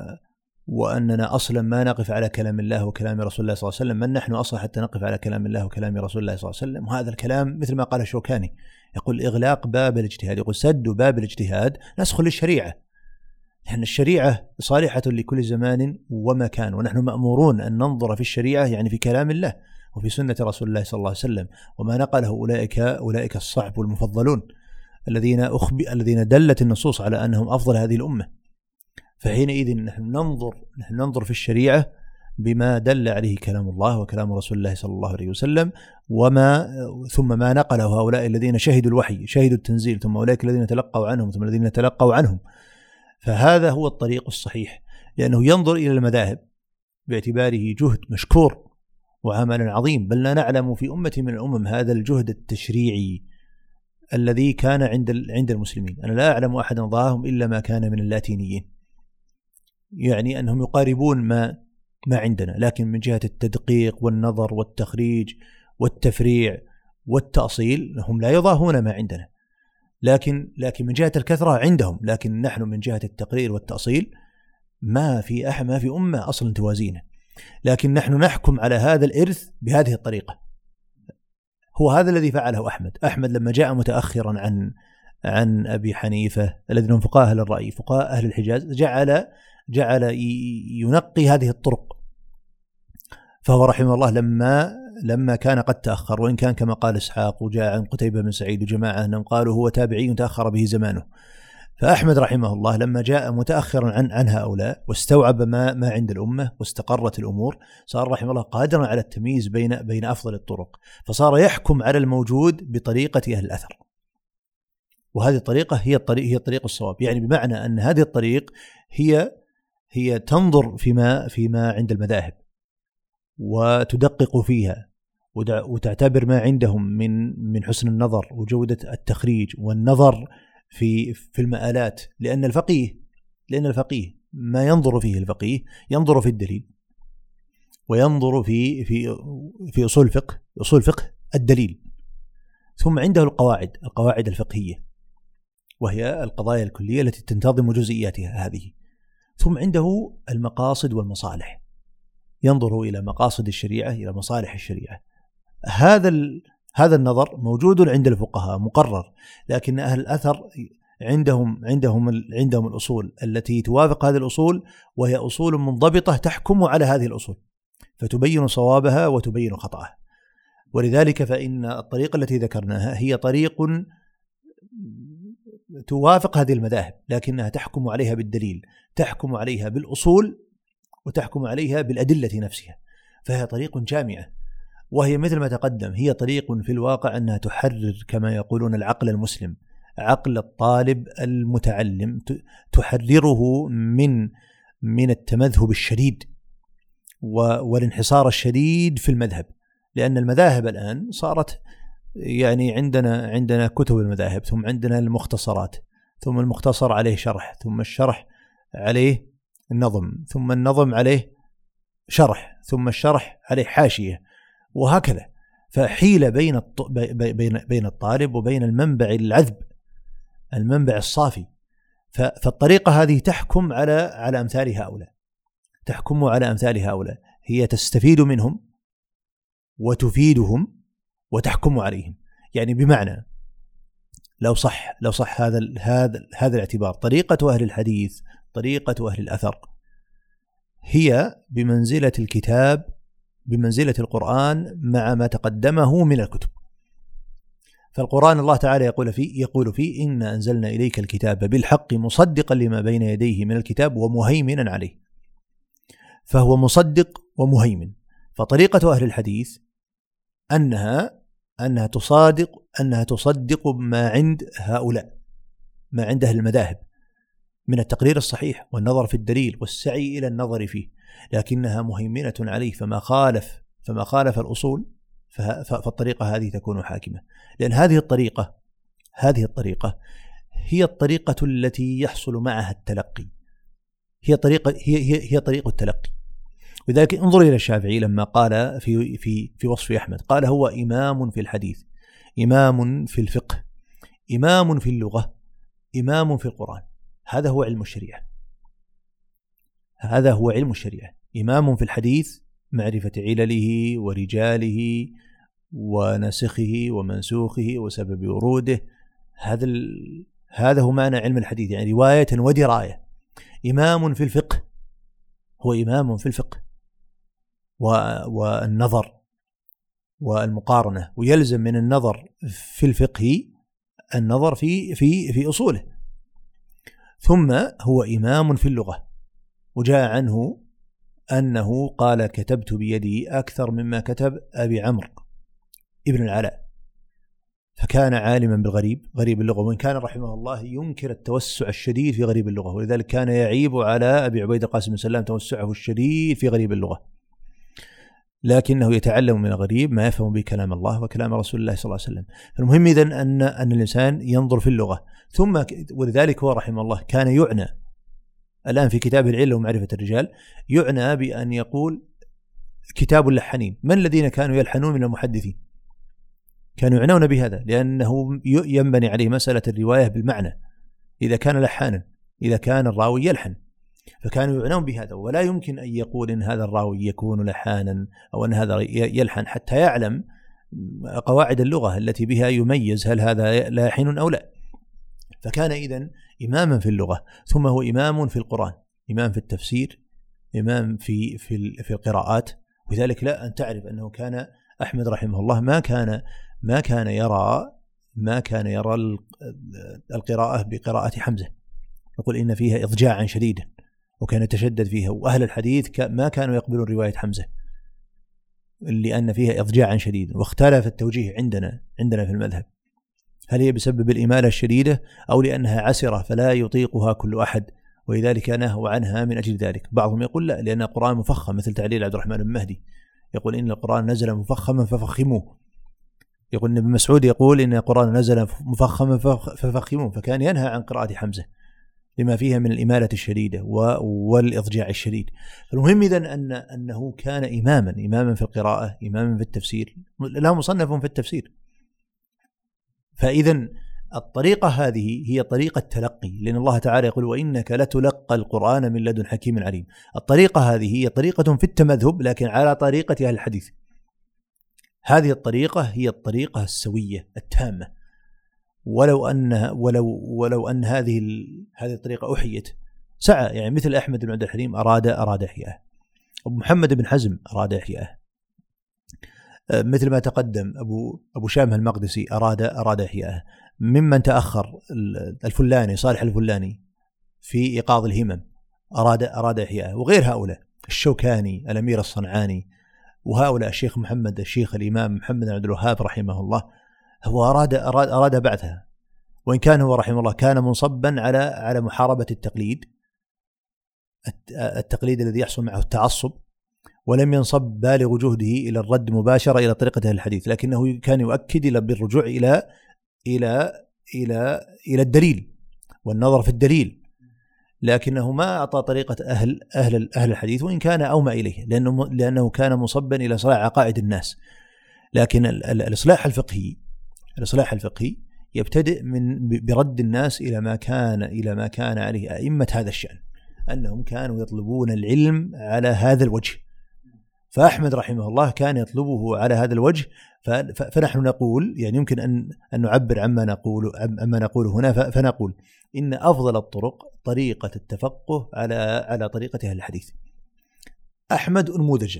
وأننا أصلا ما نقف على كلام الله وكلام رسول الله صلى الله عليه وسلم، من نحن أصلا حتى نقف على كلام الله وكلام رسول الله صلى الله عليه وسلم. وهذا الكلام مثل ما قال الشوكاني، يقول إغلاق باب الاجتهاد، يقول سد باب الاجتهاد نسخ للشريعة، لأن الشريعة صالحة لكل زمان ومكان، ونحن مأمورون أن ننظر في الشريعة يعني في كلام الله وفي سنة رسول الله صلى الله عليه وسلم، وما نقله أولئك أولئك الصحب والمفضلون الذين أخبئ الذين دلت النصوص على أنهم أفضل هذه الأمة. فحينئذ نحن ننظر نحن ننظر في الشريعة بما دل عليه كلام الله وكلام رسول الله صلى الله عليه وسلم، وما ثم ما نقله هؤلاء الذين شهدوا الوحي شهدوا التنزيل، ثم أولئك الذين تلقوا عنهم ثم الذين تلقوا عنهم. فهذا هو الطريق الصحيح، لأنه ينظر إلى المذاهب باعتباره جهد مشكور وعمل عظيم، بل لا نعلم في أمة من الأمم هذا الجهد التشريعي الذي كان عند عند المسلمين. أنا لا أعلم أحدا ضاهم إلا ما كان من اللاتينيين، يعني أنهم يقاربون ما ما عندنا، لكن من جهة التدقيق والنظر والتخريج والتفريع والتأصيل هم لا يضاهون ما عندنا، لكن لكن من جهة الكثرة عندهم، لكن نحن من جهة التقرير والتأصيل ما في أحد ما في أمة أصلا توازينا. لكن نحن نحكم على هذا الإرث بهذه الطريقة. هو هذا الذي فعله أحمد أحمد لما جاء متأخرا عن عن أبي حنيفة الذين هم فقهاء أهل الرأي فقهاء أهل الحجاز، جعل جعل ينقي هذه الطرق. فهو رحمه الله لما لما كان قد تأخر، وإن كان كما قال إسحاق وجاء عن قتيبة بن سعيد وجماعة أنهم قالوا هو تابعي تأخر به زمانه، فأحمد رحمه الله لما جاء متأخرا عن عن هؤلاء واستوعب ما ما عند الأمة واستقرت الأمور، صار رحمه الله قادرا على التمييز بين بين أفضل الطرق، فصار يحكم على الموجود بطريقة أهل الأثر. وهذه الطريقة هي الطريق هي الطريق الصواب، يعني بمعنى أن هذه الطريق هي هي تنظر فيما فيما عند المذاهب وتدقق فيها وتعتبر ما عندهم من من حسن النظر وجودة التخريج والنظر في في المآلات، لأن الفقيه لأن الفقيه ما ينظر فيه الفقيه ينظر في الدليل، وينظر في في في أصول الفقه أصول الفقه الدليل، ثم عنده القواعد القواعد الفقهية وهي القضايا الكلية التي تنتظم جزئياتها هذه، ثم عنده المقاصد والمصالح، ينظر إلى مقاصد الشريعة إلى مصالح الشريعة. هذا هذا النظر موجود عند الفقهاء مقرر، لكن أهل الأثر عندهم عندهم عندهم الأصول التي توافق هذه الأصول، وهي أصول منضبطة تحكم على هذه الأصول فتبين صوابها وتبين خطأها. ولذلك فإن الطريقة التي ذكرناها هي طريق توافق هذه المذاهب، لكنها تحكم عليها بالدليل، تحكم عليها بالأصول، وتحكم عليها بالأدلة نفسها، فهي طريق جامعة. وهي مثل ما تقدم هي طريق في الواقع أنها تحرر كما يقولون العقل المسلم، عقل الطالب المتعلم، تحرره من من التمذهب الشديد والانحصار الشديد في المذهب، لأن المذاهب الآن صارت يعني عندنا عندنا كتب المذاهب، ثم عندنا المختصرات، ثم المختصر عليه شرح، ثم الشرح عليه النظم، ثم النظم عليه شرح، ثم الشرح عليه حاشية، وهكذا. فحيل بين بين بين الطالب وبين المنبع العذب، المنبع الصافي. فالطريقة هذه تحكم على على أمثال هؤلاء، تحكم على أمثال هؤلاء، هي تستفيد منهم وتفيدهم وتحكم عليهم. يعني بمعنى لو صح لو صح هذا هذا هذا الاعتبار، طريقة أهل الحديث طريقة أهل الأثر هي بمنزلة الكتاب، بمنزلة القرآن مع ما تقدمه من الكتب. فالقرآن الله تعالى يقول فيه يقول فيه إنا أنزلنا إليك الكتاب بالحق مصدقا لما بين يديه من الكتاب ومهيمنا عليه، فهو مصدق ومهيمن. فطريقة أهل الحديث أنها أنها تصادق أنها تصدق ما عند هؤلاء، ما عند أهل المذاهب من التقرير الصحيح والنظر في الدليل والسعي إلى النظر فيه، لكنها مهيمنة عليه، فما خالف فما خالف الأصول فالطريقة هذه تكون حاكمة. لأن هذه الطريقة هذه الطريقة هي الطريقة التي يحصل معها التلقي، هي طريقة هي هي هي طريق التلقي. لذلك انظر إلى الشافعي لما قال في في في وصف أحمد، قال هو إمام في الحديث، إمام في الفقه، إمام في اللغة، إمام في القرآن. هذا هو علم الشريعة، هذا هو علم الشريعة. إمام في الحديث، معرفة علله ورجاله ونسخه ومنسوخه وسبب وروده، هذا ال... هذا هو معنى علم الحديث، يعني رواية ودراية. إمام في الفقه، هو إمام في الفقه و... والنظر والمقارنة، ويلزم من النظر في الفقه النظر في في في أصوله. ثم هو إمام في اللغة، وجاء عنه أنه قال كتبت بيدي أكثر مما كتب أبي عمرو ابن العلاء، فكان عالما بالغريب، غريب اللغة، وإن كان رحمه الله ينكر التوسع الشديد في غريب اللغة، ولذلك كان يعيب على أبي عبيد القاسم بن سلام توسعه الشديد في غريب اللغة، لكنه يتعلم من الغريب ما يفهم به كلام الله وكلام رسول الله صلى الله عليه وسلم. فالمهم إذن أن أن الإنسان ينظر في اللغة، ثم ولذلك هو رحمه الله كان يعنى الآن في كتاب العلة ومعرفة الرجال، يعنى بأن يقول كتاب اللحنين. من الذين كانوا يلحنون من المحدثين؟ كانوا يعنون بهذا، لأنه ينبني عليه مسألة الرواية بالمعنى، إذا كان لحانا، إذا كان الراوي يلحن، فكانوا يعنون بهذا. ولا يمكن أن يقول إن هذا الراوي يكون لحانا أو أن هذا يلحن حتى يعلم قواعد اللغة التي بها يميز هل هذا لاحن أو لا. فكان إذن إماما في اللغة، ثم هو إمام في القرآن، إمام في التفسير، إمام في في في القراءات. وذلك لا أن تعرف أنه كان أحمد رحمه الله ما كان ما كان يرى ما كان يرى القراءة بقراءة حمزة، يقول إن فيها إضجاعا شديدا، وكان يتشدد فيها. وأهل الحديث ما كانوا يقبلون رواية حمزة لأن فيها إضجاعا شديدا. واختلف التوجيه عندنا عندنا في المذهب، هل هي بسبب الإمالة الشديدة أو لأنها عسرة فلا يطيقها كل أحد ولذلك نهوا عنها من أجل ذلك. بعضهم يقول لا، لأن القرآن مفخم، مثل تعليل عبد الرحمن بن مهدي يقول إن القرآن نزل مفخما ففخموه. يقول ابن مسعود يقول إن القرآن نزل مفخما ففخموه، فكان ينهى عن قراءة حمزة لما فيها من الإمالة الشديدة والإضجاع الشديد. المهم إذن أن أنه كان إماما إماما في القراءة، إماما في التفسير، له مصنف في التفسير. فإذن الطريقة هذه هي طريقة تلقي، لأن الله تعالى يقول وإنك لتلقى القرآن من لدن حكيم عليم. الطريقة هذه هي طريقة في التمذهب لكن على طريقة أهل الحديث. هذه الطريقة هي الطريقة السوية التامة. ولو أن ولو ولو أن هذه هذه الطريقة أحيت سعى، يعني مثل أحمد بن عبد الحليم أراد أراد إحياءه، أبو محمد بن حزم أراد إحياءه، مثل ما تقدم أبو أبو شامة المقدسي أراد أراد إحياءه. ممن تأخر الفلاني صالح الفلاني في إيقاظ الهمم أراد أراد إحياءه، وغير هؤلاء الشوكاني الأمير الصنعاني، وهؤلاء الشيخ محمد الشيخ الإمام محمد بن عبد الوهاب رحمه الله، هو أراد أراد أراد بعثها، وإن كان هو رحمه الله كان منصبا على على محاربة التقليد التقليد الذي يحصل معه التعصب، ولم ينصب بالغ جهده إلى الرد مباشرة إلى طريقة الحديث، لكنه كان يؤكد إلى بالرجوع إلى إلى إلى إلى الدليل والنظر في الدليل، لكنه ما أعطى طريقة أهل أهل أهل الحديث، وإن كان أومى إليه لأنه لأنه كان مصبا إلى إصلاح عقائد الناس. لكن الإصلاح الفقهي الإصلاح الفقهي يبتدئ من برد الناس إلى ما كان إلى ما كان عليه أئمة هذا الشأن، أنهم كانوا يطلبون العلم على هذا الوجه. فأحمد رحمه الله كان يطلبه على هذا الوجه. فنحن نقول يعني يمكن أن أن نعبر عما نقول عما نقول هنا، فنقول إن أفضل الطرق طريقة التفقه على على طريقة أهل الحديث. أحمد نموذج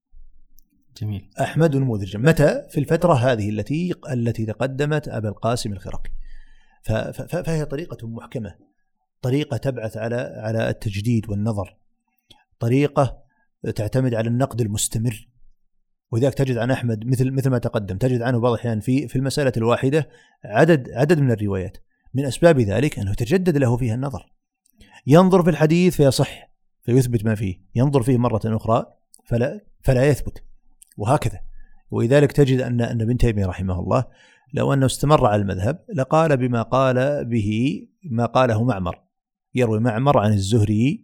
جميل. أحمد نموذج متى؟ في الفترة هذه التي التي تقدمت أبا القاسم الخرقي. فهي طريقة محكمة، طريقة تبعث على على التجديد والنظر، طريقة تعتمد على النقد المستمر. وذلك تجد عن أحمد مثل مثل ما تقدم، تجد عنه بعض الأحيان في في المسألة الواحدة عدد عدد من الروايات. من أسباب ذلك أنه تجدد له فيها النظر، ينظر في الحديث فيصح فيثبت ما فيه، ينظر فيه مرة أخرى فلا فلا يثبت، وهكذا. ولذلك تجد أن أن ابن تيمية رحمه الله لو أنه استمر على المذهب لقال بما قال به ما قاله معمر، يروي معمر عن الزهري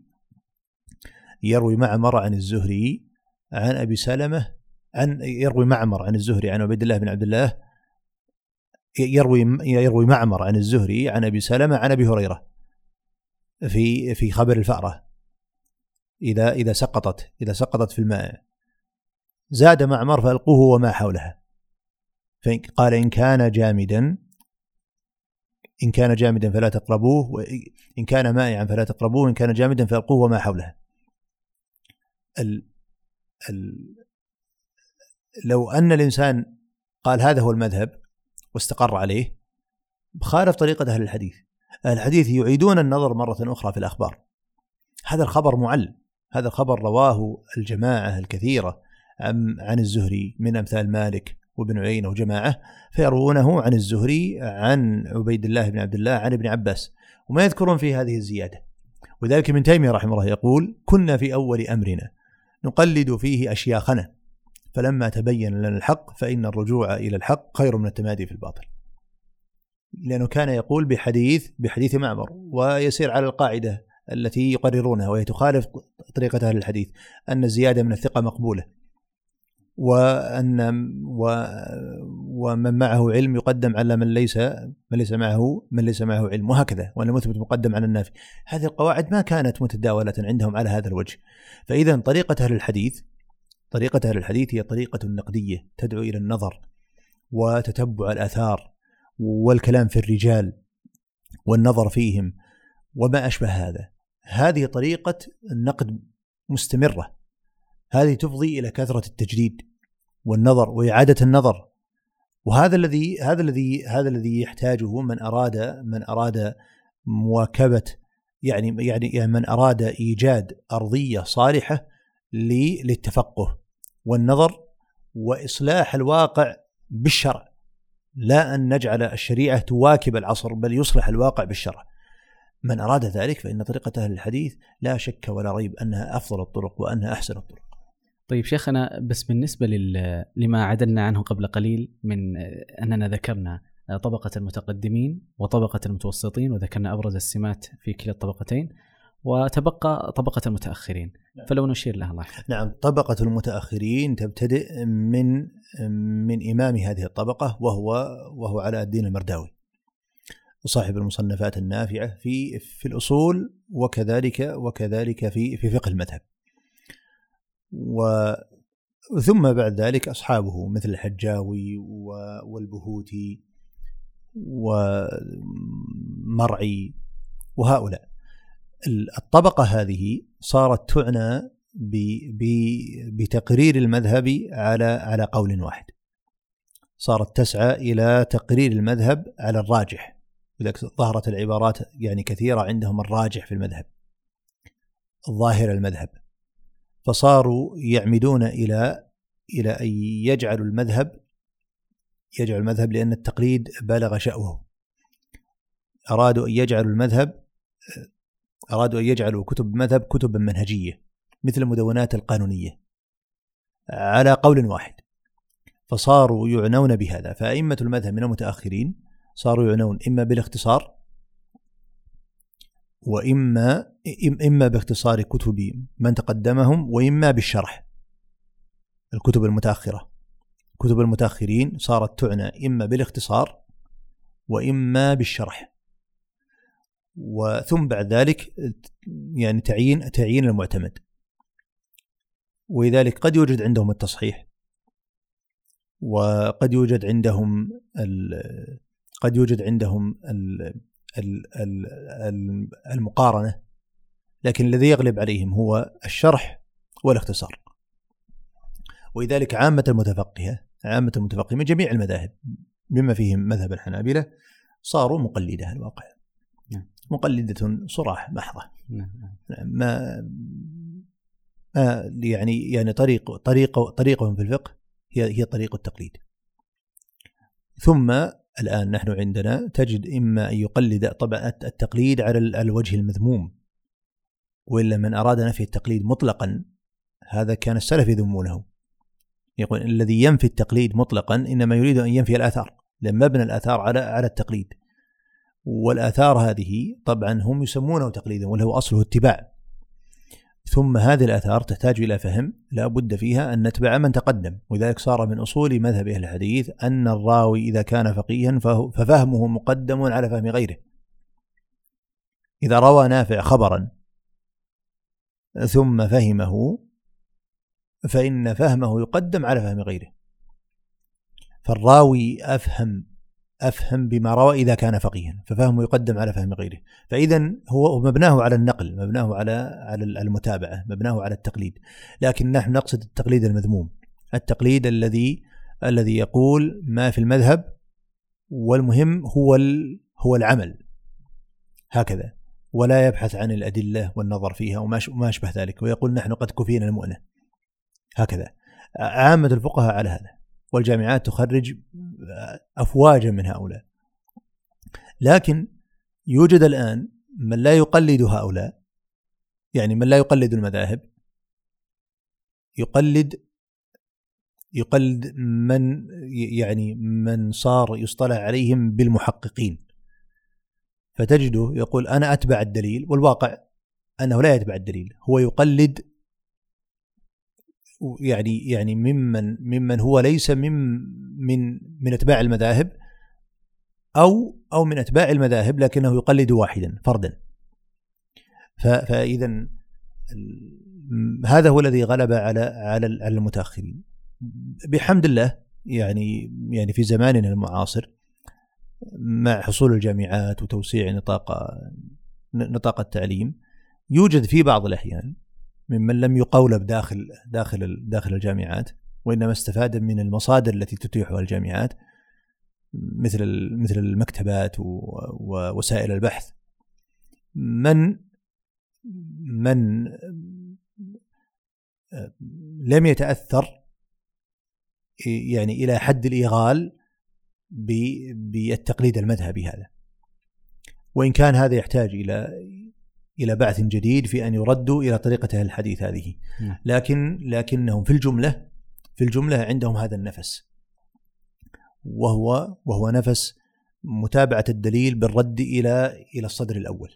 يروي معمر عن الزهري عن أبي سلمة عن يروي معمر عن الزهري عن عبيد الله بن عبد الله يروي يروي معمر عن الزهري عن أبي سلمة عن أبي هريرة في في خبر الفأرة إذا إذا سقطت إذا سقطت في الماء، زاد معمر فألقوه وما حولها، قال إن كان جامدا إن كان جامدا فلا تقربوه، وإن كان مائعا فلا تقربوه، إن كان جامدا فألقوه وما حولها. ال ال لو أن الإنسان قال هذا هو المذهب واستقر عليه بخالف طريقة أهل الحديث. أهل الحديث يعيدون النظر مرة أخرى في الأخبار. هذا الخبر معل، هذا الخبر رواه الجماعة الكثيرة عن, عن الزهري من أمثال مالك وابن عيينة وجماعة، فيروونه عن الزهري عن عبيد الله بن عبد الله عن ابن عباس، وما يذكرون في هذه الزيادة. وذلك ابن تيمية رحمه الله يقول كنا في أول أمرنا نقلد فيه أشياخنا، فلما تبين لنا الحق فإن الرجوع إلى الحق خير من التمادي في الباطل. لأنه كان يقول بحديث بحديث معمر ويسير على القاعدة التي يقررونها وهي تخالف طريقة أهل الحديث، أن الزيادة من الثقة مقبولة، وأن و ومن معه علم يقدم على من ليس من ليس معه من ليس معه علم، وهكذا، وأن المثبت مقدم على النافي. هذه القواعد ما كانت متداولة عندهم على هذا الوجه. فإذا طريقة أهل الحديث طريقة أهل الحديث هي طريقة نقدية تدعو إلى النظر وتتبع الآثار والكلام في الرجال والنظر فيهم وما أشبه هذا. هذه طريقة النقد مستمرة، هذه تفضي إلى كثرة التجديد والنظر وإعادة النظر. وهذا الذي هذا الذي هذا الذي يحتاجه من أراد من أراد مواكبة يعني يعني من أراد إيجاد أرضية صالحة للتفقه والنظر وإصلاح الواقع بالشرع، لا أن نجعل الشريعة تواكب العصر بل يصلح الواقع بالشرع. من أراد ذلك فإن طريقة أهل الحديث لا شك ولا ريب أنها أفضل الطرق وأنها أحسن الطرق. طيب شيخنا، بس بالنسبة لما عدلنا عنه قبل قليل من أننا ذكرنا طبقة المتقدمين وطبقة المتوسطين وذكرنا أبرز السمات في كلا الطبقتين، وتبقى طبقة المتأخرين، فلو نشير لها. الله. نعم، طبقة المتأخرين تبتدئ من من إمام هذه الطبقة وهو وهو علاء الدين المرداوي صاحب المصنفات النافعة في في الأصول وكذلك وكذلك في في فقه المذهب. وثم بعد ذلك أصحابه مثل الحجاوي والبهوتي ومرعي وهؤلاء. الطبقة هذه صارت تعنى بتقرير المذهب على على قول واحد، صارت تسعى إلى تقرير المذهب على الراجح، ولذلك ظهرت العبارات يعني كثيرة عندهم الراجح في المذهب، الظاهر المذهب، فصاروا يعمدون إلى إلى أن يجعلوا المذهب يجعل المذهب لأن التقليد بالغ شأوه، أرادوا أن يجعلوا المذهب أرادوا أن يجعلوا كتب المذهب كتبا منهجية مثل المدونات القانونية على قول واحد، فصاروا يعنون بهذا. فأئمة المذهب من المتأخرين صاروا يعنون إما بالاختصار وإما إما باختصار كتب من تقدمهم وإما بالشرح. الكتب المتأخرة كتب المتأخرين صارت تعنى إما بالاختصار وإما بالشرح، وثم بعد ذلك يعني تعيين تعيين المعتمد. ولذلك قد يوجد عندهم التصحيح، وقد يوجد عندهم قد يوجد عندهم المقارنة، لكن الذي يغلب عليهم هو الشرح والاختصار. ولذلك عامة المتفقهة عامة المتفقهة من جميع المذاهب بما فيهم مذهب الحنابلة صاروا مقلدة الواقع، مقلدة صراح محضة، ما ما يعني يعني طريق طريق طريقهم في الفقه هي هي طريق التقليد. ثم الآن نحن عندنا تجد إما أن يقلد طبعا التقليد على الوجه المذموم، وإلا من أراد نفي التقليد مطلقا هذا كان السلف يذمونه، يقول الذي ينفي التقليد مطلقا إنما يريد أن ينفي الآثار، لأن مبنى الآثار على على التقليد، والآثار هذه طبعا هم يسمونه تقليدا وله أصله اتباع. ثم هذه الآثار تحتاج إلى فهم، لا بد فيها أن نتبع من تقدم. ولذلك صار من أصول مذهب أهل الحديث أن الراوي إذا كان فقيها ففهمه مقدم على فهم غيره. إذا روى نافع خبرا ثم فهمه فإن فهمه يقدم على فهم غيره، فالراوي أفهم أفهم بما روى إذا كان فقيها ففهمه يقدم على فهم غيره. فإذا هو مبناه على النقل، مبناه على على المتابعة، مبناه على التقليد. لكن نحن نقصد التقليد المذموم، التقليد الذي الذي يقول ما في المذهب والمهم هو هو العمل هكذا، ولا يبحث عن الأدلة والنظر فيها وما أشبه ذلك، ويقول نحن قد كفينا المؤنة هكذا. عامة الفقهاء على هذا، والجامعات تخرج أفواجا من هؤلاء. لكن يوجد الآن من لا يقلد هؤلاء، يعني من لا يقلد المذاهب، يقلد يقلد من يعني من صار يصطلح عليهم بالمحققين، فتجده يقول أنا أتبع الدليل، والواقع أنه لا يتبع الدليل، هو يقلد يعني يعني ممن ممن هو ليس من من من اتباع المذاهب او او من اتباع المذاهب، لكنه يقلد واحدا فردا. فاذا هذا هو الذي غلب على على المتاخرين بحمد الله. يعني يعني في زماننا المعاصر مع حصول الجامعات وتوسيع نطاق نطاق التعليم، يوجد في بعض الأحيان ممن لم يقولب داخل داخل داخل الجامعات، وإنما استفاد من المصادر التي تتيحها الجامعات مثل مثل المكتبات ووسائل البحث، من من لم يتأثر يعني إلى حد الإغال بالتقليد المذهبي هذا، وإن كان هذا يحتاج إلى إلى بعث جديد في أن يردوا إلى طريقة أهل الحديث هذه. لكن لكنهم في الجملة في الجملة عندهم هذا النفس، وهو وهو نفس متابعة الدليل بالرد إلى إلى الصدر الأول،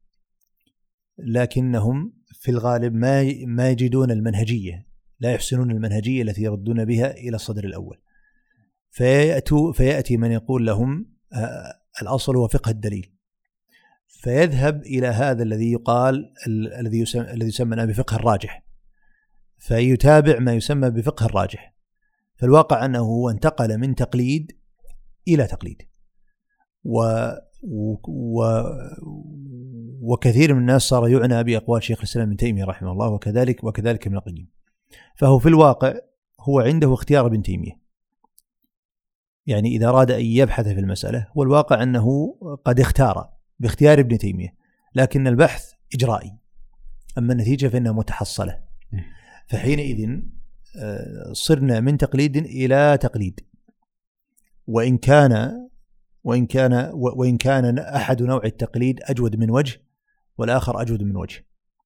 لكنهم في الغالب ما ما يجدون المنهجية، لا يحسنون المنهجية التي يردون بها إلى الصدر الأول، فيأتوا فيأتي من يقول لهم الأصل هو فقه الدليل، فيذهب إلى هذا الذي يقال الذي يسمى الذي يسمى بفقه الراجح، فيتابع ما يسمى بفقه الراجح. فالواقع أنه هو انتقل من تقليد إلى تقليد، و و وكثير من الناس صار يعنى بأقوال شيخ الإسلام ابن تيمية رحمه الله، وكذلك وكذلك ابن القيم. فهو في الواقع هو عنده اختيار ابن تيمية، يعني إذا أراد أن يبحث في المسألة، والواقع أنه قد اختار باختيار ابن تيمية، لكن البحث إجرائي، أما النتيجة فإنها متحصلة. فحينئذ صرنا من تقليد إلى تقليد، وإن كان وإن كان وإن كان أحد نوع التقليد أجود من وجه والآخر أجود من وجه،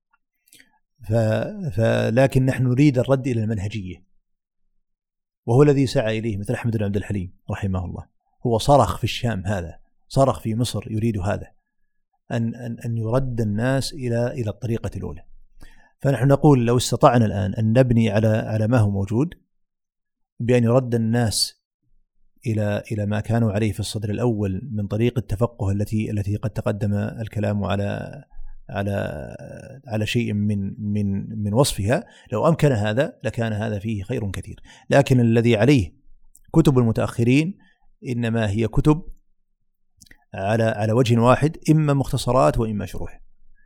فلكن نحن نريد الرد إلى المنهجية، وهو الذي سعى إليه مثل أحمد بن عبد الحليم رحمه الله. هو صرخ في الشام هذا، صرخ في مصر يريد هذا، أن أن أن يرد الناس إلى إلى الطريقة الأولى. فنحن نقول لو استطعنا الآن أن نبني على على ما هو موجود، بأن يرد الناس إلى إلى ما كانوا عليه في الصدر الأول من طريق التفقه التي التي قد تقدم الكلام على على على شيء من من من وصفها، لو أمكن هذا لكان هذا فيه خير كثير. لكن الذي عليه كتب المتأخرين إنما هي كتب على على وجه واحد، إما مختصرات وإما شروح،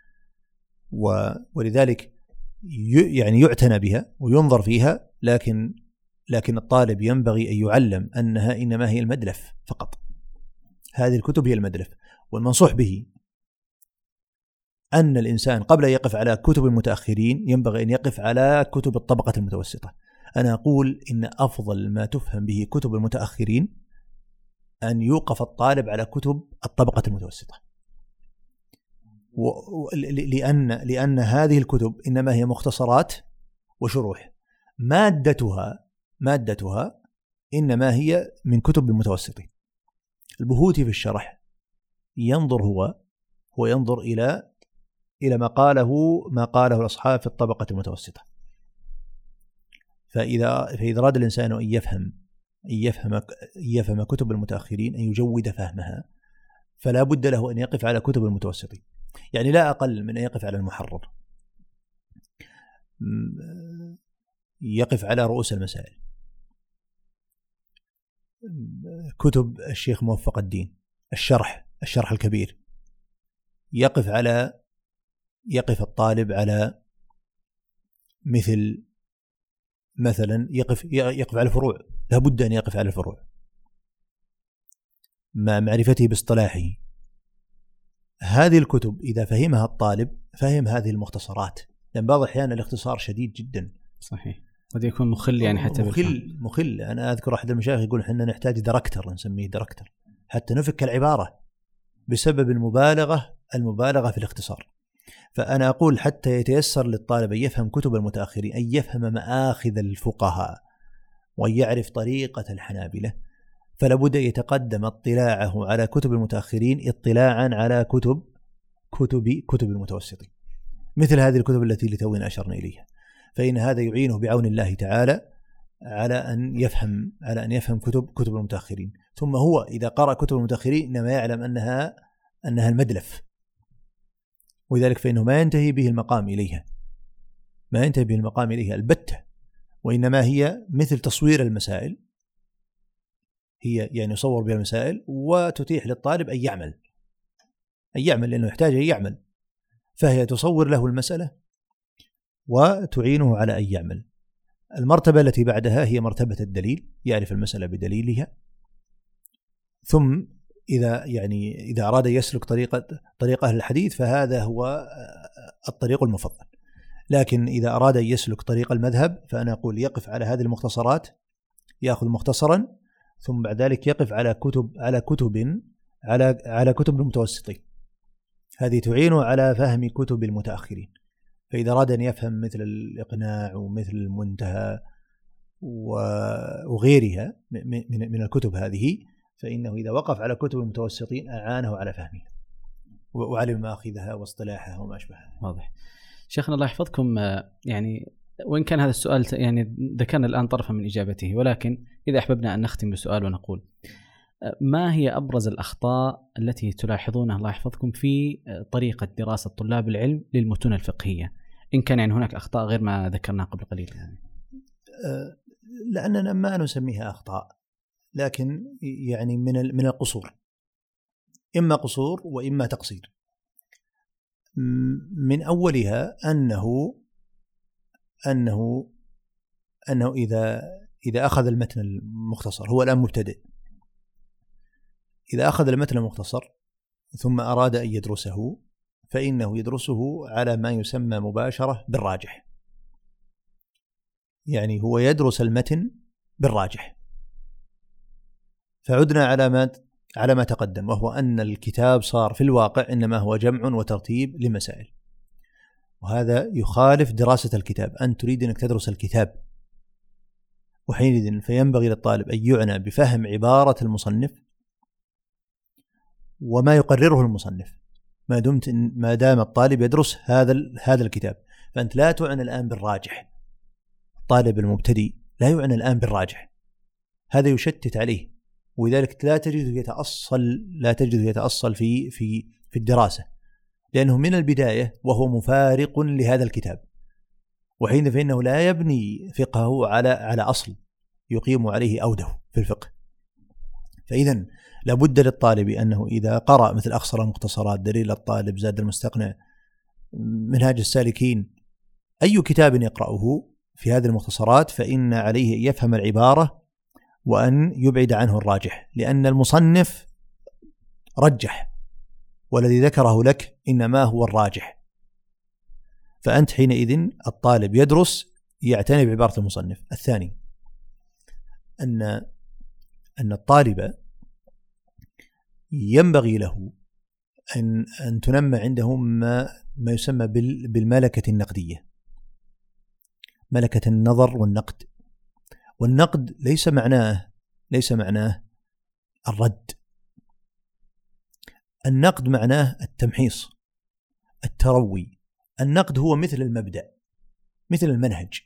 ولذلك يعني يعتنى بها وينظر فيها، لكن لكن الطالب ينبغي أن يعلم أنها إنما هي المدلف فقط. هذه الكتب هي المدلف، والمنصوح به أن الإنسان قبل أن يقف على كتب المتأخرين ينبغي أن يقف على كتب الطبقة المتوسطة. أنا أقول إن أفضل ما تفهم به كتب المتأخرين أن يوقف الطالب على كتب الطبقة المتوسطة، لأن لأن هذه الكتب إنما هي مختصرات وشروح، مادتها مادتها إنما هي من كتب المتوسطين. البهوتي في الشرح ينظر هو هو ينظر إلى إلى ما قاله ما قاله الأصحاب في الطبقة المتوسطة. فإذا فإذا أراد الإنسان أن يفهم أن يفهم أن يفهم كتب المتأخرين، أن يجود فهمها، فلا بد له أن يقف على كتب المتوسطين، يعني لا أقل من أن يقف على المحرر، يقف على رؤوس المسائل، كتب الشيخ موفق الدين، الشرح الشرح الكبير، يقف على يقف الطالب على مثل مثلا يقف يقف على الفروع، لا بد أن يقف على الفروع مع معرفته باصطلاحه. هذه الكتب إذا فهمها الطالب فهم هذه المختصرات، لأن بعض الأحيان الاختصار شديد جدا. صحيح، قد يكون مخل يعني حتى مخل مخل أنا أذكر أحد المشايخ يقول إحنا نحتاج دركتر، نسميه دركتر حتى نفك العبارة بسبب المبالغة المبالغة في الاختصار. فأنا أقول حتى يتيسر للطالب أن يفهم كتب المتأخرين، أن يفهم مآخذ الفقهاء وأن يعرف طريقة الحنابلة، فلا بد يتقدم اطلاعه على كتب المتأخرين اطلاعا على كتب كتب كتب المتوسطين، مثل هذه الكتب التي لتونا أشرنا إليها. فإن هذا يعينه بعون الله تعالى على أن يفهم على أن يفهم كتب كتب المتأخرين. ثم هو إذا قرأ كتب المتأخرين إنما يعلم أنها أنها المدلف، ولذلك فإنه ما ينتهي به المقام إليها ما ينتهي به المقام إليها البتة، وإنما هي مثل تصوير المسائل، هي يعني يصور بها المسائل وتتيح للطالب أن يعمل أن يعمل لأنه يحتاج أن يعمل، فهي تصور له المسألة وتعينه على أن يعمل. المرتبة التي بعدها هي مرتبة الدليل، يعرف المسألة بدليلها. ثم إذا يعني إذا أراد يسلك طريقة طريقة أهل الحديث فهذا هو الطريق المفضل. لكن إذا أراد يسلك طريق المذهب فأنا أقول يقف على هذه المختصرات، يأخذ مختصرا، ثم بعد ذلك يقف على كتب على كتب على على كتب المتوسطين. هذه تعينه على فهم كتب المتأخرين. فإذا أراد أن يفهم مثل الإقناع ومثل المنتهى وغيرها من الكتب هذه، فإنه إذا وقف على كتب المتوسطين أعانه على فهمها وعلم مآخذها واصطلاحها وما أشبهها. واضح. شيخنا الله يحفظكم، يعني وإن كان هذا السؤال يعني ذكرنا الآن طرفا من إجابته، ولكن إذا أحببنا أن نختم بسؤال ونقول: ما هي أبرز الأخطاء التي تلاحظونها الله يحفظكم في طريقة دراسة طلاب العلم للمتون الفقهية، إن كان يعني هناك أخطاء غير ما ذكرناه قبل قليل؟ يعني لأننا ما نسميها أخطاء، لكن يعني من من القصور، إما قصور وإما تقصير. من أولها أنه أنه أنه إذا إذا أخذ المتن المختصر، هو الآن مبتدئ، إذا أخذ المتن المختصر ثم أراد أن يدرسه فإنه يدرسه على ما يسمى مباشرة بالراجح، يعني هو يدرس المتن بالراجح. فعدنا على ما على ما تقدم، وهو أن الكتاب صار في الواقع إنما هو جمع وترتيب لمسائل، وهذا يخالف دراسة الكتاب. أن تريد أنك تدرس الكتاب، وحينئذ فينبغي للطالب أن يعنى بفهم عبارة المصنف وما يقرره المصنف، ما دمت ما دام الطالب يدرس هذا هذا الكتاب. فأنت لا تعنى الآن بالراجح، الطالب المبتدئ لا يعنى الآن بالراجح، هذا يشتت عليه، ولذلك لا تجده يتأصل لا تجده يتأصل في في في الدراسة، لأنه من البداية وهو مفارق لهذا الكتاب، وحين فإنه لا يبني فقهه على على أصل يقيم عليه أوده في الفقه. فإذا لابد للطالب أنه إذا قرأ مثل أخصر المختصرات، دليل الطالب، زاد المستقنع، منهاج السالكين، أي كتاب يقرأه في هذه المختصرات، فإن عليه أن يفهم العبارة وأن يبعد عنه الراجح، لأن المصنف رجح والذي ذكره لك إنما هو الراجح. فأنت حينئذ الطالب يدرس يعتني بعبارة المصنف. الثاني أن أن الطالب ينبغي له أن أن تنمى عنده ما ما يسمى بالملكة النقدية، ملكة النظر والنقد. والنقد ليس معناه ليس معناه الرد، النقد معناه التمحيص، التروي. النقد هو مثل المبدأ، مثل المنهج،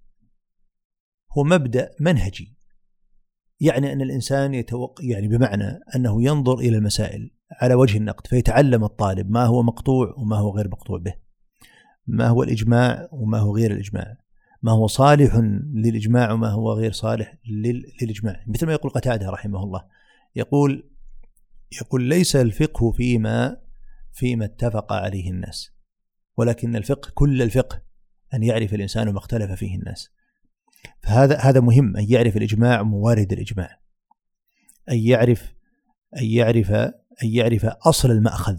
هو مبدأ منهجي، يعني أن الإنسان يتوق... يعني بمعنى أنه ينظر إلى المسائل على وجه النقد، فيتعلم الطالب ما هو مقطوع وما هو غير مقطوع به، ما هو الإجماع وما هو غير الإجماع، ما هو صالح للإجماع وما هو غير صالح للإجماع. مثل ما يقول قتادة رحمه الله، يقول يقول ليس الفقه فيما فيما اتفق عليه الناس، ولكن الفقه كل الفقه أن يعرف الإنسان ما اختلف فيه الناس. فهذا هذا مهم، أن يعرف الإجماع وموارد الإجماع، أن يعرف أن يعرف أن يعرف أصل المأخذ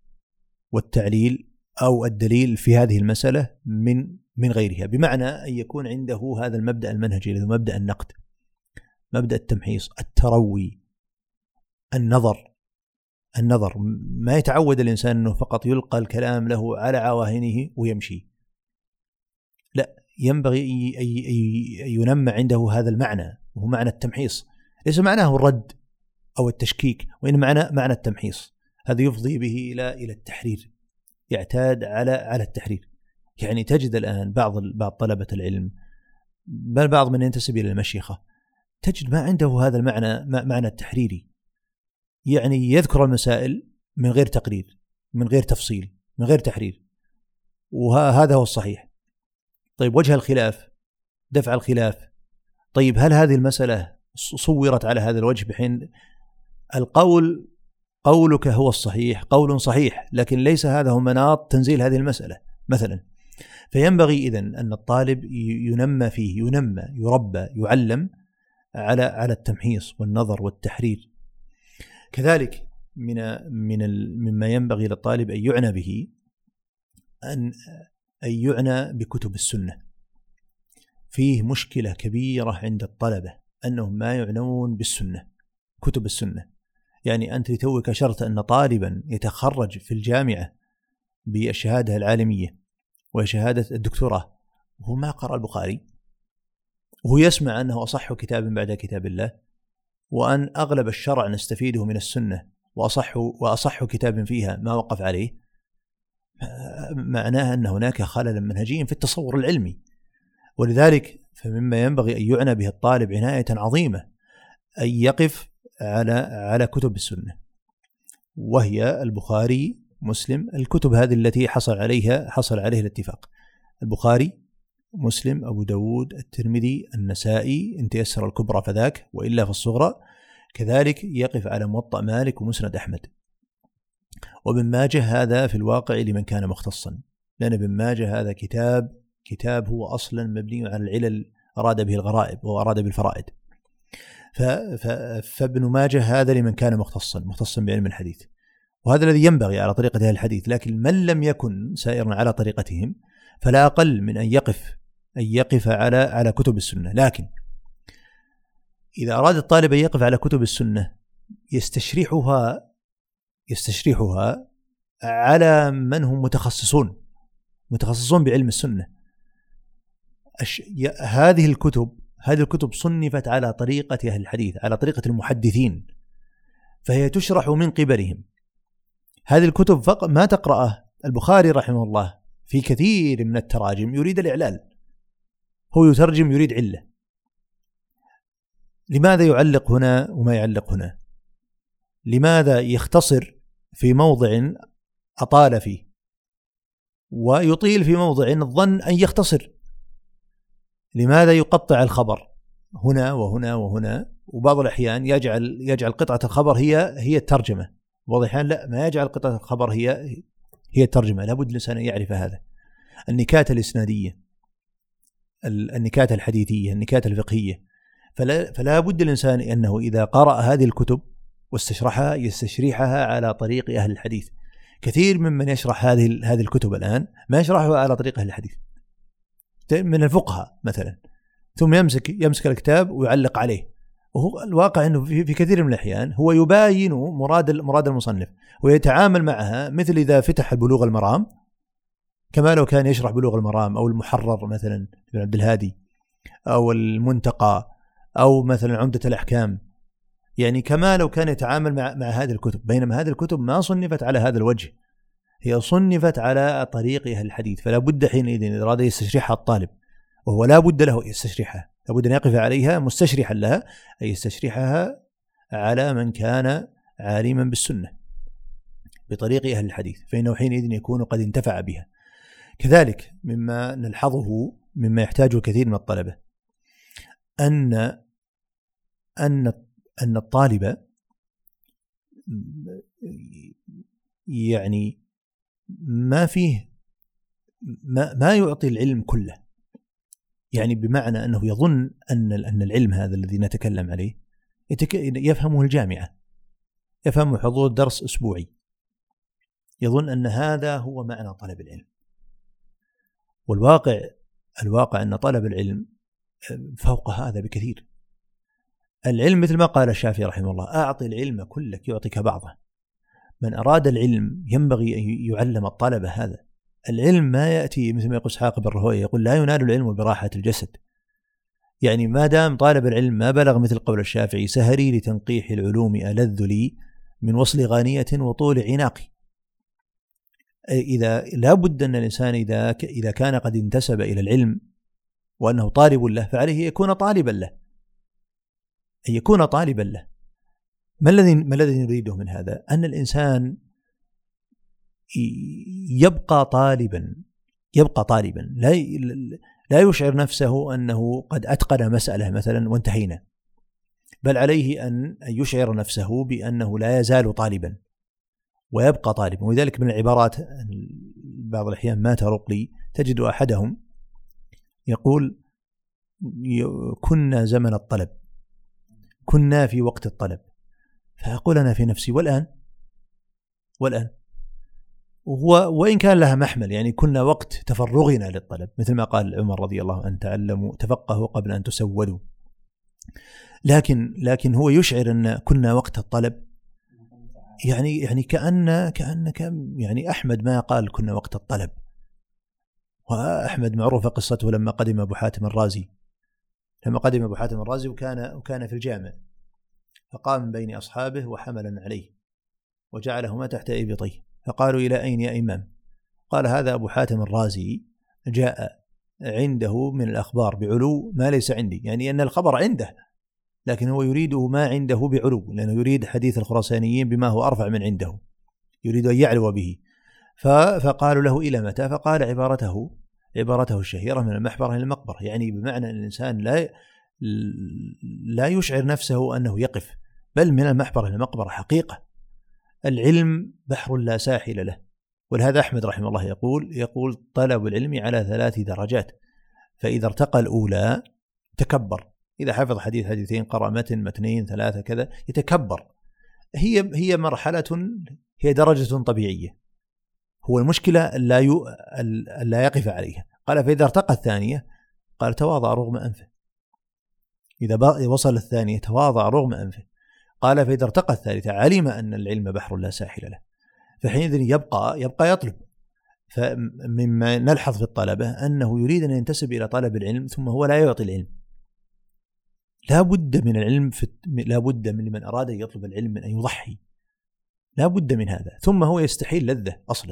والتعليل أو الدليل في هذه المسألة من من غيرها، بمعنى أن يكون عنده هذا المبدأ المنهجي الذي مبدأ النقد، مبدأ التمحيص، التروي، النظر. النظر ما يتعود الإنسان أنه فقط يلقى الكلام له على عواهنه ويمشي، لا، ينبغي أن ينمى عنده هذا المعنى، وهو معنى التمحيص، ليس معناه الرد أو التشكيك، وإن معنى معنى التمحيص. هذا يفضي به إلى إلى التحرير، يعتاد على على التحرير. يعني تجد الآن بعض بعض طلبة العلم، بل بعض من ينتسب إلى المشيخة، تجد ما عنده هذا المعنى معنى التحريري، يعني يذكر المسائل من غير تقرير، من غير تفصيل، من غير تحرير، وهذا هو الصحيح. طيب وجه الخلاف، دفع الخلاف، طيب هل هذه المسألة صورت على هذا الوجه بحين القول قولك هو الصحيح، قول صحيح، لكن ليس هذا هو مناط تنزيل هذه المسألة مثلا. فينبغي إذن أن الطالب ينمى فيه، ينمى، يربى، يعلم على على التمحيص والنظر والتحرير. كذلك من من مما ينبغي للطالب أن يعنى به أن أن يعنى بكتب السنة. فيه مشكلة كبيرة عند الطلبة أنهم ما يعنون بالسنة، كتب السنة. يعني أنت لتوك أشرت أن طالبا يتخرج في الجامعة بالشهادة العالمية وشهادة الدكتوراه وهو ما قرأ البخاري، وهو يسمع أنه أصح كتاب بعد كتاب الله، وأن أغلب الشرع نستفيده من السنة، وأصح, وأصح كتاب فيها ما وقف عليه، معناها أن هناك خللا منهجيا في التصور العلمي. ولذلك فمما ينبغي أن يعنى به الطالب عناية عظيمة أن يقف على على كتب السنة، وهي البخاري، مسلم، الكتب هذه التي حصل عليها حصل عليها الاتفاق: البخاري، مسلم، أبو داود، الترمذي، النسائي، إن تيسر الكبرى فذاك وإلا في الصغرى. كذلك يقف على موطأ مالك ومسند أحمد. وابن ماجه هذا في الواقع لمن كان مختصا، لأن ابن ماجه هذا كتاب كتاب هو أصلا مبني على العلل، أراد به الغرائب وأراد بالفرائد. فابن ماجه هذا لمن كان مختصا مختصا بعلم الحديث، وهذا الذي ينبغي على طريقة أهل الحديث. لكن من لم يكن سائرا على طريقتهم فلا أقل من أن يقف أن يقف على على كتب السنة. لكن إذا أراد الطالب أن يقف على كتب السنة يستشرحها يستشرحها على من هم متخصصون متخصصون بعلم السنة. هذه الكتب هذه الكتب صنفت على طريقة أهل الحديث، على طريقة المحدثين، فهي تشرح من قبلهم. هذه الكتب فقط ما تقرأه البخاري رحمه الله في كثير من التراجم يريد الإعلال، هو يترجم يريد علة. لماذا يعلق هنا وما يعلق هنا؟ لماذا يختصر في موضع أطال فيه ويطيل في موضع الظن أن يختصر؟ لماذا يقطع الخبر هنا وهنا وهنا، وبعض الأحيان يجعل يجعل قطعة الخبر هي هي الترجمة، وبعض الأحيان لا، ما يجعل قطعة الخبر هي هي الترجمة. لابد الإنسان أن يعرف هذا. النكات الإسنادية، النكات الحديثية، النكات الفقهية، فلا, فلا بد الإنسان أنه إذا قرأ هذه الكتب واستشرحها يستشرحها على طريق أهل الحديث. كثير ممن يشرح هذه هذه الكتب الآن ما يشرحها على طريق أهل الحديث، من الفقهاء مثلا، ثم يمسك يمسك الكتاب ويعلق عليه، وهو الواقع أنه في, في كثير من الأحيان هو يباين مراد مراد المصنف ويتعامل معها مثل إذا فتح بلوغ المرام، كما لو كان يشرح بلوغ المرام أو المحرر مثلا ابن عبد الهادي أو المنتقى أو مثلا عمدة الأحكام، يعني كما لو كان يتعامل مع, مع هذه الكتب. بينما هذه الكتب ما صنفت على هذا الوجه، هي صنفت على طريق أهل الحديث. فلا بد حينئذ إذا أراد يستشرحها الطالب، وهو لا بد له يستشرحها، لا بد أن يقف عليها مستشرحا لها، أي يستشرحها على من كان عالما بالسنة بطريق أهل الحديث، فإنه حينئذ يكون قد انتفع بها. كذلك مما نلحظه مما يحتاجه كثير من الطلبة أن أن أن الطالب يعني ما فيه ما, ما يعطي العلم كله، يعني بمعنى أنه يظن أن أن العلم هذا الذي نتكلم عليه يفهمه الجامعة، يفهم حضور درس أسبوعي، يظن أن هذا هو معنى طلب العلم. والواقع الواقع أن طلب العلم فوق هذا بكثير. العلم مثل ما قال الشافعي رحمه الله: أعطي العلم كلك يعطيك بعضه. من أراد العلم ينبغي أن يعلم الطلبة هذا. العلم ما يأتي مثل ما يقول إسحاق بن راهويه، يقول: لا ينال العلم براحة الجسد. يعني ما دام طالب العلم ما بلغ مثل قول الشافعي: سهري لتنقيح العلوم ألذ لي من وصل غانية وطول عناقي. إذا لا بد أن الإنسان إذا إذا كان قد انتسب إلى العلم وأنه طالب له فعليه يكون طالبا له، أن يكون طالبا له. ما الذي ما الذي نريده من هذا؟ أن الإنسان يبقى طالبا يبقى طالبا لا لا يشعر نفسه أنه قد أتقن مسألة مثلا وانتهينا، بل عليه أن يشعر نفسه بأنه لا يزال طالبا ويبقى طالبا. ولذلك من العبارات بعض الأحيان ما ترق لي، تجد أحدهم يقول: كنا زمن الطلب، كنا في وقت الطلب. فأقول أنا في نفسي: والآن والآن وهو وإن كان لها محمل، يعني كنا وقت تفرغنا للطلب، مثل ما قال عمر رضي الله عنه: تعلموا تفقهوا قبل أن تسودوا. لكن لكن هو يشعر أن كنا وقت الطلب، يعني يعني كأن كأن يعني أحمد ما قال كنا وقت الطلب. وأحمد معروفة قصته لما قدم أبو حاتم الرازي لما قدم أبو حاتم الرازي وكان وكان في الجامع، فقام من بين أصحابه وحملا عليه وجعلهما تحت إبطيه، فقالوا إلى أين يا إمام؟ قال هذا أبو حاتم الرازي جاء عنده من الأخبار بعلو ما ليس عندي، يعني أن الخبر عنده لكن هو يريده ما عنده بعلو، لأنه يريد حديث الخراسانيين بما هو أرفع من عنده، يريد أن يعلو به. فقالوا له إلى متى؟ فقال عبارته عبارته الشهيرة من المحبرة إلى المقبرة، يعني بمعنى أن الإنسان لا لا يشعر نفسه أنه يقف، بل من المحبرة إلى المقبرة حقيقة. العلم بحر لا ساحل له، ولهذا أحمد رحمه الله يقول يقول طلب العلم على ثلاث درجات، فإذا ارتقى الأولى تكبر، إذا حفظ حديث حديثين قرأ متن متنين ثلاثة كذا يتكبر. هي هي مرحلة، هي درجة طبيعية، هو المشكلة لا يو لا يقف عليها. قال فإذا ارتقى الثانية قال تواضع رغم أنفه، إذا وصل الثانية تواضع رغم أنفه. قال فإذا ارتقى الثالثة علم أن العلم بحر لا ساحل له، فحينئذ يبقى يبقى يطلب. فمما نلحظ في الطلبة أنه يريد أن ينتسب إلى طلب العلم ثم هو لا يعطي العلم. لا بد من العلم في لا بد من لمن أراد أن يطلب العلم من أن يضحي، لا بد من هذا. ثم هو يستحيل لذة أصلا،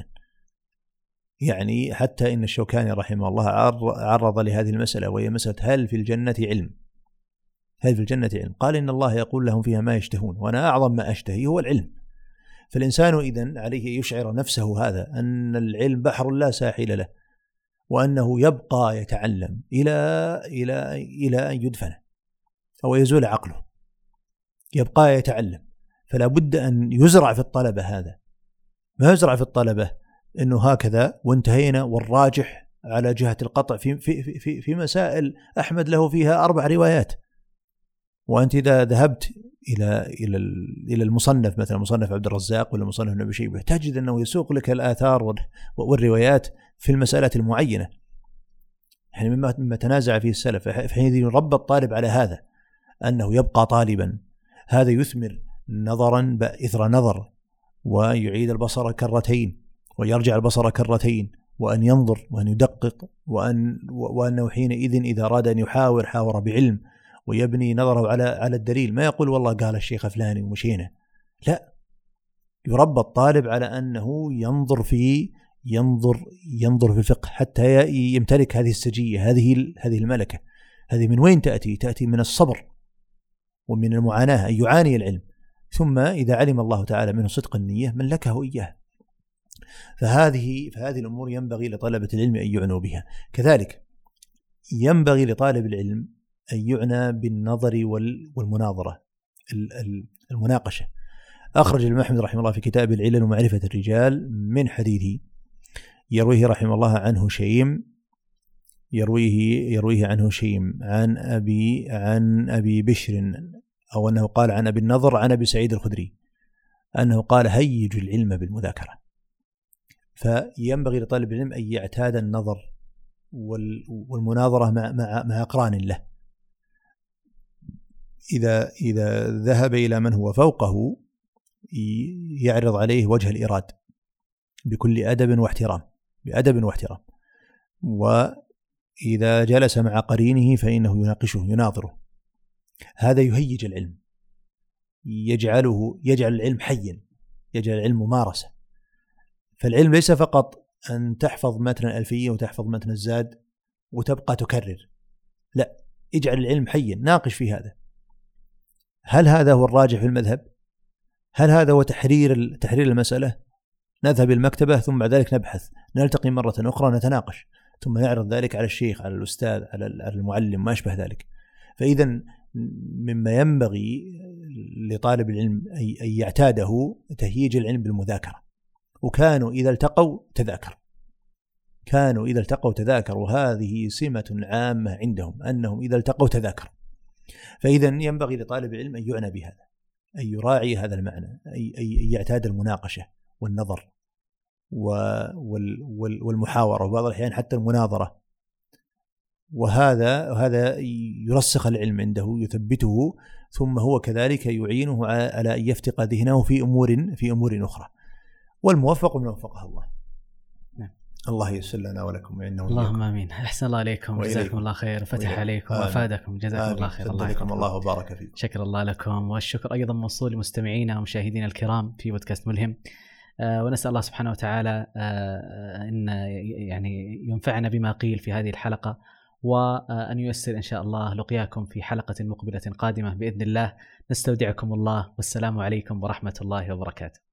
يعني حتى إن الشوكاني رحمه الله عرض لهذه المسألة، وهي مسألة هل في الجنة علم هل في الجنة علم قال إن الله يقول لهم فيها ما يشتهون وأنا أعظم ما أشتهي هو العلم. فالإنسان إذن عليه يشعر نفسه هذا، أن العلم بحر لا ساحل له، وأنه يبقى يتعلم إلى إلى إلى أن يدفن أو يزول عقله، يبقى يتعلم. فلا بد أن يزرع في الطلبة هذا، ما يزرع في الطلبة إنه هكذا وانتهينا والراجح على جهة القطع في في في في مسائل أحمد له فيها أربع روايات، وأنت إذا ذهبت إلى إلى إلى المصنف مثلا مصنف عبد الرزاق ولا مصنف ابن أبي شيبة تجد أنه يسوق لك الآثار والروايات في المسألة المعينة، يعني مما مما تنازع فيه السلف. فحين يربى الطالب على هذا أنه يبقى طالبا، هذا يثمر نظرا إثر نظر، ويعيد البصر كرتين ويرجع البصر كرتين، وأن ينظر وأن يدقق، وأن وأنه حينئذ إذا أراد أن يحاور حاور بعلم ويبني نظره على على الدليل، ما يقول والله قال الشيخ فلاني ومشينا، لا، يربى الطالب على أنه ينظر في ينظر ينظر في الفقه حتى يمتلك هذه السجية، هذه هذه الملكة. هذه من وين تأتي؟ تأتي من الصبر ومن المعاناة، أن يعاني العلم، ثم إذا علم الله تعالى منه صدق النية ملكه إياه. فهذه فهذه الأمور ينبغي لطلبة العلم أن يعنوا بها. كذلك ينبغي لطالب العلم أن يعنى بالنظر والمناظرة، المناقشة. أخرج الإمام أحمد رحمه الله في كتاب العلل ومعرفة الرجال من حديث يرويه رحمه الله عن هشيم يرويه يرويه عن هشيم عن أبي عن أبي بشر، أو أنه قال عن أبي النضر عن أبي سعيد الخدري أنه قال هيج العلم بالمذاكرة. فينبغي لطالب العلم أن يعتاد النظر والمناظرة مع مع مع أقران له. إذا إذا ذهب إلى من هو فوقه يعرض عليه وجه الإراد بكل أدب واحترام بأدب واحترام، وإذا جلس مع قرينه فإنه يناقشه يناظره. هذا يهيج العلم، يجعله يجعل العلم حيا، يجعل العلم ممارسة. فالعلم ليس فقط أن تحفظ متن الألفية وتحفظ متن الزاد وتبقى تكرر، لا، اجعل العلم حيا، ناقش في هذا. هل هذا هو الراجح في المذهب؟ هل هذا هو تحرير تحرير المسألة؟ نذهب المكتبة ثم بعد ذلك نبحث، نلتقي مرة أخرى نتناقش، ثم نعرض ذلك على الشيخ على الأستاذ على المعلم ما أشبه ذلك. فإذا مما ينبغي لطالب العلم أن يعتاده تهييج العلم بالمذاكرة. وكانوا إذا التقوا تذاكروا كانوا إذا التقوا تذاكروا هذه سمة عامة عندهم، أنهم إذا التقوا تذاكروا. فإذا ينبغي لطالب العلم أن يعنى بهذا، أن يراعي هذا المعنى، أن يعتاد المناقشة والنظر والمحاورة، وبعض الأحيان حتى المناظرة. وهذا هذا يرسخ العلم عنده، يثبته، ثم هو كذلك يعينه على أن يفتق ذهنه في أمور في أمور أخرى. والموفق من وفقه الله. نعم. الله ييسر لنا ولكم وإنه اللهم آمين. أحسن الله عليكم، جزاكم الله خير، فتح عليكم وأفادكم، جزاكم الله خير. الله يحفظكم الله وبارك فيكم. شكر الله لكم، والشكر أيضا موصول لمستمعينا ومشاهدينا الكرام في بودكاست ملهم. آه ونسأل الله سبحانه وتعالى آه أن يعني ينفعنا بما قيل في هذه الحلقة، وأن ييسر إن شاء الله لقياكم في حلقة مقبلة قادمة بإذن الله. نستودعكم الله، والسلام عليكم ورحمة الله وبركاته.